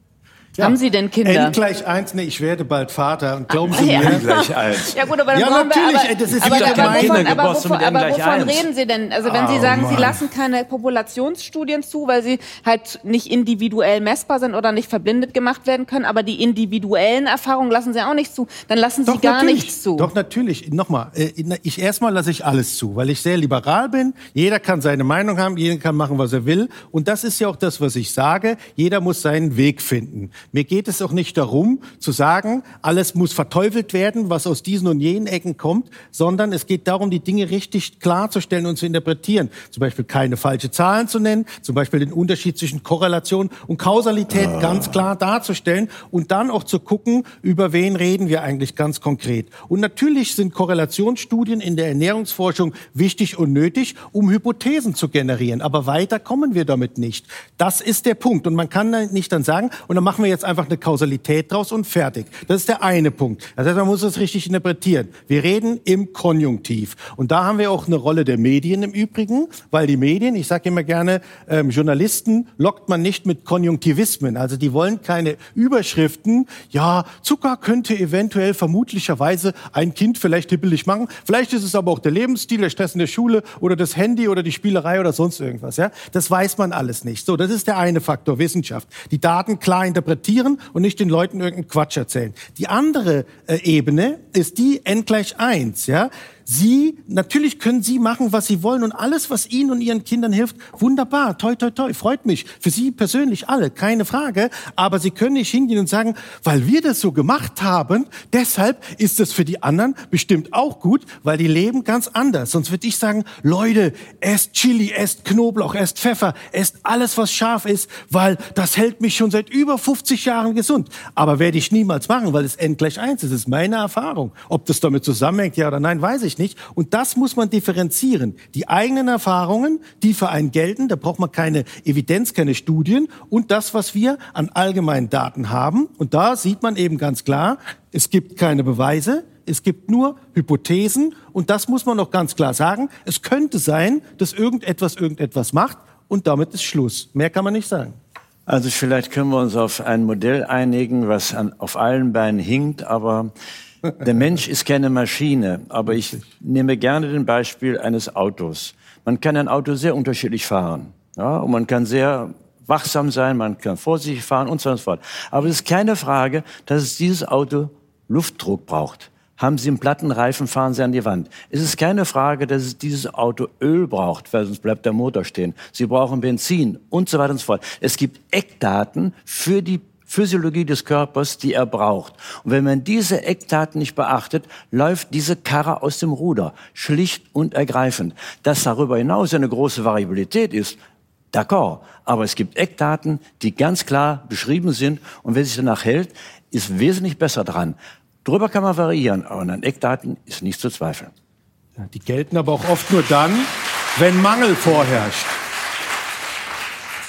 Ja. Haben Sie denn Kinder? N gleich eins, nee, ich werde bald Vater. Und glauben Sie Ah, mir? ja. Gleich eins. Ja gut, aber dann Ja, brauchen wir, natürlich, aber, das ist aber, wieder aber, gemein. wovon, aber, Geburtstag wovon, mit N aber gleich wovon eins. reden Sie denn? Also wenn Oh, Sie sagen, Mann. Sie lassen keine Populationsstudien zu, weil sie halt nicht individuell messbar sind oder nicht verblindet gemacht werden können, aber die individuellen Erfahrungen lassen Sie auch nicht zu, dann lassen Sie Doch, gar natürlich. nichts zu. Doch, natürlich. Nochmal, äh, ich erstmal lasse ich alles zu, weil ich sehr liberal bin. Jeder kann seine Meinung haben, jeder kann machen, was er will. Und das ist ja auch das, was ich sage. Jeder muss seinen Weg finden. Mir geht es auch nicht darum, zu sagen, alles muss verteufelt werden, was aus diesen und jenen Ecken kommt, sondern es geht darum, die Dinge richtig klarzustellen und zu interpretieren. Zum Beispiel keine falsche Zahlen zu nennen, zum Beispiel den Unterschied zwischen Korrelation und Kausalität ah. ganz klar darzustellen und dann auch zu gucken, über wen reden wir eigentlich ganz konkret. Und natürlich sind Korrelationsstudien in der Ernährungsforschung wichtig und nötig, um Hypothesen zu generieren. Aber weiter kommen wir damit nicht. Das ist der Punkt. Und man kann nicht dann sagen, und dann machen wir jetzt einfach eine Kausalität draus und fertig. Das ist der eine Punkt. Das heißt, man muss das richtig interpretieren. Wir reden im Konjunktiv. Und da haben wir auch eine Rolle der Medien im Übrigen, weil die Medien, ich sage immer gerne, ähm, Journalisten lockt man nicht mit Konjunktivismen. Also die wollen keine Überschriften. Ja, Zucker könnte eventuell vermutlicherweise ein Kind vielleicht hippelig machen. Vielleicht ist es aber auch der Lebensstil, der Stress in der Schule oder das Handy oder die Spielerei oder sonst irgendwas. Ja, das weiß man alles nicht. So, das ist der eine Faktor, Wissenschaft. Die Daten klar interpretieren und nicht den Leuten irgendeinen Quatsch erzählen. Die andere äh, Ebene ist die N gleich eins, ja. Sie, natürlich können Sie machen, was Sie wollen und alles, was Ihnen und Ihren Kindern hilft, wunderbar, toi, toi, toi, freut mich. Für Sie persönlich alle, keine Frage. Aber Sie können nicht hingehen und sagen, weil wir das so gemacht haben, deshalb ist es für die anderen bestimmt auch gut, weil die leben ganz anders. Sonst würde ich sagen, Leute, esst Chili, esst Knoblauch, esst Pfeffer, esst alles, was scharf ist, weil das hält mich schon seit über fünfzig Jahren gesund. Aber werde ich niemals machen, weil es N gleich eins ist. Das ist meine Erfahrung. Ob das damit zusammenhängt, ja oder nein, weiß ich nicht. Und das muss man differenzieren. Die eigenen Erfahrungen, die für einen gelten, da braucht man keine Evidenz, keine Studien. Und das, was wir an allgemeinen Daten haben. Und da sieht man eben ganz klar, es gibt keine Beweise, es gibt nur Hypothesen. Und das muss man auch ganz klar sagen. Es könnte sein, dass irgendetwas irgendetwas macht. Und damit ist Schluss. Mehr kann man nicht sagen. Also vielleicht können wir uns auf ein Modell einigen, was an, auf allen Beinen hinkt, aber der Mensch ist keine Maschine. Aber ich nehme gerne den Beispiel eines Autos. Man kann ein Auto sehr unterschiedlich fahren. Ja, und man kann sehr wachsam sein, man kann vorsichtig fahren und so und so fort. Aber es ist keine Frage, dass es dieses Auto Luftdruck braucht. Haben Sie einen platten Reifen, fahren Sie an die Wand. Es ist keine Frage, dass es dieses Auto Öl braucht, weil sonst bleibt der Motor stehen. Sie brauchen Benzin und so weiter und so fort. Es gibt Eckdaten für die Physiologie des Körpers, die er braucht. Und wenn man diese Eckdaten nicht beachtet, läuft diese Karre aus dem Ruder. Schlicht und ergreifend. Dass darüber hinaus eine große Variabilität ist, d'accord. Aber es gibt Eckdaten, die ganz klar beschrieben sind. Und wer sich danach hält, ist wesentlich besser dran. Darüber kann man variieren, aber an Eckdaten ist nicht zu zweifeln. Ja, die gelten aber auch oft nur dann, wenn Mangel vorherrscht.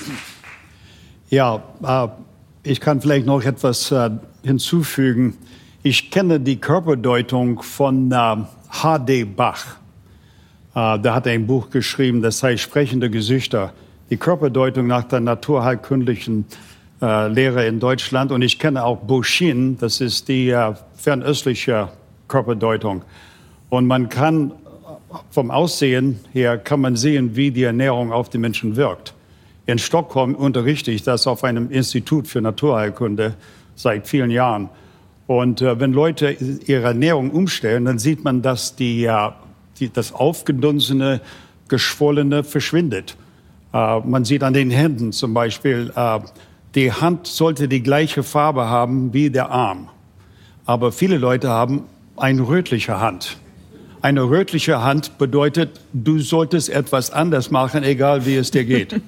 Ja, äh, ich kann vielleicht noch etwas äh, hinzufügen. Ich kenne die Körperdeutung von äh, H D Bach. Äh, der hat ein Buch geschrieben, das heißt Sprechende Gesichter. Die Körperdeutung nach der naturheilkundlichen äh, Lehre in Deutschland. Und ich kenne auch Boshin, das ist die äh, fernöstliche Körperdeutung. Und man kann vom Aussehen her kann man sehen, wie die Ernährung auf die Menschen wirkt. In Stockholm unterrichte ich das auf einem Institut für Naturheilkunde seit vielen Jahren. Und äh, wenn Leute ihre Ernährung umstellen, dann sieht man, dass die, äh, die, das aufgedunsene, geschwollene verschwindet. Äh, man sieht an den Händen zum Beispiel, äh, die Hand sollte die gleiche Farbe haben wie der Arm. Aber viele Leute haben eine rötliche Hand. Eine rötliche Hand bedeutet, du solltest etwas anders machen, egal wie es dir geht.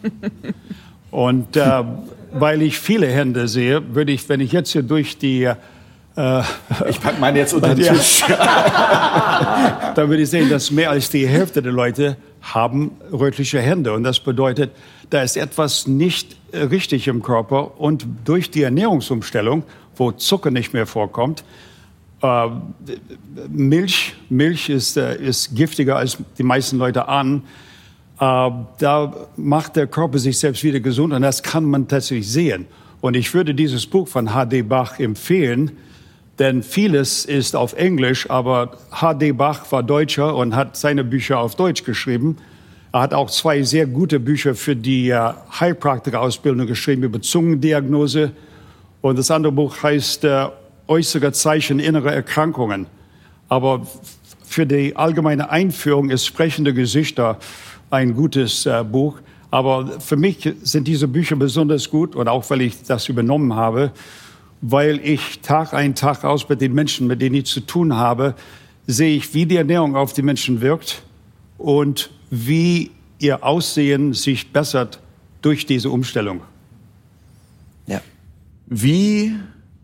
Und äh, weil ich viele Hände sehe, würde ich, wenn ich jetzt hier durch die... Äh, ich packe meine jetzt unter den Tisch. Dann würde ich sehen, dass mehr als die Hälfte der Leute haben rötliche Hände. Und das bedeutet, da ist etwas nicht richtig im Körper. Und durch die Ernährungsumstellung, wo Zucker nicht mehr vorkommt, äh, Milch, Milch ist, äh, ist giftiger, als die meisten Leute ahnen. Äh, da macht der Körper sich selbst wieder gesund. Und das kann man tatsächlich sehen. Und ich würde dieses Buch von H D Bach empfehlen, denn vieles ist auf Englisch, aber H D Bach war Deutscher und hat seine Bücher auf Deutsch geschrieben. Er hat auch zwei sehr gute Bücher für die äh, Heilpraktikerausbildung geschrieben über Zungendiagnose. Und das andere Buch heißt äh, Äußere Zeichen innerer Erkrankungen. Aber für die allgemeine Einführung ist Sprechende Gesichter ein gutes äh, Buch. Aber für mich sind diese Bücher besonders gut, und auch weil ich das übernommen habe, weil ich Tag ein, Tag aus mit den Menschen, mit denen ich zu tun habe, sehe ich, wie die Ernährung auf die Menschen wirkt und wie ihr Aussehen sich bessert durch diese Umstellung. Ja. Wie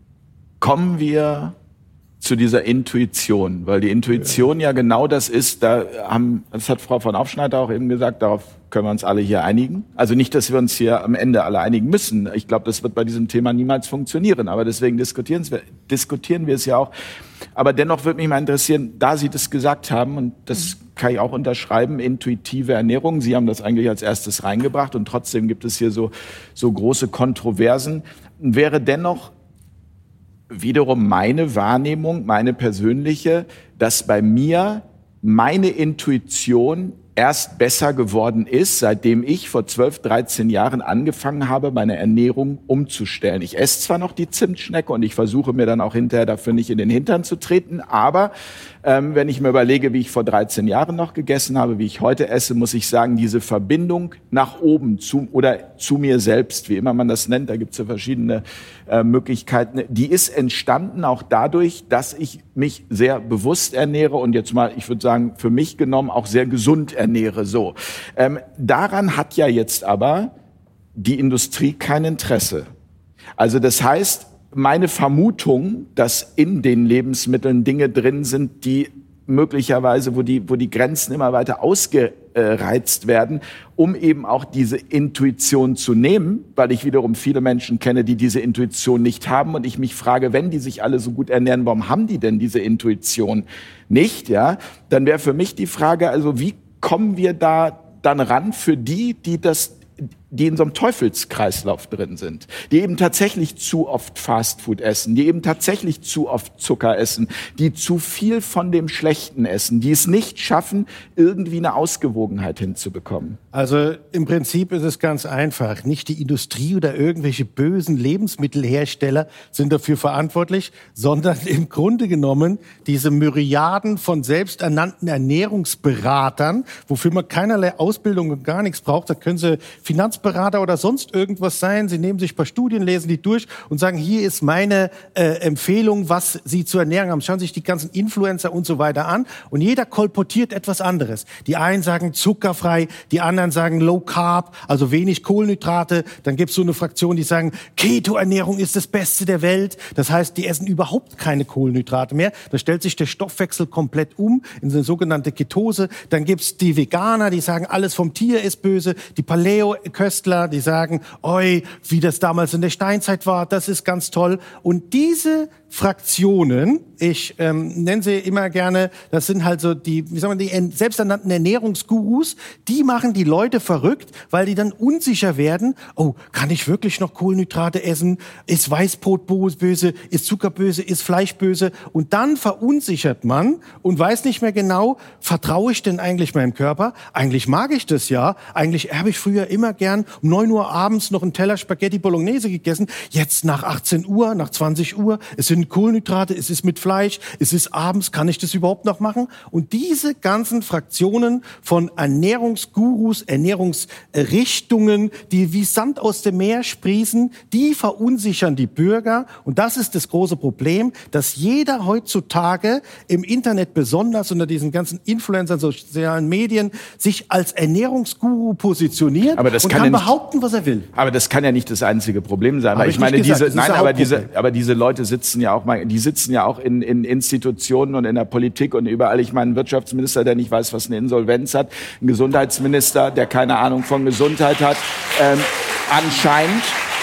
kommen wir zu dieser Intuition? Weil die Intuition ja genau das ist, da haben, das hat Frau von Aufschneider auch eben gesagt, darauf können wir uns alle hier einigen. Also nicht, dass wir uns hier am Ende alle einigen müssen. Ich glaube, das wird bei diesem Thema niemals funktionieren. Aber deswegen diskutieren wir, diskutieren wir es ja auch. Aber dennoch würde mich mal interessieren, da Sie das gesagt haben, und das kann ich auch unterschreiben, intuitive Ernährung. Sie haben das eigentlich als erstes reingebracht und trotzdem gibt es hier so, so große Kontroversen. Wäre dennoch wiederum meine Wahrnehmung, meine persönliche, dass bei mir meine Intuition erst besser geworden ist, seitdem ich vor zwölf, dreizehn Jahren angefangen habe, meine Ernährung umzustellen. Ich esse zwar noch die Zimtschnecke und ich versuche mir dann auch hinterher dafür nicht in den Hintern zu treten, aber ähm, wenn ich mir überlege, wie ich vor dreizehn Jahren noch gegessen habe, wie ich heute esse, muss ich sagen, diese Verbindung nach oben zu, oder zu mir selbst, wie immer man das nennt, da gibt es ja verschiedene äh, Möglichkeiten, die ist entstanden auch dadurch, dass ich mich sehr bewusst ernähre und jetzt mal, ich würde sagen, für mich genommen auch sehr gesund ernähre. So, ähm, daran hat ja jetzt aber die Industrie kein Interesse. Also das heißt, meine Vermutung, dass in den Lebensmitteln Dinge drin sind, die möglicherweise, wo die, wo die Grenzen immer weiter ausgereizt werden, um eben auch diese Intuition zu nehmen, weil ich wiederum viele Menschen kenne, die diese Intuition nicht haben und ich mich frage, wenn die sich alle so gut ernähren, warum haben die denn diese Intuition nicht? Ja, dann wäre für mich die Frage, also wie kommen wir da dann ran für die, die das die in so einem Teufelskreislauf drin sind, die eben tatsächlich zu oft Fastfood essen, die eben tatsächlich zu oft Zucker essen, die zu viel von dem Schlechten essen, die es nicht schaffen, irgendwie eine Ausgewogenheit hinzubekommen. Also im Prinzip ist es ganz einfach. Nicht die Industrie oder irgendwelche bösen Lebensmittelhersteller sind dafür verantwortlich, sondern im Grunde genommen diese Myriaden von selbsternannten Ernährungsberatern, wofür man keinerlei Ausbildung und gar nichts braucht. Da können sie Finanzberater oder sonst irgendwas sein. Sie nehmen sich ein paar Studien, lesen die durch und sagen, hier ist meine äh, Empfehlung, was Sie zu ernähren haben. Schauen sich die ganzen Influencer und so weiter an und jeder kolportiert etwas anderes. Die einen sagen zuckerfrei, die anderen sagen Low Carb, also wenig Kohlenhydrate. Dann gibt es so eine Fraktion, die sagen, Keto-Ernährung ist das Beste der Welt. Das heißt, die essen überhaupt keine Kohlenhydrate mehr. Da stellt sich der Stoffwechsel komplett um in eine sogenannte Ketose. Dann gibt es die Veganer, die sagen, alles vom Tier ist böse. Die Paleo-Köstler, die sagen, oi, wie das damals in der Steinzeit war, das ist ganz toll. Und diese Fraktionen, ich ähm, nenne sie immer gerne, das sind halt so die, wie sagen wir, die selbsternannten Ernährungsgurus, die machen die Leute verrückt, weil die dann unsicher werden, oh, kann ich wirklich noch Kohlenhydrate essen? Ist Weißbrot böse? Ist Zucker böse? Ist Fleisch böse? Und dann verunsichert man und weiß nicht mehr genau, vertraue ich denn eigentlich meinem Körper? Eigentlich mag ich das ja. Eigentlich habe ich früher immer gern um neun Uhr abends noch einen Teller Spaghetti Bolognese gegessen. Jetzt nach achtzehn Uhr, nach zwanzig Uhr, es sind Kohlenhydrate, es ist mit Fleisch, es ist abends, kann ich das überhaupt noch machen? Und diese ganzen Fraktionen von Ernährungsgurus, Ernährungsrichtungen, die wie Sand aus dem Meer sprießen, die verunsichern die Bürger. Und das ist das große Problem, dass jeder heutzutage im Internet, besonders unter diesen ganzen Influencern, sozialen Medien, sich als Ernährungsguru positioniert aber das und kann, kann ja nicht, behaupten, was er will. Aber das kann ja nicht das einzige Problem sein. Hab Weil ich ich meine, nicht gesagt, diese, das ist nein, der aber Hauptproblem. diese, aber diese Leute sitzen ja auch mal, die sitzen ja auch in, in Institutionen und in der Politik und überall. Ich meine, ein Wirtschaftsminister, der nicht weiß, was eine Insolvenz hat, ein Gesundheitsminister, der keine Ahnung von Gesundheit hat, ähm, anscheinend.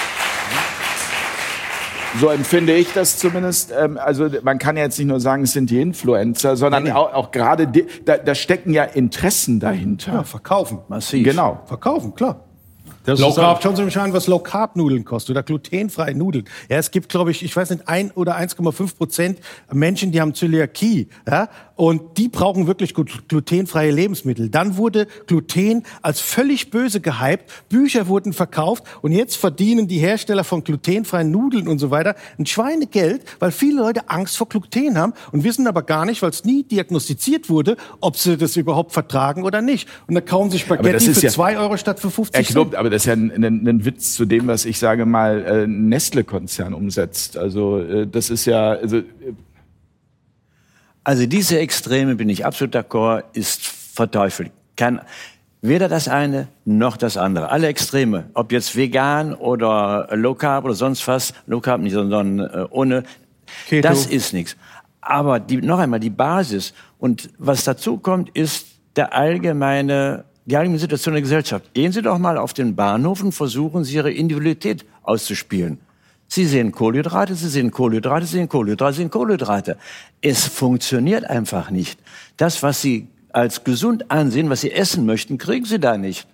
So empfinde ich das zumindest. Ähm, also man kann ja jetzt nicht nur sagen, es sind die Influencer, sondern nee, nee. auch, auch gerade, die, da, da stecken ja Interessen dahinter. Ja, verkaufen. Massiv. Genau. Verkaufen, klar. Das Low ist Carb, schauen Sie mich an, was Low Carb Nudeln kostet oder glutenfreie Nudeln. Ja, es gibt, glaube ich, ich weiß nicht, ein oder eins Komma fünf Prozent Menschen, die haben Zöliakie, ja, und die brauchen wirklich glutenfreie Lebensmittel. Dann wurde Gluten als völlig böse gehypt, Bücher wurden verkauft und jetzt verdienen die Hersteller von glutenfreien Nudeln und so weiter ein Schweinegeld, weil viele Leute Angst vor Gluten haben und wissen aber gar nicht, weil es nie diagnostiziert wurde, ob sie das überhaupt vertragen oder nicht. Und da kaufen sie Spaghetti für ja, zwei Euro statt für fünfzig Cent. Cent. Aber das ist ja ein, ein, ein Witz zu dem, was ich sage mal äh, Nestle-Konzern umsetzt. Also äh, das ist ja... Also, äh Also diese Extreme, bin ich absolut d'accord, ist verteufelt. Kann weder das eine noch das andere. Alle Extreme, ob jetzt vegan oder Low Carb oder sonst was, Low Carb nicht, sondern äh, ohne, Keto. Das ist nichts. Aber die, noch einmal, die Basis und was dazu kommt, ist der allgemeine, die allgemeine Situation der Gesellschaft. Gehen Sie doch mal auf den Bahnhof und versuchen Sie Ihre Individualität auszuspielen. Sie sehen Kohlenhydrate, Sie sehen Kohlenhydrate, Sie sehen Kohlenhydrate, Sie sehen Kohlenhydrate. Es funktioniert einfach nicht. Das, was Sie als gesund ansehen, was Sie essen möchten, kriegen Sie da nicht.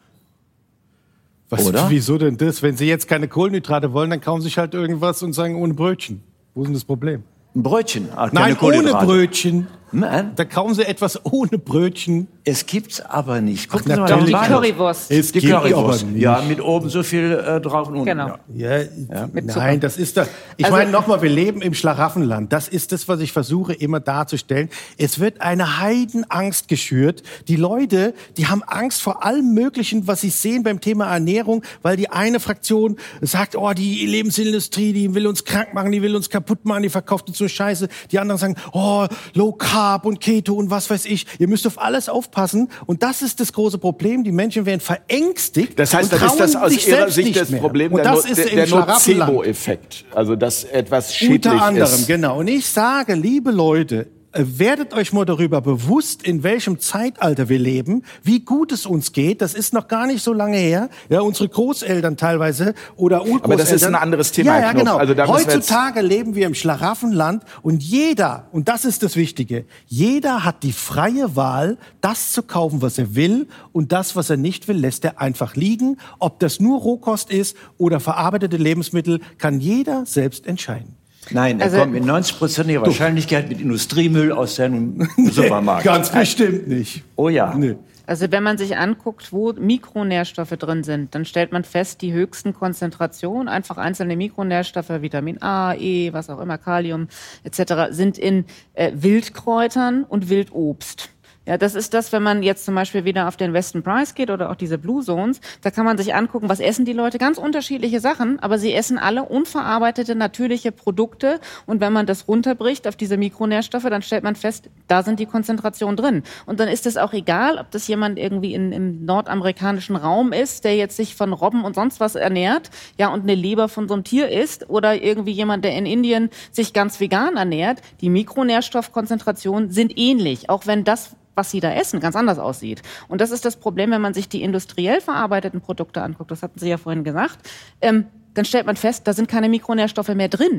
Was, Oder? Wieso denn das? Wenn Sie jetzt keine Kohlenhydrate wollen, dann kaufen Sie sich halt irgendwas und sagen ohne Brötchen. Wo ist denn das Problem? Ein Brötchen, auch keine Nein, ohne Kohlenhydrate. Brötchen. Nein, Da kaufen Sie etwas ohne Brötchen. es gibt's aber nicht. Ach, Gucken Sie mal natürlich. auf den Die Bahnhof. Currywurst. Es Die gibt Currywurst. aber nicht. Ja, mit oben so viel äh, drauf und unten. Genau. Ja. Ja, Mit Zucker. nein, das ist doch. Ich Also- meine nochmal, wir leben im Schlaraffenland. Das ist das, was ich versuche immer darzustellen. Es wird eine Heidenangst geschürt. Die Leute, die haben Angst vor allem Möglichen, was sie sehen beim Thema Ernährung, weil die eine Fraktion sagt, oh, die Lebensmittelindustrie, die will uns krank machen, die will uns kaputt machen, die verkauft uns so Scheiße. Die anderen sagen, oh, Low Carb und Keto und was weiß ich. Ihr müsst auf alles aufpassen. Und das ist das große Problem. Die Menschen werden verängstigt. Das heißt, und dann ist das trauen aus sich Ihrer selbst Sicht nicht das mehr. Problem und der, das no ist der, im der Schlaraffenland. Nocebo-Effekt. Also, dass etwas schädlich Unter anderem, ist. genau. Und ich sage, liebe Leute, äh, werdet euch mal darüber bewusst, in welchem Zeitalter wir leben, wie gut es uns geht. Das ist noch gar nicht so lange her. Ja, unsere Großeltern teilweise oder Urgroßeltern. Aber das ist ein anderes Thema, Ja, Herr ja, Knopf. genau. Also da müssen wir jetzt- Heutzutage leben wir im Schlaraffenland und jeder, und das ist das Wichtige, jeder hat die freie Wahl, das zu kaufen, was er will, und das, was er nicht will, lässt er einfach liegen. Ob das nur Rohkost ist oder verarbeitete Lebensmittel, kann jeder selbst entscheiden. Nein, er Also- kommt mit neunzig prozentiger Wahrscheinlichkeit mit Industriemüll aus seinem Supermarkt. Ganz bestimmt nicht. Oh ja. Nö. Also wenn man sich anguckt, wo Mikronährstoffe drin sind, dann stellt man fest, die höchsten Konzentrationen, einfach einzelne Mikronährstoffe, Vitamin A, E, was auch immer, Kalium et cetera, sind in äh, Wildkräutern und Wildobst. Ja, das ist das, wenn man jetzt zum Beispiel wieder auf den Weston Price geht oder auch diese Blue Zones, da kann man sich angucken, was essen die Leute, ganz unterschiedliche Sachen, aber sie essen alle unverarbeitete, natürliche Produkte, und wenn man das runterbricht auf diese Mikronährstoffe, dann stellt man fest, da sind die Konzentrationen drin. Und dann ist es auch egal, ob das jemand irgendwie in, im nordamerikanischen Raum ist, der jetzt sich von Robben und sonst was ernährt, ja, und eine Leber von so einem Tier isst, oder irgendwie jemand, der in Indien sich ganz vegan ernährt. Die Mikronährstoffkonzentrationen sind ähnlich, auch wenn das, was sie da essen, ganz anders aussieht. Und das ist das Problem, wenn man sich die industriell verarbeiteten Produkte anguckt, das hatten Sie ja vorhin gesagt, ähm, dann stellt man fest, da sind keine Mikronährstoffe mehr drin.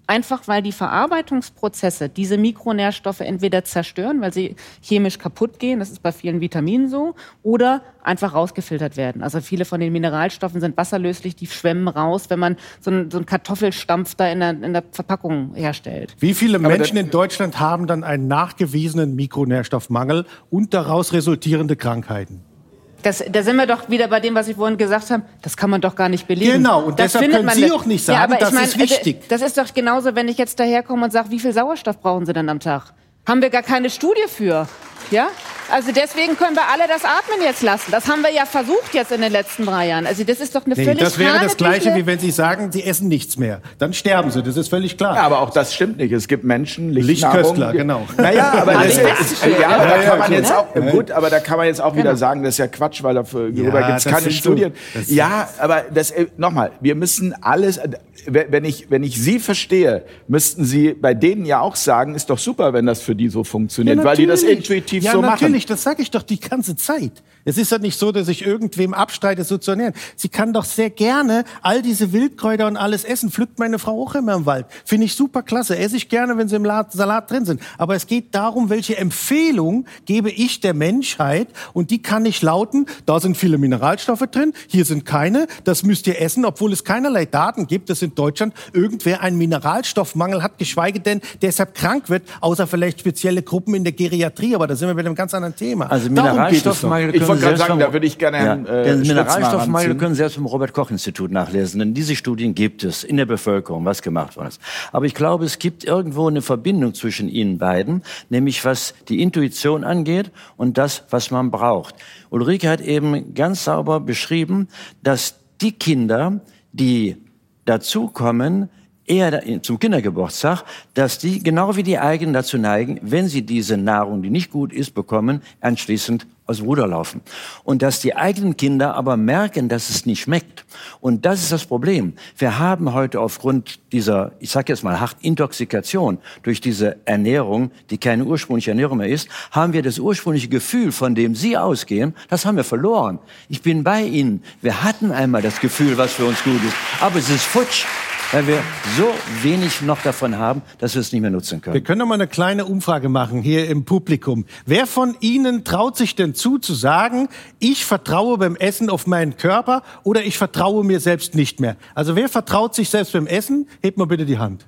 einfach weil die Verarbeitungsprozesse diese Mikronährstoffe entweder zerstören, weil sie chemisch kaputt gehen, das ist bei vielen Vitaminen so, oder einfach rausgefiltert werden. Also viele von den Mineralstoffen sind wasserlöslich, die schwemmen raus, wenn man so einen, so einen Kartoffelstampf da in der, in der Verpackung herstellt. Wie viele Menschen in Deutschland haben dann einen nachgewiesenen Mikronährstoffmangel und daraus resultierende Krankheiten? Das, da sind wir doch wieder bei dem, was ich vorhin gesagt habe. Das kann man doch gar nicht belegen. Genau, und das deshalb können man Sie auch nicht sagen, ja, aber das ich mein, ist wichtig. Das ist doch genauso, wenn ich jetzt daherkomme und sage, wie viel Sauerstoff brauchen Sie denn am Tag? Haben wir gar keine Studie für. Ja? Also deswegen können wir alle das Atmen jetzt lassen. Das haben wir ja versucht jetzt in den letzten drei Jahren. Also das ist doch eine nee, völlig das wäre das Gleiche, hanebüchene- wie wenn Sie sagen, Sie essen nichts mehr. Dann sterben Sie, das ist völlig klar. Ja, aber auch das stimmt nicht. Es gibt Menschen, Lichtnahrung. Lichtköstler, genau. Naja, aber, das ist, ja, aber da Ja, kann ja, man jetzt klar. auch, gut, aber da kann man jetzt auch wieder Genau. sagen, das ist ja Quatsch, weil dafür, Ja, darüber gibt es das keine sind so- Studien. das- Ja, aber das, äh, nochmal, wir müssen alles, äh, wenn ich, wenn ich Sie verstehe, müssten Sie bei denen ja auch sagen, ist doch super, wenn das für die so funktioniert, weil die das natürlich. intuitiv ja, so machen. natürlich, das sage ich doch die ganze Zeit. Es ist ja nicht so, dass ich irgendwem abstreite, so zu ernähren. Sie kann doch sehr gerne all diese Wildkräuter und alles essen. Pflückt meine Frau auch immer im Wald. Finde ich super klasse. Esse ich gerne, wenn sie im La- Salat drin sind. Aber es geht darum, welche Empfehlung gebe ich der Menschheit. Und die kann nicht lauten, da sind viele Mineralstoffe drin, hier sind keine, das müsst ihr essen, obwohl es keinerlei Daten gibt, dass in Deutschland irgendwer einen Mineralstoffmangel hat, geschweige denn deshalb krank wird, außer vielleicht spezielle Gruppen in der Geriatrie. Aber da sind wir bei einem ganz anderen Thema. Also Darum geht es doch. Mineralstoffmangel Ich können wollte gerade selbst sagen, vom- da würde ich gerne Herrn, ja, äh, den Schmitz mal Mineralstoffmangel ranziehen. können Sie selbst vom Robert-Koch-Institut nachlesen, denn diese Studien gibt es in der Bevölkerung, was gemacht worden ist. Aber ich glaube, es gibt irgendwo eine Verbindung zwischen Ihnen beiden, nämlich was die Intuition angeht und das, was man braucht. Ulrike hat eben ganz sauber beschrieben, dass die Kinder, die dazukommen, eher da- zum Kindergeburtstag, dass die genau wie die eigenen dazu neigen, wenn sie diese Nahrung, die nicht gut ist, bekommen, anschließend aus dem Ruder laufen. Und dass die eigenen Kinder aber merken, dass es nicht schmeckt. Und das ist das Problem. Wir haben heute aufgrund dieser, ich sage jetzt mal hart, Intoxikation durch diese Ernährung, die keine ursprüngliche Ernährung mehr ist, haben wir das ursprüngliche Gefühl, von dem Sie ausgehen, das haben wir verloren. Ich bin bei Ihnen. Wir hatten einmal das Gefühl, was für uns gut ist. Aber es ist futsch, weil wir so wenig noch davon haben, dass wir es nicht mehr nutzen können. Wir können doch mal eine kleine Umfrage machen hier im Publikum. Wer von Ihnen traut sich denn zu, zu sagen, ich vertraue beim Essen auf meinen Körper oder ich vertraue mir selbst nicht mehr? Also wer vertraut sich selbst beim Essen? Hebt mal bitte die Hand.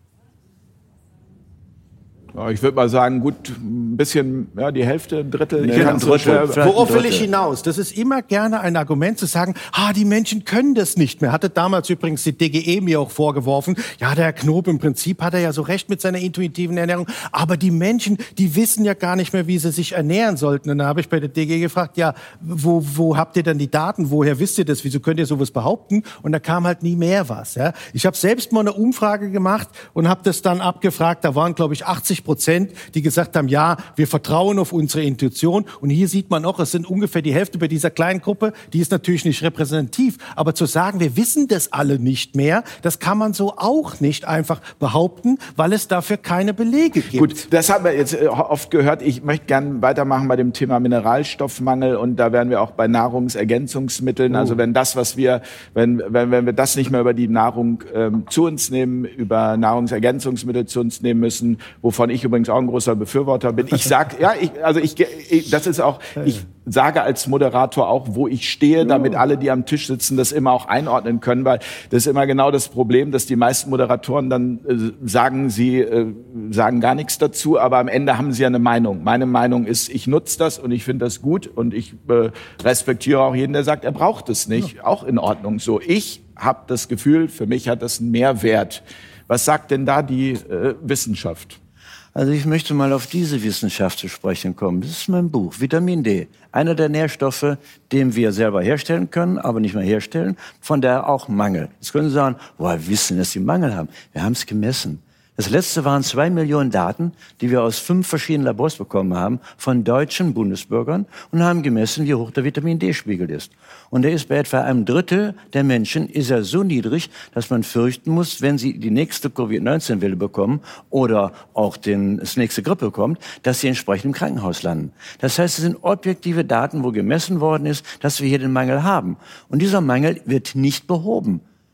Ja, ich würde mal sagen, gut, ein bisschen, ja, die Hälfte, ein Drittel. Nee, Ich kann ein es Drittel. schwer- Vielleicht Worauf ein will Drittel. ich hinaus? Das ist immer gerne ein Argument zu sagen, ah, die Menschen können das nicht mehr. Hatte damals übrigens die D G E mir auch vorgeworfen. Ja, der Herr Knob, im Prinzip hat er ja so recht mit seiner intuitiven Ernährung. Aber die Menschen, die wissen ja gar nicht mehr, wie sie sich ernähren sollten. Und da habe ich bei der D G E gefragt, ja, wo, wo habt ihr denn die Daten? Woher wisst ihr das? Wieso könnt ihr sowas behaupten? Und da kam halt nie mehr was. Ja? Ich habe selbst mal eine Umfrage gemacht und habe das dann abgefragt. Da waren, glaube ich, achtzig Prozent, die gesagt haben, ja, wir vertrauen auf unsere Intuition. Und hier sieht man auch, es sind ungefähr die Hälfte bei dieser kleinen Gruppe. Die ist natürlich nicht repräsentativ. Aber zu sagen, wir wissen das alle nicht mehr, das kann man so auch nicht einfach behaupten, weil es dafür keine Belege gibt. Gut, das haben wir jetzt äh, oft gehört. Ich möchte gerne weitermachen bei dem Thema Mineralstoffmangel und da wären wir auch bei Nahrungsergänzungsmitteln. Oh. Also wenn das, was wir, wenn, wenn, wenn wir das nicht mehr über die Nahrung ähm, zu uns nehmen, über Nahrungsergänzungsmittel zu uns nehmen müssen, wovon ich übrigens auch ein großer Befürworter bin. Ich sag, ja, ich, also ich, ich, das ist auch, ich sage als Moderator auch, wo ich stehe, damit alle, die am Tisch sitzen, das immer auch einordnen können, weil das ist immer genau das Problem, dass die meisten Moderatoren dann äh, sagen, sie äh, sagen gar nichts dazu, aber am Ende haben sie ja eine Meinung. Meine Meinung ist, ich nutze das und ich finde das gut und ich äh, respektiere auch jeden, der sagt, er braucht es nicht. Ja. Auch in Ordnung so. Ich habe das Gefühl, für mich hat das einen Mehrwert. Was sagt denn da die äh, Wissenschaft? Also ich möchte mal auf diese Wissenschaft zu sprechen kommen. Das ist mein Buch, Vitamin D. Einer der Nährstoffe, den wir selber herstellen können, aber nicht mehr herstellen, von daher auch Mangel. Jetzt können Sie sagen, woher wissen, dass Sie Mangel haben? Wir haben es gemessen. Das letzte waren zwei Millionen Daten, die wir aus fünf verschiedenen Labors bekommen haben, von deutschen Bundesbürgern und haben gemessen, wie hoch der Vitamin D-Spiegel ist. Und der ist bei etwa einem Drittel der Menschen ist er so niedrig, dass man fürchten muss, wenn sie die nächste Covid neunzehn Welle bekommen oder auch den, das nächste Grippe kommt, dass sie entsprechend im Krankenhaus landen. Das heißt, es sind objektive Daten, wo gemessen worden ist, dass wir hier den Mangel haben. Und dieser Mangel wird nicht behoben.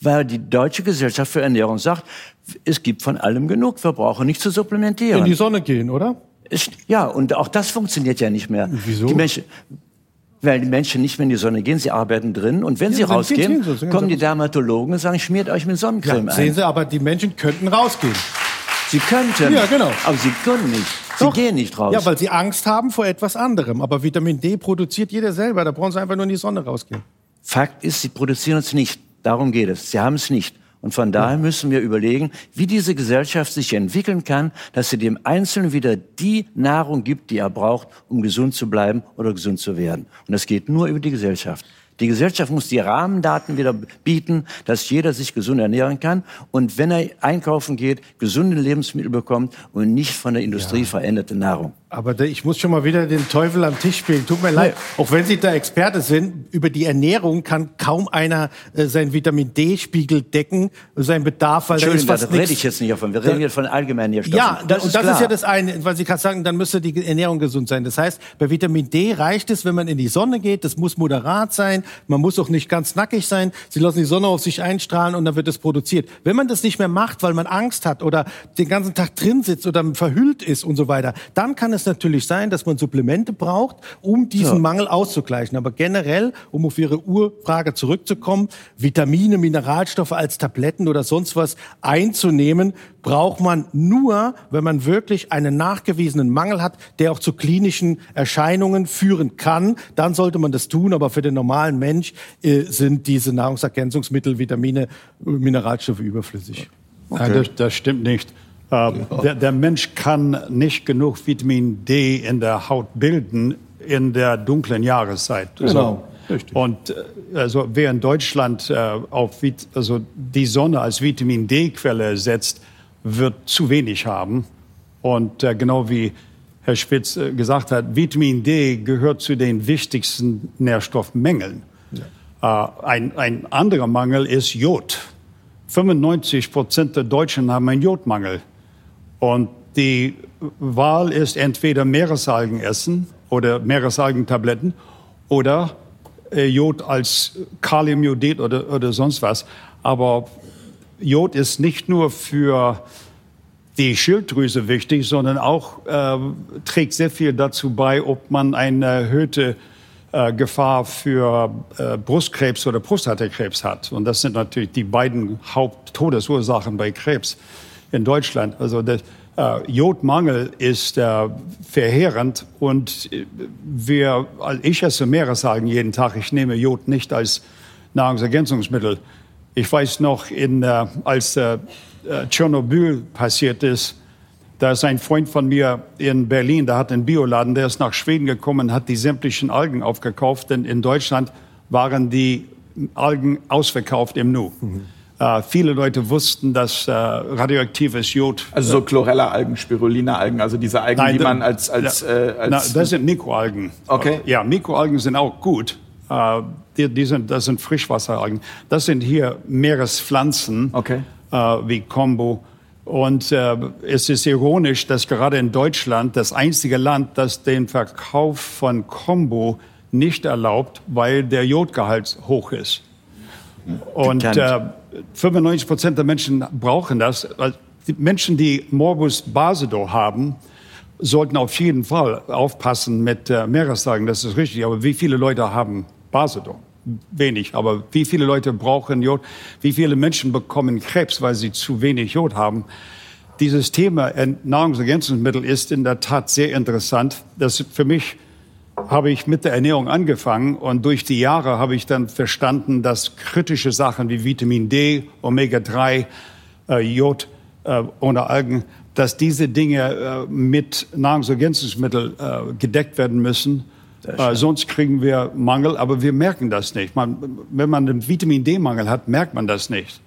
weil die Deutsche Gesellschaft für Ernährung sagt, es gibt von allem genug, wir brauchen nicht zu supplementieren. In die Sonne gehen, oder? Ist, ja, und auch das funktioniert ja nicht mehr. Wieso? Die Menschen, weil die Menschen nicht mehr in die Sonne gehen, sie arbeiten drin. Und wenn ja, sie rausgehen, so, so, kommen so. die Dermatologen und sagen, schmiert euch mit Sonnencreme ja, ein. Sehen Sie, aber die Menschen könnten rausgehen. Sie könnten, ja, genau. aber sie können nicht. Sie Doch. gehen nicht raus. Ja, weil sie Angst haben vor etwas anderem. Aber Vitamin D produziert jeder selber. Da brauchen sie einfach nur in die Sonne rausgehen. Fakt ist, sie produzieren es nicht. Darum geht es. Sie haben es nicht. Und von daher müssen wir überlegen, wie diese Gesellschaft sich entwickeln kann, dass sie dem Einzelnen wieder die Nahrung gibt, die er braucht, um gesund zu bleiben oder gesund zu werden. Und das geht nur über die Gesellschaft. Die Gesellschaft muss die Rahmendaten wieder bieten, dass jeder sich gesund ernähren kann und wenn er einkaufen geht, gesunde Lebensmittel bekommt und nicht von der Industrie ja. veränderte Nahrung. Aber ich muss schon mal wieder den Teufel am Tisch spielen. Tut mir leid. Auch wenn Sie da Experte sind, über die Ernährung kann kaum einer äh, seinen Vitamin-D-Spiegel decken, seinen Bedarf, weil da ist fast das rede ich jetzt nicht davon. Wir reden jetzt von allgemeinen Nährstoffen. Ja, das, das, ist, das ist ja das eine, weil Sie gerade sagen, dann müsste die Ernährung gesund sein. Das heißt, bei Vitamin D reicht es, wenn man in die Sonne geht. Das muss moderat sein. Man muss auch nicht ganz nackig sein. Sie lassen die Sonne auf sich einstrahlen und dann wird es produziert. Wenn man das nicht mehr macht, weil man Angst hat oder den ganzen Tag drin sitzt oder verhüllt ist und so weiter, dann kann es natürlich sein, dass man Supplemente braucht, um diesen ja. Mangel auszugleichen. Aber generell, um auf Ihre Urfrage zurückzukommen, Vitamine, Mineralstoffe als Tabletten oder sonst was einzunehmen, braucht man nur, wenn man wirklich einen nachgewiesenen Mangel hat, der auch zu klinischen Erscheinungen führen kann. Dann sollte man das tun. Aber für den normalen Mensch äh, sind diese Nahrungsergänzungsmittel, Vitamine, Mineralstoffe überflüssig. Okay. Nein, das, das stimmt nicht. Äh, der, der Mensch kann nicht genug Vitamin D in der Haut bilden in der dunklen Jahreszeit. Genau. So. Und äh, also wer in Deutschland äh, auf also die Sonne als Vitamin D-Quelle setzt, wird zu wenig haben. Und äh, genau wie Herr Spitz äh, gesagt hat, Vitamin D gehört zu den wichtigsten Nährstoffmängeln. Ja. Äh, ein, ein anderer Mangel ist Jod. fünfundneunzig Prozent der Deutschen haben einen Jodmangel. Und die Wahl ist entweder Meeresalgen essen oder Meeresalgentabletten oder äh, Jod als Kaliumjodid oder, oder sonst was. Aber Jod ist nicht nur für die Schilddrüse wichtig, sondern auch äh, trägt sehr viel dazu bei, ob man eine erhöhte äh, Gefahr für äh, Brustkrebs oder Prostatakrebs hat. Und das sind natürlich die beiden Haupttodesursachen bei Krebs in Deutschland. Also der äh, Jodmangel ist äh, verheerend und wir, ich esse Meeresalgen jeden Tag. Ich nehme Jod nicht als Nahrungsergänzungsmittel. Ich weiß noch, in, äh, als äh, Tschernobyl passiert ist, da ist ein Freund von mir in Berlin, der hat einen Bioladen, der ist nach Schweden gekommen, hat die sämtlichen Algen aufgekauft, denn in Deutschland waren die Algen ausverkauft im Nu. Mhm. Äh, viele Leute wussten, dass äh, radioaktives Jod... Also so Chlorella-Algen, Spirulina-Algen, also diese Algen, Nein, die man als... als, ja, äh, als na, das sind Mikroalgen. Okay. Ja, Mikroalgen sind auch gut. Äh, die, die sind, das sind Frischwasseralgen. Das sind hier Meerespflanzen, okay. äh, wie Kombu. Und äh, es ist ironisch, dass gerade in Deutschland das einzige Land, das den Verkauf von Kombu nicht erlaubt, weil der Jodgehalt hoch ist. Und äh, fünfundneunzig Prozent der Menschen brauchen das. Die Menschen, die Morbus Basedow haben, sollten auf jeden Fall aufpassen mit äh, Meeresalgen. Das ist richtig. Aber wie viele Leute haben Basedow? Wenig. Aber wie viele Leute brauchen Jod? Wie viele Menschen bekommen Krebs, weil sie zu wenig Jod haben? Dieses Thema Nahrungsergänzungsmittel ist in der Tat sehr interessant. Das für mich habe ich mit der Ernährung angefangen und durch die Jahre habe ich dann verstanden, dass kritische Sachen wie Vitamin D, Omega drei, äh, Jod äh, ohne Algen, dass diese Dinge äh, mit Nahrungsergänzungsmitteln äh, gedeckt werden müssen. Äh, sonst kriegen wir Mangel, aber wir merken das nicht. Man, wenn man einen Vitamin D-Mangel hat, merkt man das nicht.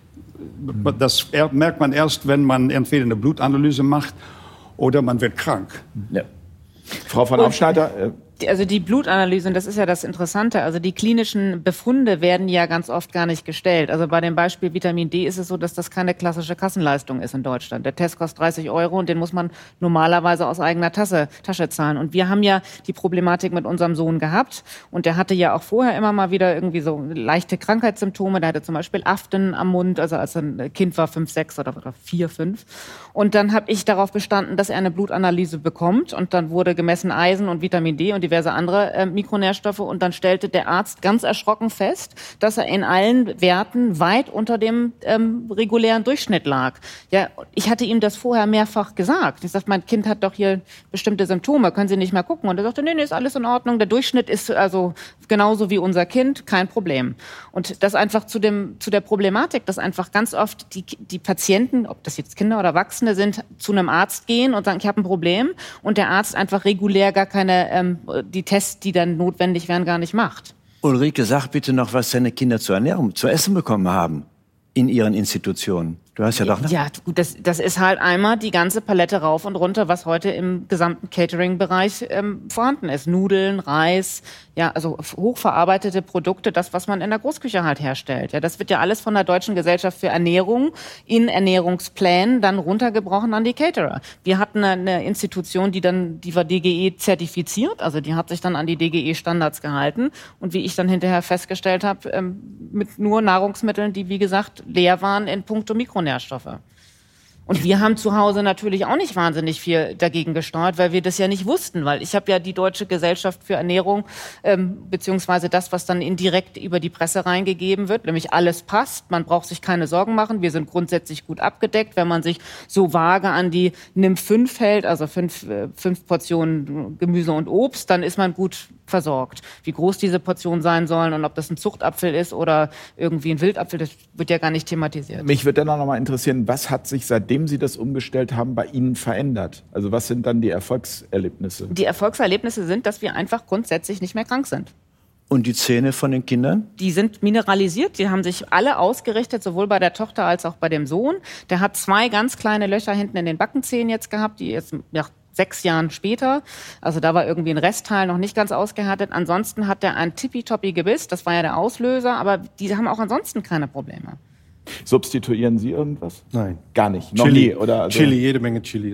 Das merkt man erst, wenn man entweder eine Blutanalyse macht oder man wird krank. Ja. Frau von Aufschneider, äh, Also die Blutanalyse, und das ist ja das Interessante, also die klinischen Befunde werden ja ganz oft gar nicht gestellt. Also bei dem Beispiel Vitamin D ist es so, dass das keine klassische Kassenleistung ist in Deutschland. Der Test kostet dreißig Euro und den muss man normalerweise aus eigener Tasse, Tasche zahlen. Und wir haben ja die Problematik mit unserem Sohn gehabt und der hatte ja auch vorher immer mal wieder irgendwie so leichte Krankheitssymptome. Der hatte zum Beispiel Aften am Mund, also als er ein Kind war, fünf, sechs oder vier, fünf. Und dann habe ich darauf bestanden, dass er eine Blutanalyse bekommt und dann wurde gemessen Eisen und Vitamin D und diverse andere äh, Mikronährstoffe und dann stellte der Arzt ganz erschrocken fest, dass er in allen Werten weit unter dem ähm, regulären Durchschnitt lag. Ja, ich hatte ihm das vorher mehrfach gesagt. Ich sagte, mein Kind hat doch hier bestimmte Symptome, können Sie nicht mal gucken? Und er sagte, nee, nee, ist alles in Ordnung. Der Durchschnitt ist also genauso wie unser Kind, kein Problem. Und das einfach zu dem zu der Problematik, dass einfach ganz oft die die Patienten, ob das jetzt Kinder oder Erwachsene sind, zu einem Arzt gehen und sagen, ich habe ein Problem und der Arzt einfach regulär gar keine ähm, die Tests, die dann notwendig wären, gar nicht macht. Ulrike, sag bitte noch, was deine Kinder zur Ernährung, zu essen bekommen haben in ihren Institutionen. Du hast ja doch... Ne? Ja, gut, das, das ist halt einmal die ganze Palette rauf und runter, was heute im gesamten Catering-Bereich ähm, vorhanden ist. Nudeln, Reis, ja, also hochverarbeitete Produkte, das, was man in der Großküche halt herstellt. Ja, das wird ja alles von der Deutschen Gesellschaft für Ernährung in Ernährungsplänen dann runtergebrochen an die Caterer. Wir hatten eine Institution, die dann, die war D G E zertifiziert, also die hat sich dann an die D G E-Standards gehalten und wie ich dann hinterher festgestellt habe, ähm, mit nur Nahrungsmitteln, die, wie gesagt, leer waren in puncto Mikronährstoffe. Nährstoffe. Und wir haben zu Hause natürlich auch nicht wahnsinnig viel dagegen gesteuert, weil wir das ja nicht wussten, weil ich habe ja die Deutsche Gesellschaft für Ernährung, ähm, beziehungsweise das, was dann indirekt über die Presse reingegeben wird, nämlich alles passt, man braucht sich keine Sorgen machen, wir sind grundsätzlich gut abgedeckt, wenn man sich so vage an die Nimm fünf hält, also fünf, äh, fünf Portionen Gemüse und Obst, dann ist man gut versorgt. Wie groß diese Portionen sein sollen und ob das ein Zuchtapfel ist oder irgendwie ein Wildapfel, das wird ja gar nicht thematisiert. Mich würde dann auch noch mal interessieren, was hat sich, seitdem Sie das umgestellt haben, bei Ihnen verändert? Also was sind dann die Erfolgserlebnisse? Die Erfolgserlebnisse sind, dass wir einfach grundsätzlich nicht mehr krank sind. Und die Zähne von den Kindern? Die sind mineralisiert, die haben sich alle ausgerichtet, sowohl bei der Tochter als auch bei dem Sohn. Der hat zwei ganz kleine Löcher hinten in den Backenzähnen jetzt gehabt, die jetzt nach sechs Jahren später, also da war irgendwie ein Restteil noch nicht ganz ausgehärtet. Ansonsten hat er ein tippitoppi Gebiss, das war ja der Auslöser, aber die haben auch ansonsten keine Probleme. Substituieren Sie irgendwas? Nein. Gar nicht? Noch Chili. nie? Oder also Chili, jede Menge Chili.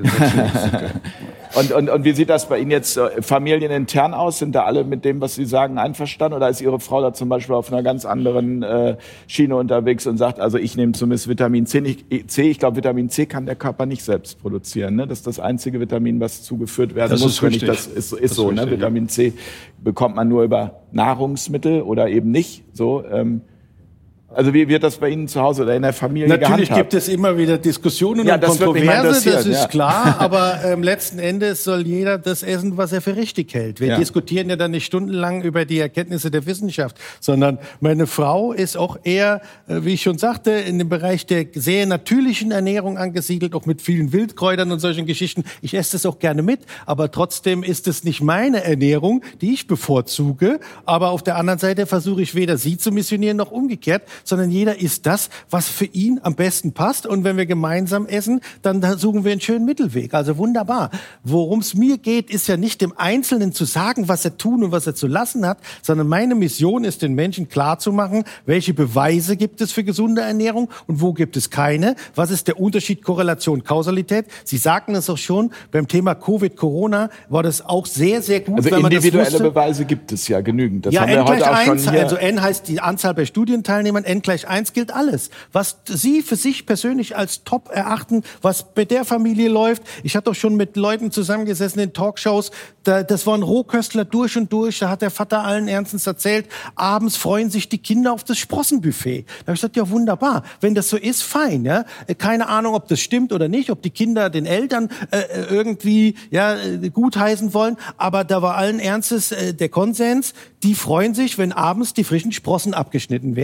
und, und, und wie sieht das bei Ihnen jetzt äh, familienintern aus? Sind da alle mit dem, was Sie sagen, einverstanden? Oder ist Ihre Frau da zum Beispiel auf einer ganz anderen äh, Schiene unterwegs und sagt, also ich nehme zumindest Vitamin C nicht, C. Ich glaube, Vitamin C kann der Körper nicht selbst produzieren. Ne? Das ist das einzige Vitamin, was zugeführt werden das muss. Ist wenn richtig. Ich, das ist, ist das so. Ist Ne? richtig, Vitamin C bekommt man nur über Nahrungsmittel oder eben nicht. So. Ähm, Also wie wird das bei Ihnen zu Hause oder in der Familie Natürlich gehandhabt? gibt es immer wieder Diskussionen Ja, und das wird mich mal Kontroverse, das interessieren, ist ja. klar, aber ähm, letzten Endes soll jeder das essen, was er für richtig hält. Wir Ja. diskutieren ja dann nicht stundenlang über die Erkenntnisse der Wissenschaft, sondern meine Frau ist auch eher, äh, wie ich schon sagte, in dem Bereich der sehr natürlichen Ernährung angesiedelt, auch mit vielen Wildkräutern und solchen Geschichten. Ich esse das auch gerne mit, aber trotzdem ist es nicht meine Ernährung, die ich bevorzuge. Aber auf der anderen Seite versuche ich weder sie zu missionieren noch umgekehrt, sondern jeder isst das, was für ihn am besten passt. Und wenn wir gemeinsam essen, dann suchen wir einen schönen Mittelweg. Also wunderbar. Worum es mir geht, ist ja nicht dem Einzelnen zu sagen, was er tun und was er zu lassen hat, sondern meine Mission ist, den Menschen klarzumachen, welche Beweise gibt es für gesunde Ernährung und wo gibt es keine. Was ist der Unterschied Korrelation, Kausalität? Sie sagten es auch schon, beim Thema Covid, Corona war das auch sehr, sehr gut, Also wenn man das individuelle wusste. Beweise gibt es ja genügend. Das Ja, haben wir n heute gleich auch schon eins, hier. also n heißt die Anzahl bei Studienteilnehmern, n gleich eins gilt alles. Was Sie für sich persönlich als top erachten, was bei der Familie läuft. Ich habe doch schon mit Leuten zusammengesessen in Talkshows, da, das waren Rohköstler durch und durch, da hat der Vater allen Ernstens erzählt, abends freuen sich die Kinder auf das Sprossenbuffet. Da habe ich gesagt, ja wunderbar, wenn das so ist, fein. Ja? Keine Ahnung, ob das stimmt oder nicht, ob die Kinder den Eltern äh, irgendwie ja, gutheißen wollen, aber da war allen Ernstes äh, der Konsens, die freuen sich, wenn abends die frischen Sprossen abgeschnitten werden. Das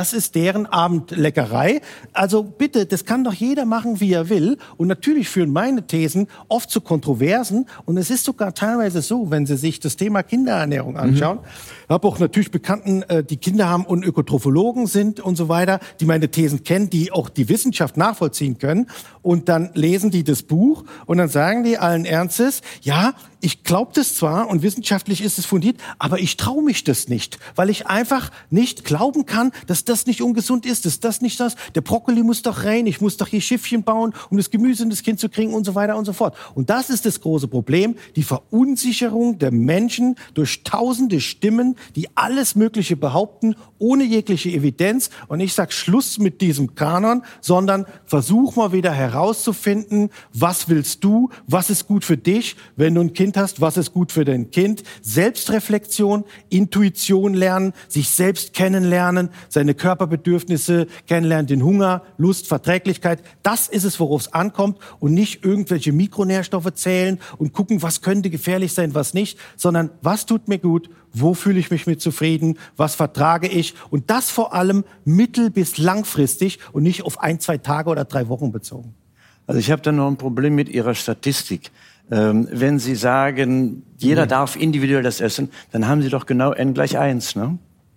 das ist deren Abendleckerei. Also bitte, das kann doch jeder machen, wie er will. Und natürlich führen meine Thesen oft zu Kontroversen. Und es ist sogar teilweise so, wenn Sie sich das Thema Kinderernährung anschauen. Mhm. Ich habe auch natürlich Bekannten, die Kinder haben und Ökotrophologen sind und so weiter, die meine Thesen kennen, die auch die Wissenschaft nachvollziehen können. Und dann lesen die das Buch und dann sagen die allen Ernstes, ja, ich glaube das zwar und wissenschaftlich ist es fundiert, aber ich traue mich das nicht, weil ich einfach nicht glauben kann, dass das nicht ungesund ist, dass das nicht das, der Brokkoli muss doch rein, ich muss doch hier Schiffchen bauen, um das Gemüse in das Kind zu kriegen und so weiter und so fort. Und das ist das große Problem, die Verunsicherung der Menschen durch tausende Stimmen, die alles Mögliche behaupten, ohne jegliche Evidenz. Und ich sag Schluss mit diesem Kanon, sondern versuch mal wieder herauszufinden, was willst du, was ist gut für dich, wenn du ein Kind hast, was ist gut für dein Kind. Selbstreflexion, Intuition lernen, sich selbst kennenlernen, seine Körperbedürfnisse kennenlernen, den Hunger, Lust, Verträglichkeit. Das ist es, worauf es ankommt und nicht irgendwelche Mikronährstoffe zählen und gucken, was könnte gefährlich sein, was nicht, sondern was tut mir gut, wo fühle ich mich mit zufrieden, was vertrage ich und das vor allem mittel- bis langfristig und nicht auf ein, zwei Tage oder drei Wochen bezogen. Also ich habe da noch ein Problem mit Ihrer Statistik. Ähm, wenn Sie sagen, jeder mhm. darf individuell das essen, dann haben Sie doch genau n gleich eins, ne?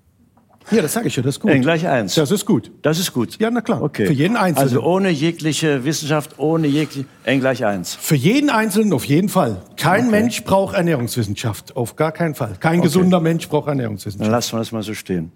Ja, das sage ich ja, das ist gut. n gleich eins. Das ist gut. Das ist gut. Ja, na klar. Okay. Für jeden Einzelnen. Also ohne jegliche Wissenschaft, ohne jegliche n gleich eins. Für jeden Einzelnen auf jeden Fall. Kein okay. Mensch braucht Ernährungswissenschaft. Auf gar keinen Fall. Kein okay. gesunder Mensch braucht Ernährungswissenschaft. Dann lassen wir das mal so stehen.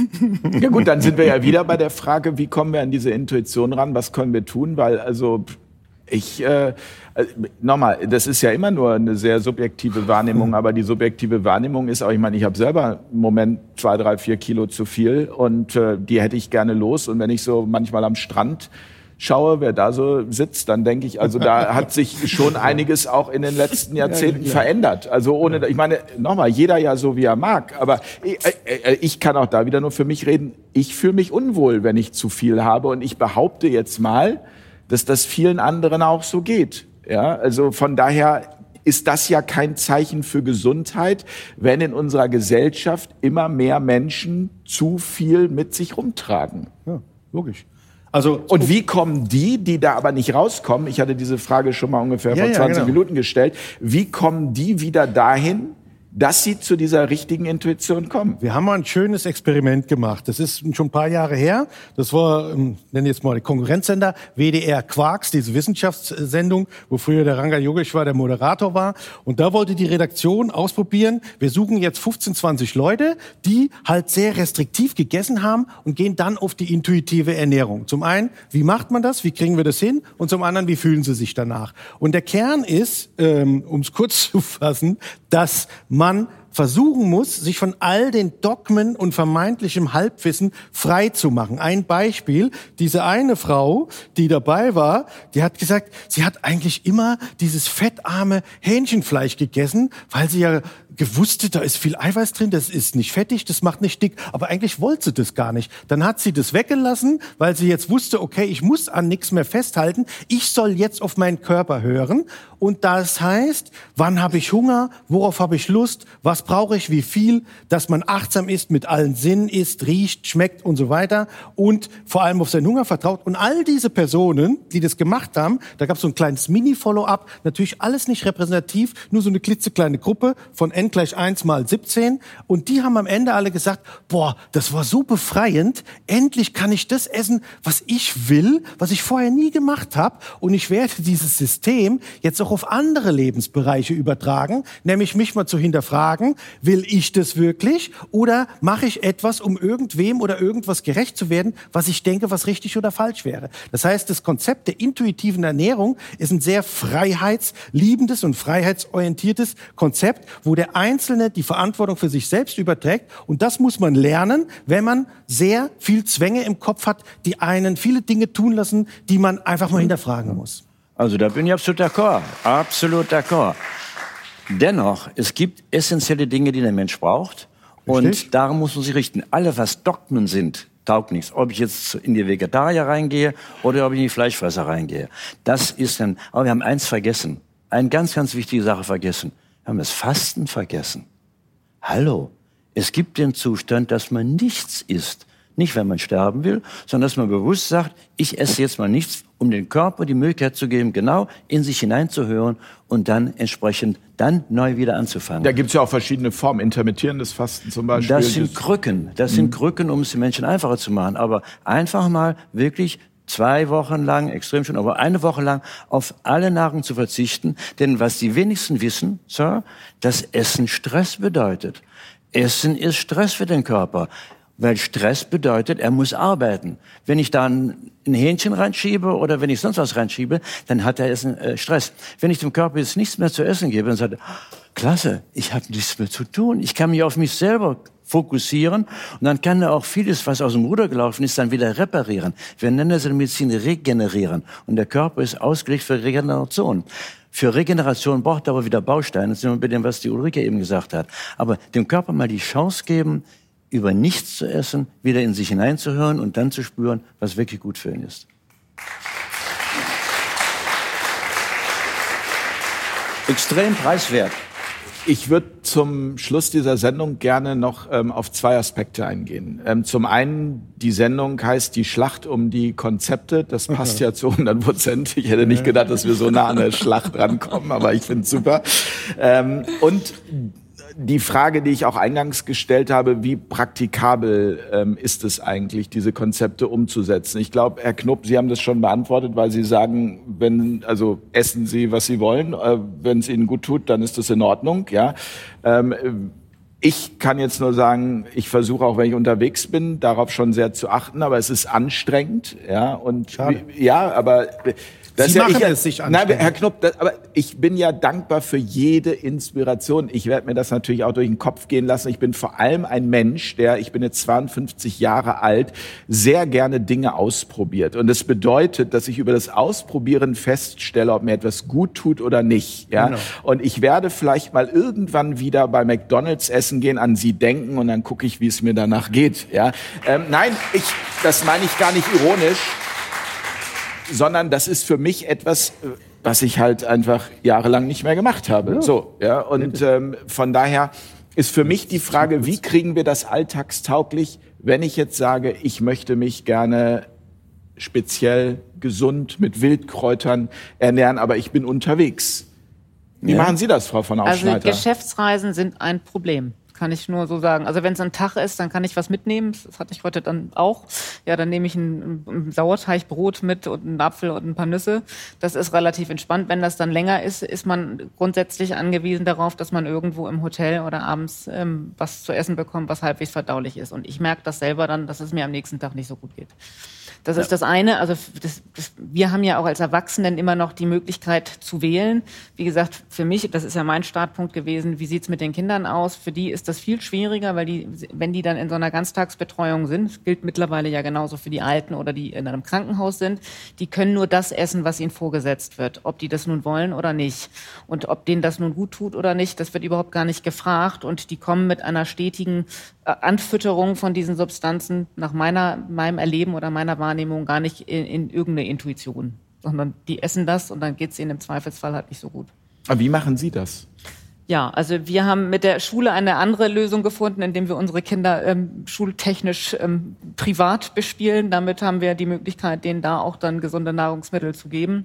Ja gut, dann sind wir ja wieder bei der Frage, wie kommen wir an diese Intuition ran? Was können wir tun? Weil also ich, äh, nochmal, das ist ja immer nur eine sehr subjektive Wahrnehmung, aber die subjektive Wahrnehmung ist auch, ich meine, ich habe selber im Moment zwei, drei, vier Kilo zu viel und äh, die hätte ich gerne los. Und wenn ich so manchmal am Strand schaue, wer da so sitzt, dann denke ich, also da hat sich schon einiges auch in den letzten Jahrzehnten ja, verändert. Also ohne, ich meine, nochmal, jeder ja so, wie er mag. Aber ich, ich kann auch da wieder nur für mich reden. Ich fühle mich unwohl, wenn ich zu viel habe. Und ich behaupte jetzt mal, dass das vielen anderen auch so geht. Ja, also von daher ist das ja kein Zeichen für Gesundheit, wenn in unserer Gesellschaft immer mehr Menschen zu viel mit sich rumtragen. Ja, logisch. Also, und wie kommen die, die da aber nicht rauskommen, ich hatte diese Frage schon mal ungefähr ja, vor zwanzig ja, genau. Minuten gestellt, wie kommen die wieder dahin, dass sie zu dieser richtigen Intuition kommen? Wir haben mal ein schönes Experiment gemacht. Das ist schon ein paar Jahre her. Das war, ähm, nenne jetzt mal den Konkurrenzsender, W D R Quarks, diese Wissenschaftssendung, wo früher der Ranga Yogeshwar der Moderator war. Und da wollte die Redaktion ausprobieren, wir suchen jetzt fünfzehn, zwanzig Leute, die halt sehr restriktiv gegessen haben und gehen dann auf die intuitive Ernährung. Zum einen, wie macht man das? Wie kriegen wir das hin? Und zum anderen, wie fühlen sie sich danach? Und der Kern ist, ähm, um es kurz zu fassen, dass man man versuchen muss, sich von all den Dogmen und vermeintlichem Halbwissen frei zu machen. Ein Beispiel, diese eine Frau, die dabei war, die hat gesagt, sie hat eigentlich immer dieses fettarme Hähnchenfleisch gegessen, weil sie ja gewusst hat, da ist viel Eiweiß drin, das ist nicht fettig, das macht nicht dick, aber eigentlich wollte sie das gar nicht. Dann hat sie das weggelassen, weil sie jetzt wusste, okay, ich muss an nichts mehr festhalten, ich soll jetzt auf meinen Körper hören und das heißt, wann habe ich Hunger, worauf habe ich Lust, was brauche ich, wie viel, dass man achtsam ist, mit allen Sinnen isst, riecht, schmeckt und so weiter und vor allem auf seinen Hunger vertraut. Und all diese Personen, die das gemacht haben, da gab es so ein kleines Mini-Follow-up, natürlich alles nicht repräsentativ, nur so eine klitzekleine Gruppe von n gleich eins mal siebzehn und die haben am Ende alle gesagt, boah, das war so befreiend, endlich kann ich das essen, was ich will, was ich vorher nie gemacht habe und ich werde dieses System jetzt auch auf andere Lebensbereiche übertragen, nämlich mich mal zu hinterfragen, will ich das wirklich oder mache ich etwas, um irgendwem oder irgendwas gerecht zu werden, was ich denke, was richtig oder falsch wäre. Das heißt, das Konzept der intuitiven Ernährung ist ein sehr freiheitsliebendes und freiheitsorientiertes Konzept, wo der Einzelne die Verantwortung für sich selbst überträgt. Und das muss man lernen, wenn man sehr viel Zwänge im Kopf hat, die einen viele Dinge tun lassen, die man einfach mal hinterfragen muss. Also da bin ich absolut d'accord. Absolut d'accord. Dennoch, es gibt essentielle Dinge, die der Mensch braucht. Richtig? Und darum muss man sich richten. Alle, was Dogmen sind, taugt nichts. Ob ich jetzt in die Vegetarier reingehe oder ob ich in die Fleischfresser reingehe. Das ist dann, aber wir haben eins vergessen. Eine ganz, ganz wichtige Sache vergessen. Wir haben das Fasten vergessen. Hallo, es gibt den Zustand, dass man nichts isst. Nicht, wenn man sterben will, sondern dass man bewusst sagt, ich esse jetzt mal nichts, um dem Körper die Möglichkeit zu geben, genau in sich hineinzuhören und dann entsprechend dann neu wieder anzufangen. Da gibt es ja auch verschiedene Formen, intermittierendes Fasten zum Beispiel. Das sind Krücken, das sind Krücken, um es den Menschen einfacher zu machen. Aber einfach mal wirklich zwei Wochen lang, extrem schön, aber eine Woche lang auf alle Nahrung zu verzichten. Denn was die wenigsten wissen, Sir, dass Essen Stress bedeutet. Essen ist Stress für den Körper. Weil Stress bedeutet, er muss arbeiten. Wenn ich da ein Hähnchen reinschiebe oder wenn ich sonst was reinschiebe, dann hat er Essen, äh, Stress. Wenn ich dem Körper jetzt nichts mehr zu essen gebe, dann sagt er, klasse, ich habe nichts mehr zu tun. Ich kann mich auf mich selber fokussieren und dann kann er auch vieles, was aus dem Ruder gelaufen ist, dann wieder reparieren. Wir nennen das in der Medizin regenerieren. Und der Körper ist ausgelegt für Regeneration. Für Regeneration braucht er aber wieder Bausteine. Das sind wir bei dem, was die Ulrike eben gesagt hat. Aber dem Körper mal die Chance geben, über nichts zu essen, wieder in sich hineinzuhören und dann zu spüren, was wirklich gut für ihn ist. Extrem preiswert. Ich würde zum Schluss dieser Sendung gerne noch ähm, auf zwei Aspekte eingehen. Ähm, zum einen, die Sendung heißt Die Schlacht um die Konzepte. Das passt ja zu hundert Prozent. Ich hätte nicht gedacht, dass wir so nah an der Schlacht rankommen, aber ich finde es super. Ähm, und die Frage, die ich auch eingangs gestellt habe, wie praktikabel ähm, ist es eigentlich, diese Konzepte umzusetzen? Ich glaube, Herr Knopp, Sie haben das schon beantwortet, weil Sie sagen, wenn, also essen Sie, was Sie wollen, äh, wenn es Ihnen gut tut, dann ist das in Ordnung, ja. Ähm, ich kann jetzt nur sagen, ich versuche auch, wenn ich unterwegs bin, darauf schon sehr zu achten, aber es ist anstrengend, ja. Und Schade. ja, aber Das Sie ja, machen ich, es sich anstrengend. Nein, Herr Knopp, das, aber ich bin ja dankbar für jede Inspiration. Ich werde mir das natürlich auch durch den Kopf gehen lassen. Ich bin vor allem ein Mensch, der, ich bin jetzt zweiundfünfzig Jahre alt, sehr gerne Dinge ausprobiert. Und das bedeutet, dass ich über das Ausprobieren feststelle, ob mir etwas gut tut oder nicht. Ja? Genau. Und ich werde vielleicht mal irgendwann wieder bei McDonald's essen gehen, an Sie denken und dann gucke ich, wie es mir danach geht. Ja? Ähm, nein, ich, das meine ich gar nicht ironisch, sondern das ist für mich etwas, was ich halt einfach jahrelang nicht mehr gemacht habe. Ja. So, ja, und ähm, von daher ist für mich die Frage, wie kriegen wir das alltagstauglich, wenn ich jetzt sage, ich möchte mich gerne speziell gesund mit Wildkräutern ernähren, aber ich bin unterwegs. Wie ja. machen Sie das, Frau von Ausschneider? Also Geschäftsreisen sind ein Problem. Kann ich nur so sagen. Also wenn es ein Tag ist, dann kann ich was mitnehmen. Das hatte ich heute dann auch. Ja, dann nehme ich ein, ein Sauerteigbrot mit und einen Apfel und ein paar Nüsse. Das ist relativ entspannt. Wenn das dann länger ist, ist man grundsätzlich angewiesen darauf, dass man irgendwo im Hotel oder abends ähm, was zu essen bekommt, was halbwegs verdaulich ist. Und ich merke das selber dann, dass es mir am nächsten Tag nicht so gut geht. Das ja. ist das eine. Also das, das, wir haben ja auch als Erwachsenen immer noch die Möglichkeit zu wählen. Wie gesagt, für mich, das ist ja mein Startpunkt gewesen, wie sieht's mit den Kindern aus? Für die ist das viel schwieriger, weil die, wenn die dann in so einer Ganztagsbetreuung sind, das gilt mittlerweile ja genauso für die Alten oder die in einem Krankenhaus sind, die können nur das essen, was ihnen vorgesetzt wird. Ob die das nun wollen oder nicht. Und ob denen das nun gut tut oder nicht, das wird überhaupt gar nicht gefragt. Und die kommen mit einer stetigen Anfütterung von diesen Substanzen nach meiner, meinem Erleben oder meiner Wahrnehmung gar nicht in, in irgendeine Intuition, sondern die essen das und dann geht es ihnen im Zweifelsfall halt nicht so gut. Aber wie machen Sie das? Ja, also wir haben mit der Schule eine andere Lösung gefunden, indem wir unsere Kinder ähm, schultechnisch ähm, privat bespielen. Damit haben wir die Möglichkeit, denen da auch dann gesunde Nahrungsmittel zu geben.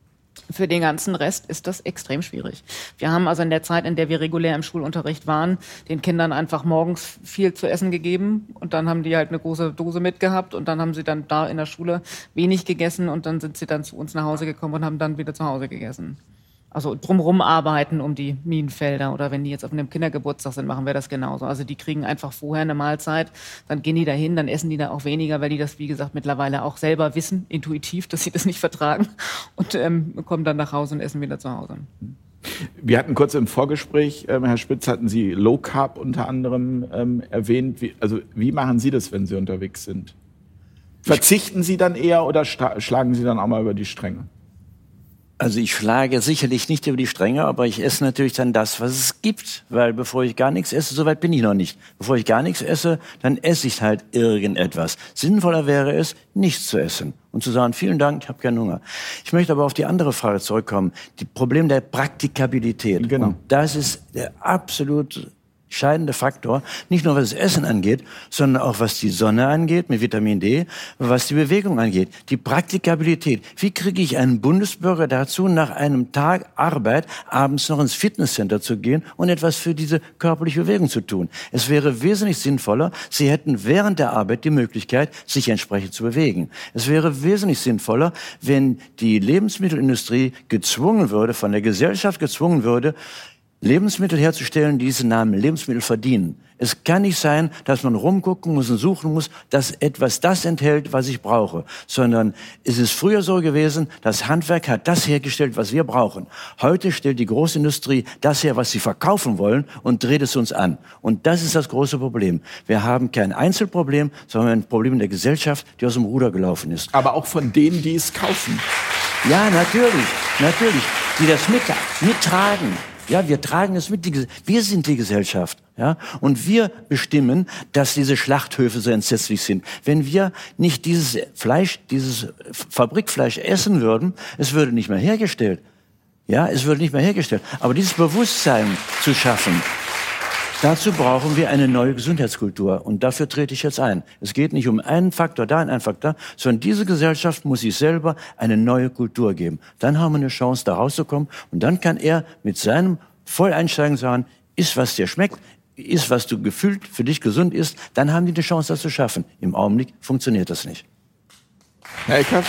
Für den ganzen Rest ist das extrem schwierig. Wir haben also in der Zeit, in der wir regulär im Schulunterricht waren, den Kindern einfach morgens viel zu essen gegeben und dann haben die halt eine große Dose mitgehabt und dann haben sie dann da in der Schule wenig gegessen und dann sind sie dann zu uns nach Hause gekommen und haben dann wieder zu Hause gegessen. Also drumherum arbeiten um die Minenfelder oder wenn die jetzt auf einem Kindergeburtstag sind, machen wir das genauso. Also die kriegen einfach vorher eine Mahlzeit, dann gehen die dahin, dann essen die da auch weniger, weil die das, wie gesagt, mittlerweile auch selber wissen, intuitiv, dass sie das nicht vertragen und ähm, kommen dann nach Hause und essen wieder zu Hause. Wir hatten kurz im Vorgespräch, ähm, Herr Spitz, hatten Sie Low Carb unter anderem ähm, erwähnt. Wie, also wie machen Sie das, wenn Sie unterwegs sind? Verzichten Sie dann eher oder sta- schlagen Sie dann auch mal über die Stränge? Also ich schlage sicherlich nicht über die Stränge, aber ich esse natürlich dann das, was es gibt. Weil bevor ich gar nichts esse, so weit bin ich noch nicht. Bevor ich gar nichts esse, dann esse ich halt irgendetwas. Sinnvoller wäre es, nichts zu essen und zu sagen, vielen Dank, ich habe keinen Hunger. Ich möchte aber auf die andere Frage zurückkommen. Die Problem der Praktikabilität. Genau. Und das ist der absolut entscheidende Faktor, nicht nur was das Essen angeht, sondern auch was die Sonne angeht, mit Vitamin D, was die Bewegung angeht, die Praktikabilität. Wie kriege ich einen Bundesbürger dazu, nach einem Tag Arbeit abends noch ins Fitnesscenter zu gehen und etwas für diese körperliche Bewegung zu tun? Es wäre wesentlich sinnvoller, Sie hätten während der Arbeit die Möglichkeit, sich entsprechend zu bewegen. Es wäre wesentlich sinnvoller, wenn die Lebensmittelindustrie gezwungen würde, von der Gesellschaft gezwungen würde, Lebensmittel herzustellen, die diesen Namen Lebensmittel verdienen. Es kann nicht sein, dass man rumgucken muss und suchen muss, dass etwas das enthält, was ich brauche, sondern es ist früher so gewesen, das Handwerk hat das hergestellt, was wir brauchen. Heute stellt die Großindustrie das her, was sie verkaufen wollen und dreht es uns an. Und das ist das große Problem. Wir haben kein Einzelproblem, sondern ein Problem in der Gesellschaft, die aus dem Ruder gelaufen ist. Aber auch von denen, die es kaufen. Ja, natürlich, natürlich, die das mit, mittragen. Ja, wir tragen es mit. Die, wir sind die Gesellschaft. Ja, und wir bestimmen, dass diese Schlachthöfe so entsetzlich sind. Wenn wir nicht dieses Fleisch, dieses Fabrikfleisch essen würden, es würde nicht mehr hergestellt. Ja, es würde nicht mehr hergestellt. Aber dieses Bewusstsein zu schaffen, dazu brauchen wir eine neue Gesundheitskultur. Und dafür trete ich jetzt ein. Es geht nicht um einen Faktor da und einen Faktor, sondern diese Gesellschaft muss sich selber eine neue Kultur geben. Dann haben wir eine Chance, da rauszukommen. Und dann kann er mit seinem Volleinsteigen sagen, ist, was dir schmeckt, ist, was du gefühlt für dich gesund ist. Dann haben die eine Chance, das zu schaffen. Im Augenblick funktioniert das nicht. Herr Eckert?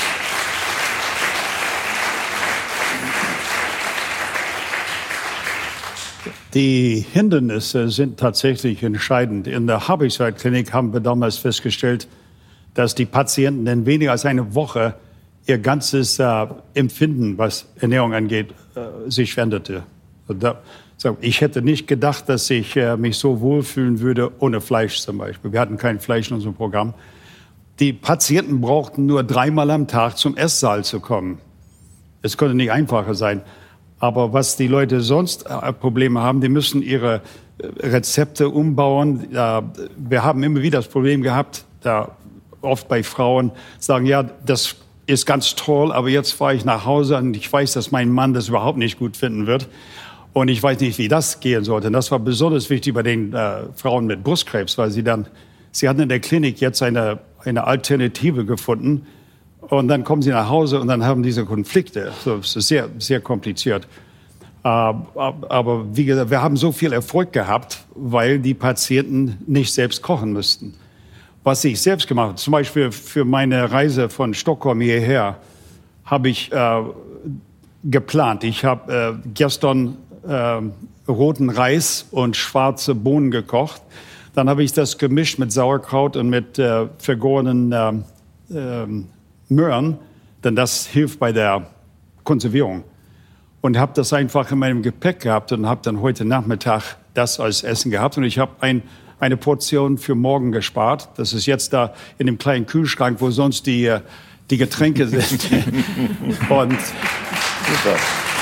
Die Hindernisse sind tatsächlich entscheidend. In der Harborside-Klinik haben wir damals festgestellt, dass die Patienten in weniger als eine Woche ihr ganzes äh, Empfinden, was Ernährung angeht, äh, sich veränderte. Da, so, ich hätte nicht gedacht, dass ich äh, mich so wohlfühlen würde ohne Fleisch zum Beispiel. Wir hatten kein Fleisch in unserem Programm. Die Patienten brauchten nur dreimal am Tag zum Esssaal zu kommen. Es konnte nicht einfacher sein. Aber was die Leute sonst äh, Probleme haben, die müssen ihre äh, Rezepte umbauen. Äh, wir haben immer wieder das Problem gehabt, da oft bei Frauen sagen, ja, das ist ganz toll, aber jetzt fahre ich nach Hause und ich weiß, dass mein Mann das überhaupt nicht gut finden wird. Und ich weiß nicht, wie das gehen sollte. Und das war besonders wichtig bei den äh, Frauen mit Brustkrebs, weil sie dann, sie hatten in der Klinik jetzt eine, eine Alternative gefunden. Und dann kommen sie nach Hause und dann haben diese Konflikte. So, es ist sehr, sehr kompliziert. Äh, aber wie gesagt, wir haben so viel Erfolg gehabt, weil die Patienten nicht selbst kochen müssten. Was ich selbst gemacht habe, zum Beispiel für meine Reise von Stockholm hierher, habe ich äh, geplant. Ich habe äh, gestern äh, roten Reis und schwarze Bohnen gekocht. Dann habe ich das gemischt mit Sauerkraut und mit äh, vergorenen äh, äh, Möhren, denn das hilft bei der Konservierung. Und habe das einfach in meinem Gepäck gehabt und habe dann heute Nachmittag das als Essen gehabt. Und ich habe ein, eine Portion für morgen gespart. Das ist jetzt da in dem kleinen Kühlschrank, wo sonst die, die Getränke sind. Und super.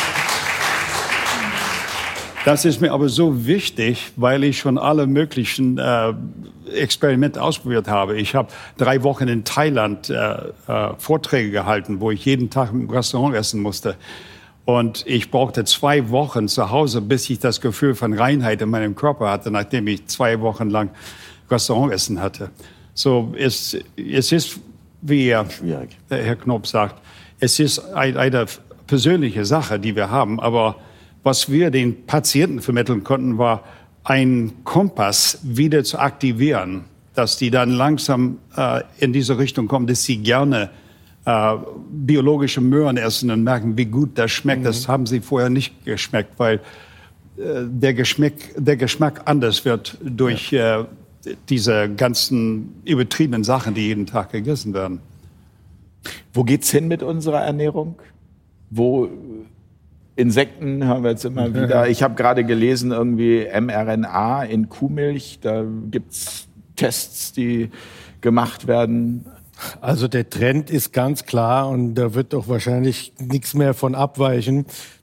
Das ist mir aber so wichtig, weil ich schon alle möglichen äh, Experimente ausprobiert habe. Ich habe drei Wochen in Thailand äh, äh, Vorträge gehalten, wo ich jeden Tag im Restaurant essen musste. Und ich brauchte zwei Wochen zu Hause, bis ich das Gefühl von Reinheit in meinem Körper hatte, nachdem ich zwei Wochen lang Restaurantessen hatte. So, es, es ist, wie Herr Knob sagt, es ist eine persönliche Sache, die wir haben, aber was wir den Patienten vermitteln konnten, war ein Kompass wieder zu aktivieren, dass die dann langsam äh, in diese Richtung kommen, dass sie gerne äh, biologische Möhren essen und merken, wie gut das schmeckt. Mhm. Das haben sie vorher nicht geschmeckt, weil äh, der Geschmack, der Geschmack anders wird durch äh, diese ganzen übertriebenen Sachen, die jeden Tag gegessen werden. Wo geht's hin mit unserer Ernährung? Wo Insekten haben wir jetzt immer wieder. Ich habe gerade gelesen, irgendwie M R N A in Kuhmilch. Da gibt's Tests, die gemacht werden. Also der Trend ist ganz klar und da wird doch wahrscheinlich nichts mehr von abweichen,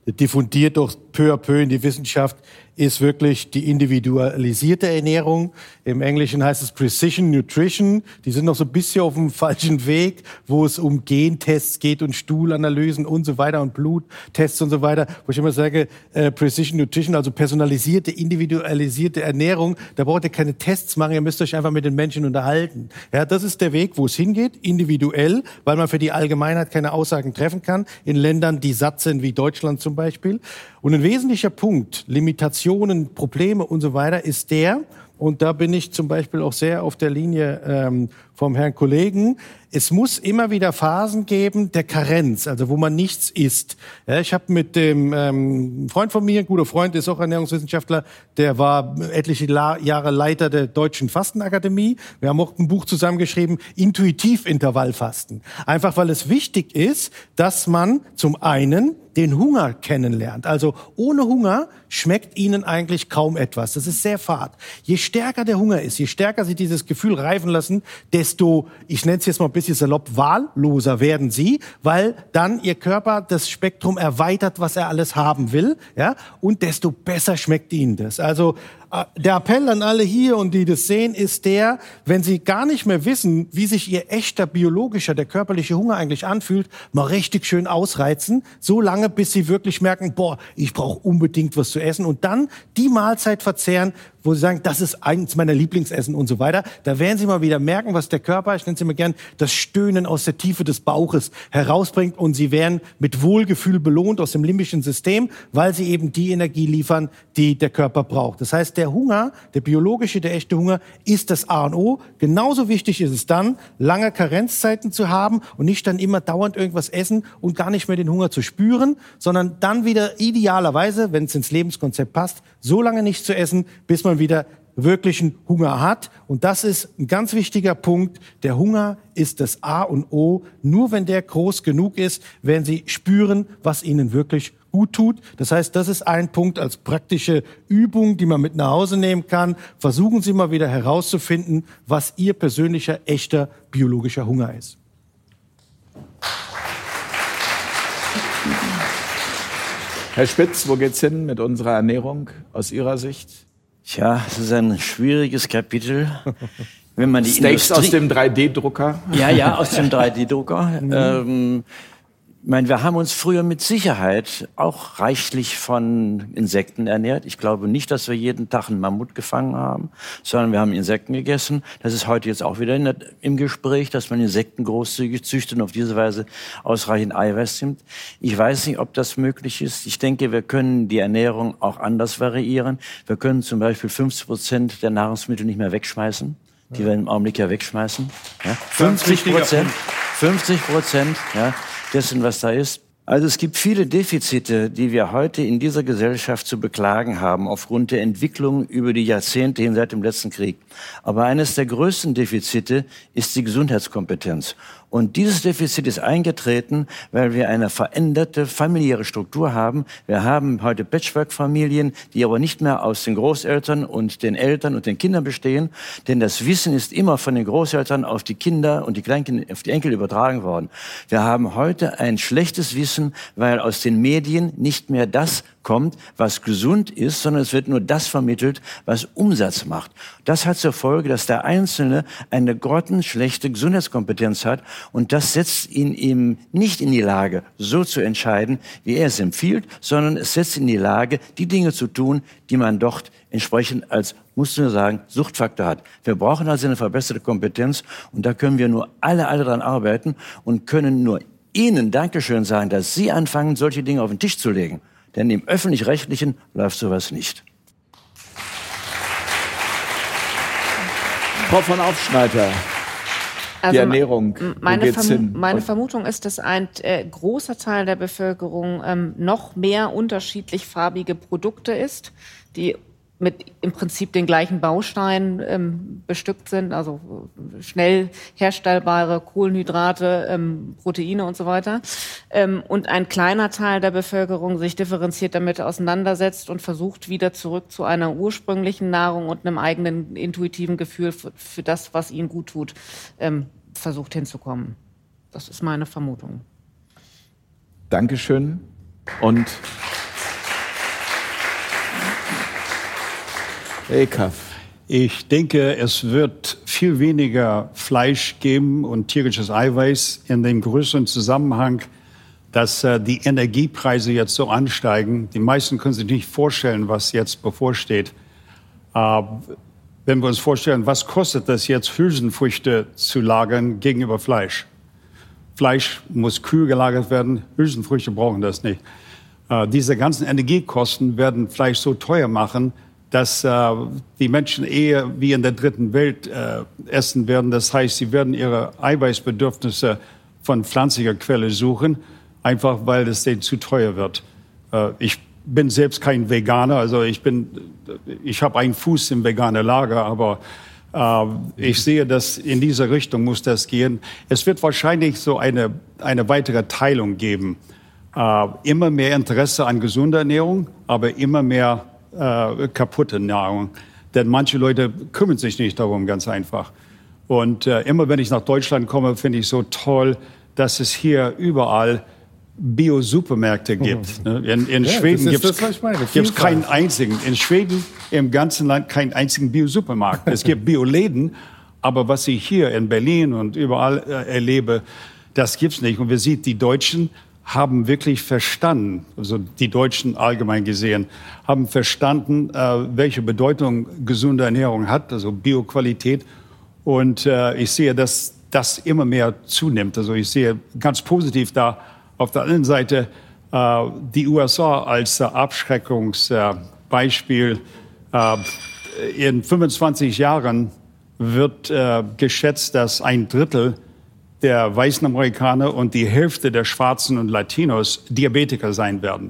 diffundiert doch peu à peu in die Wissenschaft, ist wirklich die individualisierte Ernährung. Im Englischen heißt es Precision Nutrition. Die sind noch so ein bisschen auf dem falschen Weg, wo es um Gentests geht und Stuhlanalysen und so weiter und Bluttests und so weiter. Wo ich immer sage, äh, Precision Nutrition, also personalisierte, individualisierte Ernährung. Da braucht ihr keine Tests machen, ihr müsst euch einfach mit den Menschen unterhalten. Ja, das ist der Weg, wo es hingeht, individuell, weil man für die Allgemeinheit keine Aussagen treffen kann. In Ländern, die satt sind, wie Deutschland zum Beispiel. Und ein wesentlicher Punkt, Limitationen, Probleme und so weiter, ist der, und da bin ich zum Beispiel auch sehr auf der Linie ähm, vom Herrn Kollegen, es muss immer wieder Phasen geben der Karenz, also wo man nichts isst. Ja, ich habe mit dem ähm, Freund von mir, ein guter Freund, ist auch Ernährungswissenschaftler, der war etliche La- Jahre Leiter der Deutschen Fastenakademie. Wir haben auch ein Buch zusammengeschrieben, Intuitiv-Intervallfasten. Einfach weil es wichtig ist, dass man zum einen den Hunger kennenlernt. Also ohne Hunger schmeckt Ihnen eigentlich kaum etwas. Das ist sehr fad. Je stärker der Hunger ist, je stärker Sie dieses Gefühl reifen lassen, desto, ich nenne es jetzt mal ein bisschen salopp, wahlloser werden Sie, weil dann Ihr Körper das Spektrum erweitert, was er alles haben will, ja, und desto besser schmeckt Ihnen das. Also der Appell an alle hier und die das sehen, ist der, wenn Sie gar nicht mehr wissen, wie sich Ihr echter biologischer, der körperliche Hunger eigentlich anfühlt, mal richtig schön ausreizen, so lange, bis Sie wirklich merken, boah, ich brauche unbedingt was zu essen, und dann die Mahlzeit verzehren, wo Sie sagen, das ist eins meiner Lieblingsessen und so weiter. Da werden Sie mal wieder merken, was der Körper, ich nenne es immer gern, das Stöhnen aus der Tiefe des Bauches herausbringt, und Sie werden mit Wohlgefühl belohnt aus dem limbischen System, weil Sie eben die Energie liefern, die der Körper braucht. Das heißt, der Hunger, der biologische, der echte Hunger, ist das A und O. Genauso wichtig ist es dann, lange Karenzzeiten zu haben und nicht dann immer dauernd irgendwas essen und gar nicht mehr den Hunger zu spüren, sondern dann wieder idealerweise, wenn es ins Lebenskonzept passt, so lange nicht zu essen, bis man wieder wirklichen Hunger hat. Und das ist ein ganz wichtiger Punkt. Der Hunger ist das A und O. Nur wenn der groß genug ist, werden Sie spüren, was Ihnen wirklich gut tut. Das heißt, das ist ein Punkt als praktische Übung, die man mit nach Hause nehmen kann. Versuchen Sie mal wieder herauszufinden, was Ihr persönlicher, echter, biologischer Hunger ist. Herr Spitz, wo geht's hin mit unserer Ernährung aus Ihrer Sicht? Tja, es ist ein schwieriges Kapitel. Wenn man die Steaks Industrie aus dem drei D Drucker? Ja, ja, aus dem drei D Drucker. Mhm. Ähm, ich meine, wir haben uns früher mit Sicherheit auch reichlich von Insekten ernährt. Ich glaube nicht, dass wir jeden Tag einen Mammut gefangen haben, sondern wir haben Insekten gegessen. Das ist heute jetzt auch wieder in der, im Gespräch, dass man Insekten großzügig züchtet und auf diese Weise ausreichend Eiweiß nimmt. Ich weiß nicht, ob das möglich ist. Ich denke, wir können die Ernährung auch anders variieren. Wir können zum Beispiel fünfzig Prozent der Nahrungsmittel nicht mehr wegschmeißen, die wir im Augenblick ja wegschmeißen. Ja? fünfzig Prozent, fünfzig Prozent, ja, dessen, was da ist. Also es gibt viele Defizite, die wir heute in dieser Gesellschaft zu beklagen haben, aufgrund der Entwicklung über die Jahrzehnte hin seit dem letzten Krieg. Aber eines der größten Defizite ist die Gesundheitskompetenz. Und dieses Defizit ist eingetreten, weil wir eine veränderte familiäre Struktur haben. Wir haben heute Patchwork-Familien, die aber nicht mehr aus den Großeltern und den Eltern und den Kindern bestehen. Denn das Wissen ist immer von den Großeltern auf die Kinder und die Kleinkinder, auf die Enkel übertragen worden. Wir haben heute ein schlechtes Wissen, weil aus den Medien nicht mehr das kommt, was gesund ist, sondern es wird nur das vermittelt, was Umsatz macht. Das hat zur Folge, dass der Einzelne eine grottenschlechte Gesundheitskompetenz hat, und das setzt ihn eben nicht in die Lage, so zu entscheiden, wie er es empfiehlt, sondern es setzt ihn in die Lage, die Dinge zu tun, die man dort entsprechend als, musst du nur sagen, Suchtfaktor hat. Wir brauchen also eine verbesserte Kompetenz, und da können wir nur alle, alle dran arbeiten und können nur Ihnen Dankeschön sagen, dass Sie anfangen, solche Dinge auf den Tisch zu legen. Denn im Öffentlich-Rechtlichen läuft sowas nicht. Frau von Aufschneider, also die Ernährung, meine, wo geht's Verm hin? meine Vermutung ist, dass ein äh, großer Teil der Bevölkerung ähm, noch mehr unterschiedlich farbige Produkte isst, die mit im Prinzip den gleichen Bausteinen ähm, bestückt sind, also schnell herstellbare Kohlenhydrate, ähm, Proteine und so weiter. Ähm, und ein kleiner Teil der Bevölkerung sich differenziert damit auseinandersetzt und versucht, wieder zurück zu einer ursprünglichen Nahrung und einem eigenen intuitiven Gefühl für, für das, was ihnen gut tut, ähm, versucht hinzukommen. Das ist meine Vermutung. Dankeschön. Und Eckhoff. Ich denke, es wird viel weniger Fleisch geben und tierisches Eiweiß in dem größeren Zusammenhang, dass äh, die Energiepreise jetzt so ansteigen. Die meisten können sich nicht vorstellen, was jetzt bevorsteht. Äh, wenn wir uns vorstellen, was kostet das jetzt, Hülsenfrüchte zu lagern gegenüber Fleisch? Fleisch muss kühl gelagert werden, Hülsenfrüchte brauchen das nicht. Äh, diese ganzen Energiekosten werden Fleisch so teuer machen, dass äh, die Menschen eher wie in der dritten Welt äh, essen werden. Das heißt, sie werden ihre Eiweißbedürfnisse von pflanzlicher Quelle suchen, einfach weil es denen zu teuer wird. Äh, ich bin selbst kein Veganer, also ich bin, ich habe einen Fuß im veganen Lager, aber äh, ich sehe, dass in diese Richtung muss das gehen. Es wird wahrscheinlich so eine eine weitere Teilung geben. Äh, immer mehr Interesse an gesunder Ernährung, aber immer mehr Äh, kaputte Nahrung. Denn manche Leute kümmern sich nicht darum, ganz einfach. Und äh, immer wenn ich nach Deutschland komme, finde ich so toll, dass es hier überall Bio-Supermärkte gibt. Mhm. In, in ja, Schweden gibt es keinen Fall. einzigen. In Schweden im ganzen Land keinen einzigen Bio-Supermarkt. Es gibt Bioläden, aber was ich hier in Berlin und überall äh, erlebe, das gibt's nicht. Und wir sehen, die Deutschen haben wirklich verstanden, also die Deutschen allgemein gesehen, haben verstanden, äh, welche Bedeutung gesunde Ernährung hat, also Bioqualität. Und äh, ich sehe, dass das immer mehr zunimmt. Also ich sehe ganz positiv da auf der anderen Seite äh, die U S A als äh, Abschreckungsbeispiel. Äh, in fünfundzwanzig Jahren wird äh, geschätzt, dass ein Drittel der weißen Amerikaner und die Hälfte der Schwarzen und Latinos Diabetiker sein werden.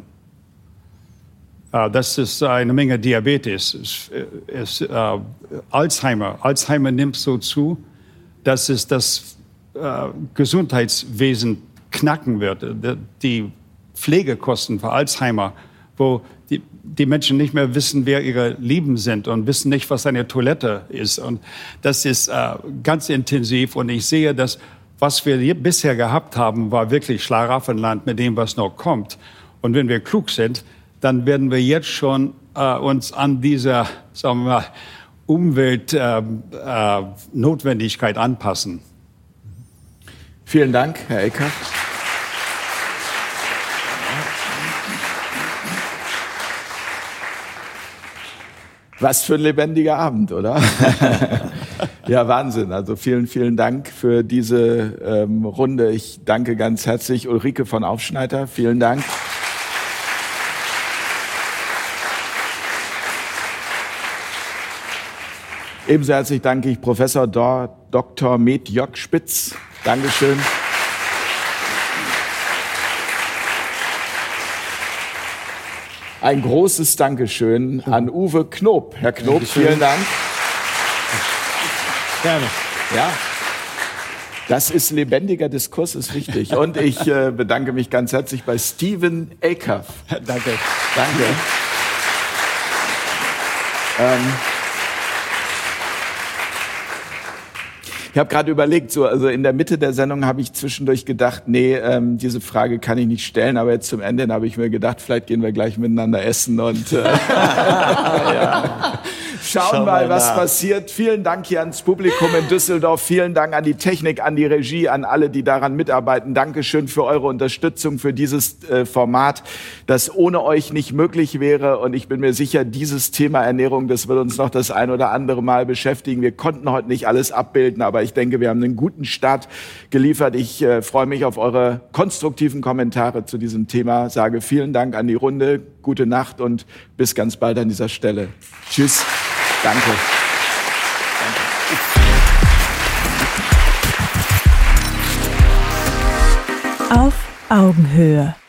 Das ist eine Menge Diabetes. Es, es, äh, Alzheimer. Alzheimer nimmt so zu, dass es das äh, Gesundheitswesen knacken wird. Die Pflegekosten für Alzheimer, wo die, die Menschen nicht mehr wissen, wer ihre Lieben sind und wissen nicht, was eine Toilette ist. Und das ist äh, ganz intensiv. Und ich sehe, dass was wir bisher gehabt haben, war wirklich Schlaraffenland mit dem, was noch kommt. Und wenn wir klug sind, dann werden wir jetzt schon äh, uns an dieser, sagen wir mal, Umweltnotwendigkeit äh, äh, anpassen. Vielen Dank, Herr Eckhoff. Was für ein lebendiger Abend, oder? Ja, Wahnsinn. Also vielen, vielen Dank für diese ähm, Runde. Ich danke ganz herzlich Ulrike von Aufschneider. Vielen Dank. Ebenso herzlich danke ich Professor Doktor Med Jörg Spitz. Dankeschön. Ein großes Dankeschön an Uwe Knob. Herr Knob, Dankeschön. Vielen Dank. Gerne. Ja, das ist lebendiger Diskurs, ist wichtig. Und ich äh, bedanke mich ganz herzlich bei Steven Eckhoff. Danke. Danke. Ähm, Ich habe gerade überlegt, so also in der Mitte der Sendung habe ich zwischendurch gedacht, nee, ähm, diese Frage kann ich nicht stellen, aber jetzt zum Ende habe ich mir gedacht, vielleicht gehen wir gleich miteinander essen und äh, ja. Schauen Schau mal, was nach. passiert. Vielen Dank hier ans Publikum in Düsseldorf, vielen Dank an die Technik, an die Regie, an alle, die daran mitarbeiten. Dankeschön für eure Unterstützung für dieses äh, Format, das ohne euch nicht möglich wäre. Und ich bin mir sicher, dieses Thema Ernährung, das wird uns noch das ein oder andere Mal beschäftigen. Wir konnten heute nicht alles abbilden, aber ich denke, wir haben einen guten Start geliefert. Ich äh, freue mich auf eure konstruktiven Kommentare zu diesem Thema. Sage vielen Dank an die Runde, gute Nacht und bis ganz bald an dieser Stelle. Tschüss. Danke. Danke. Auf Augenhöhe.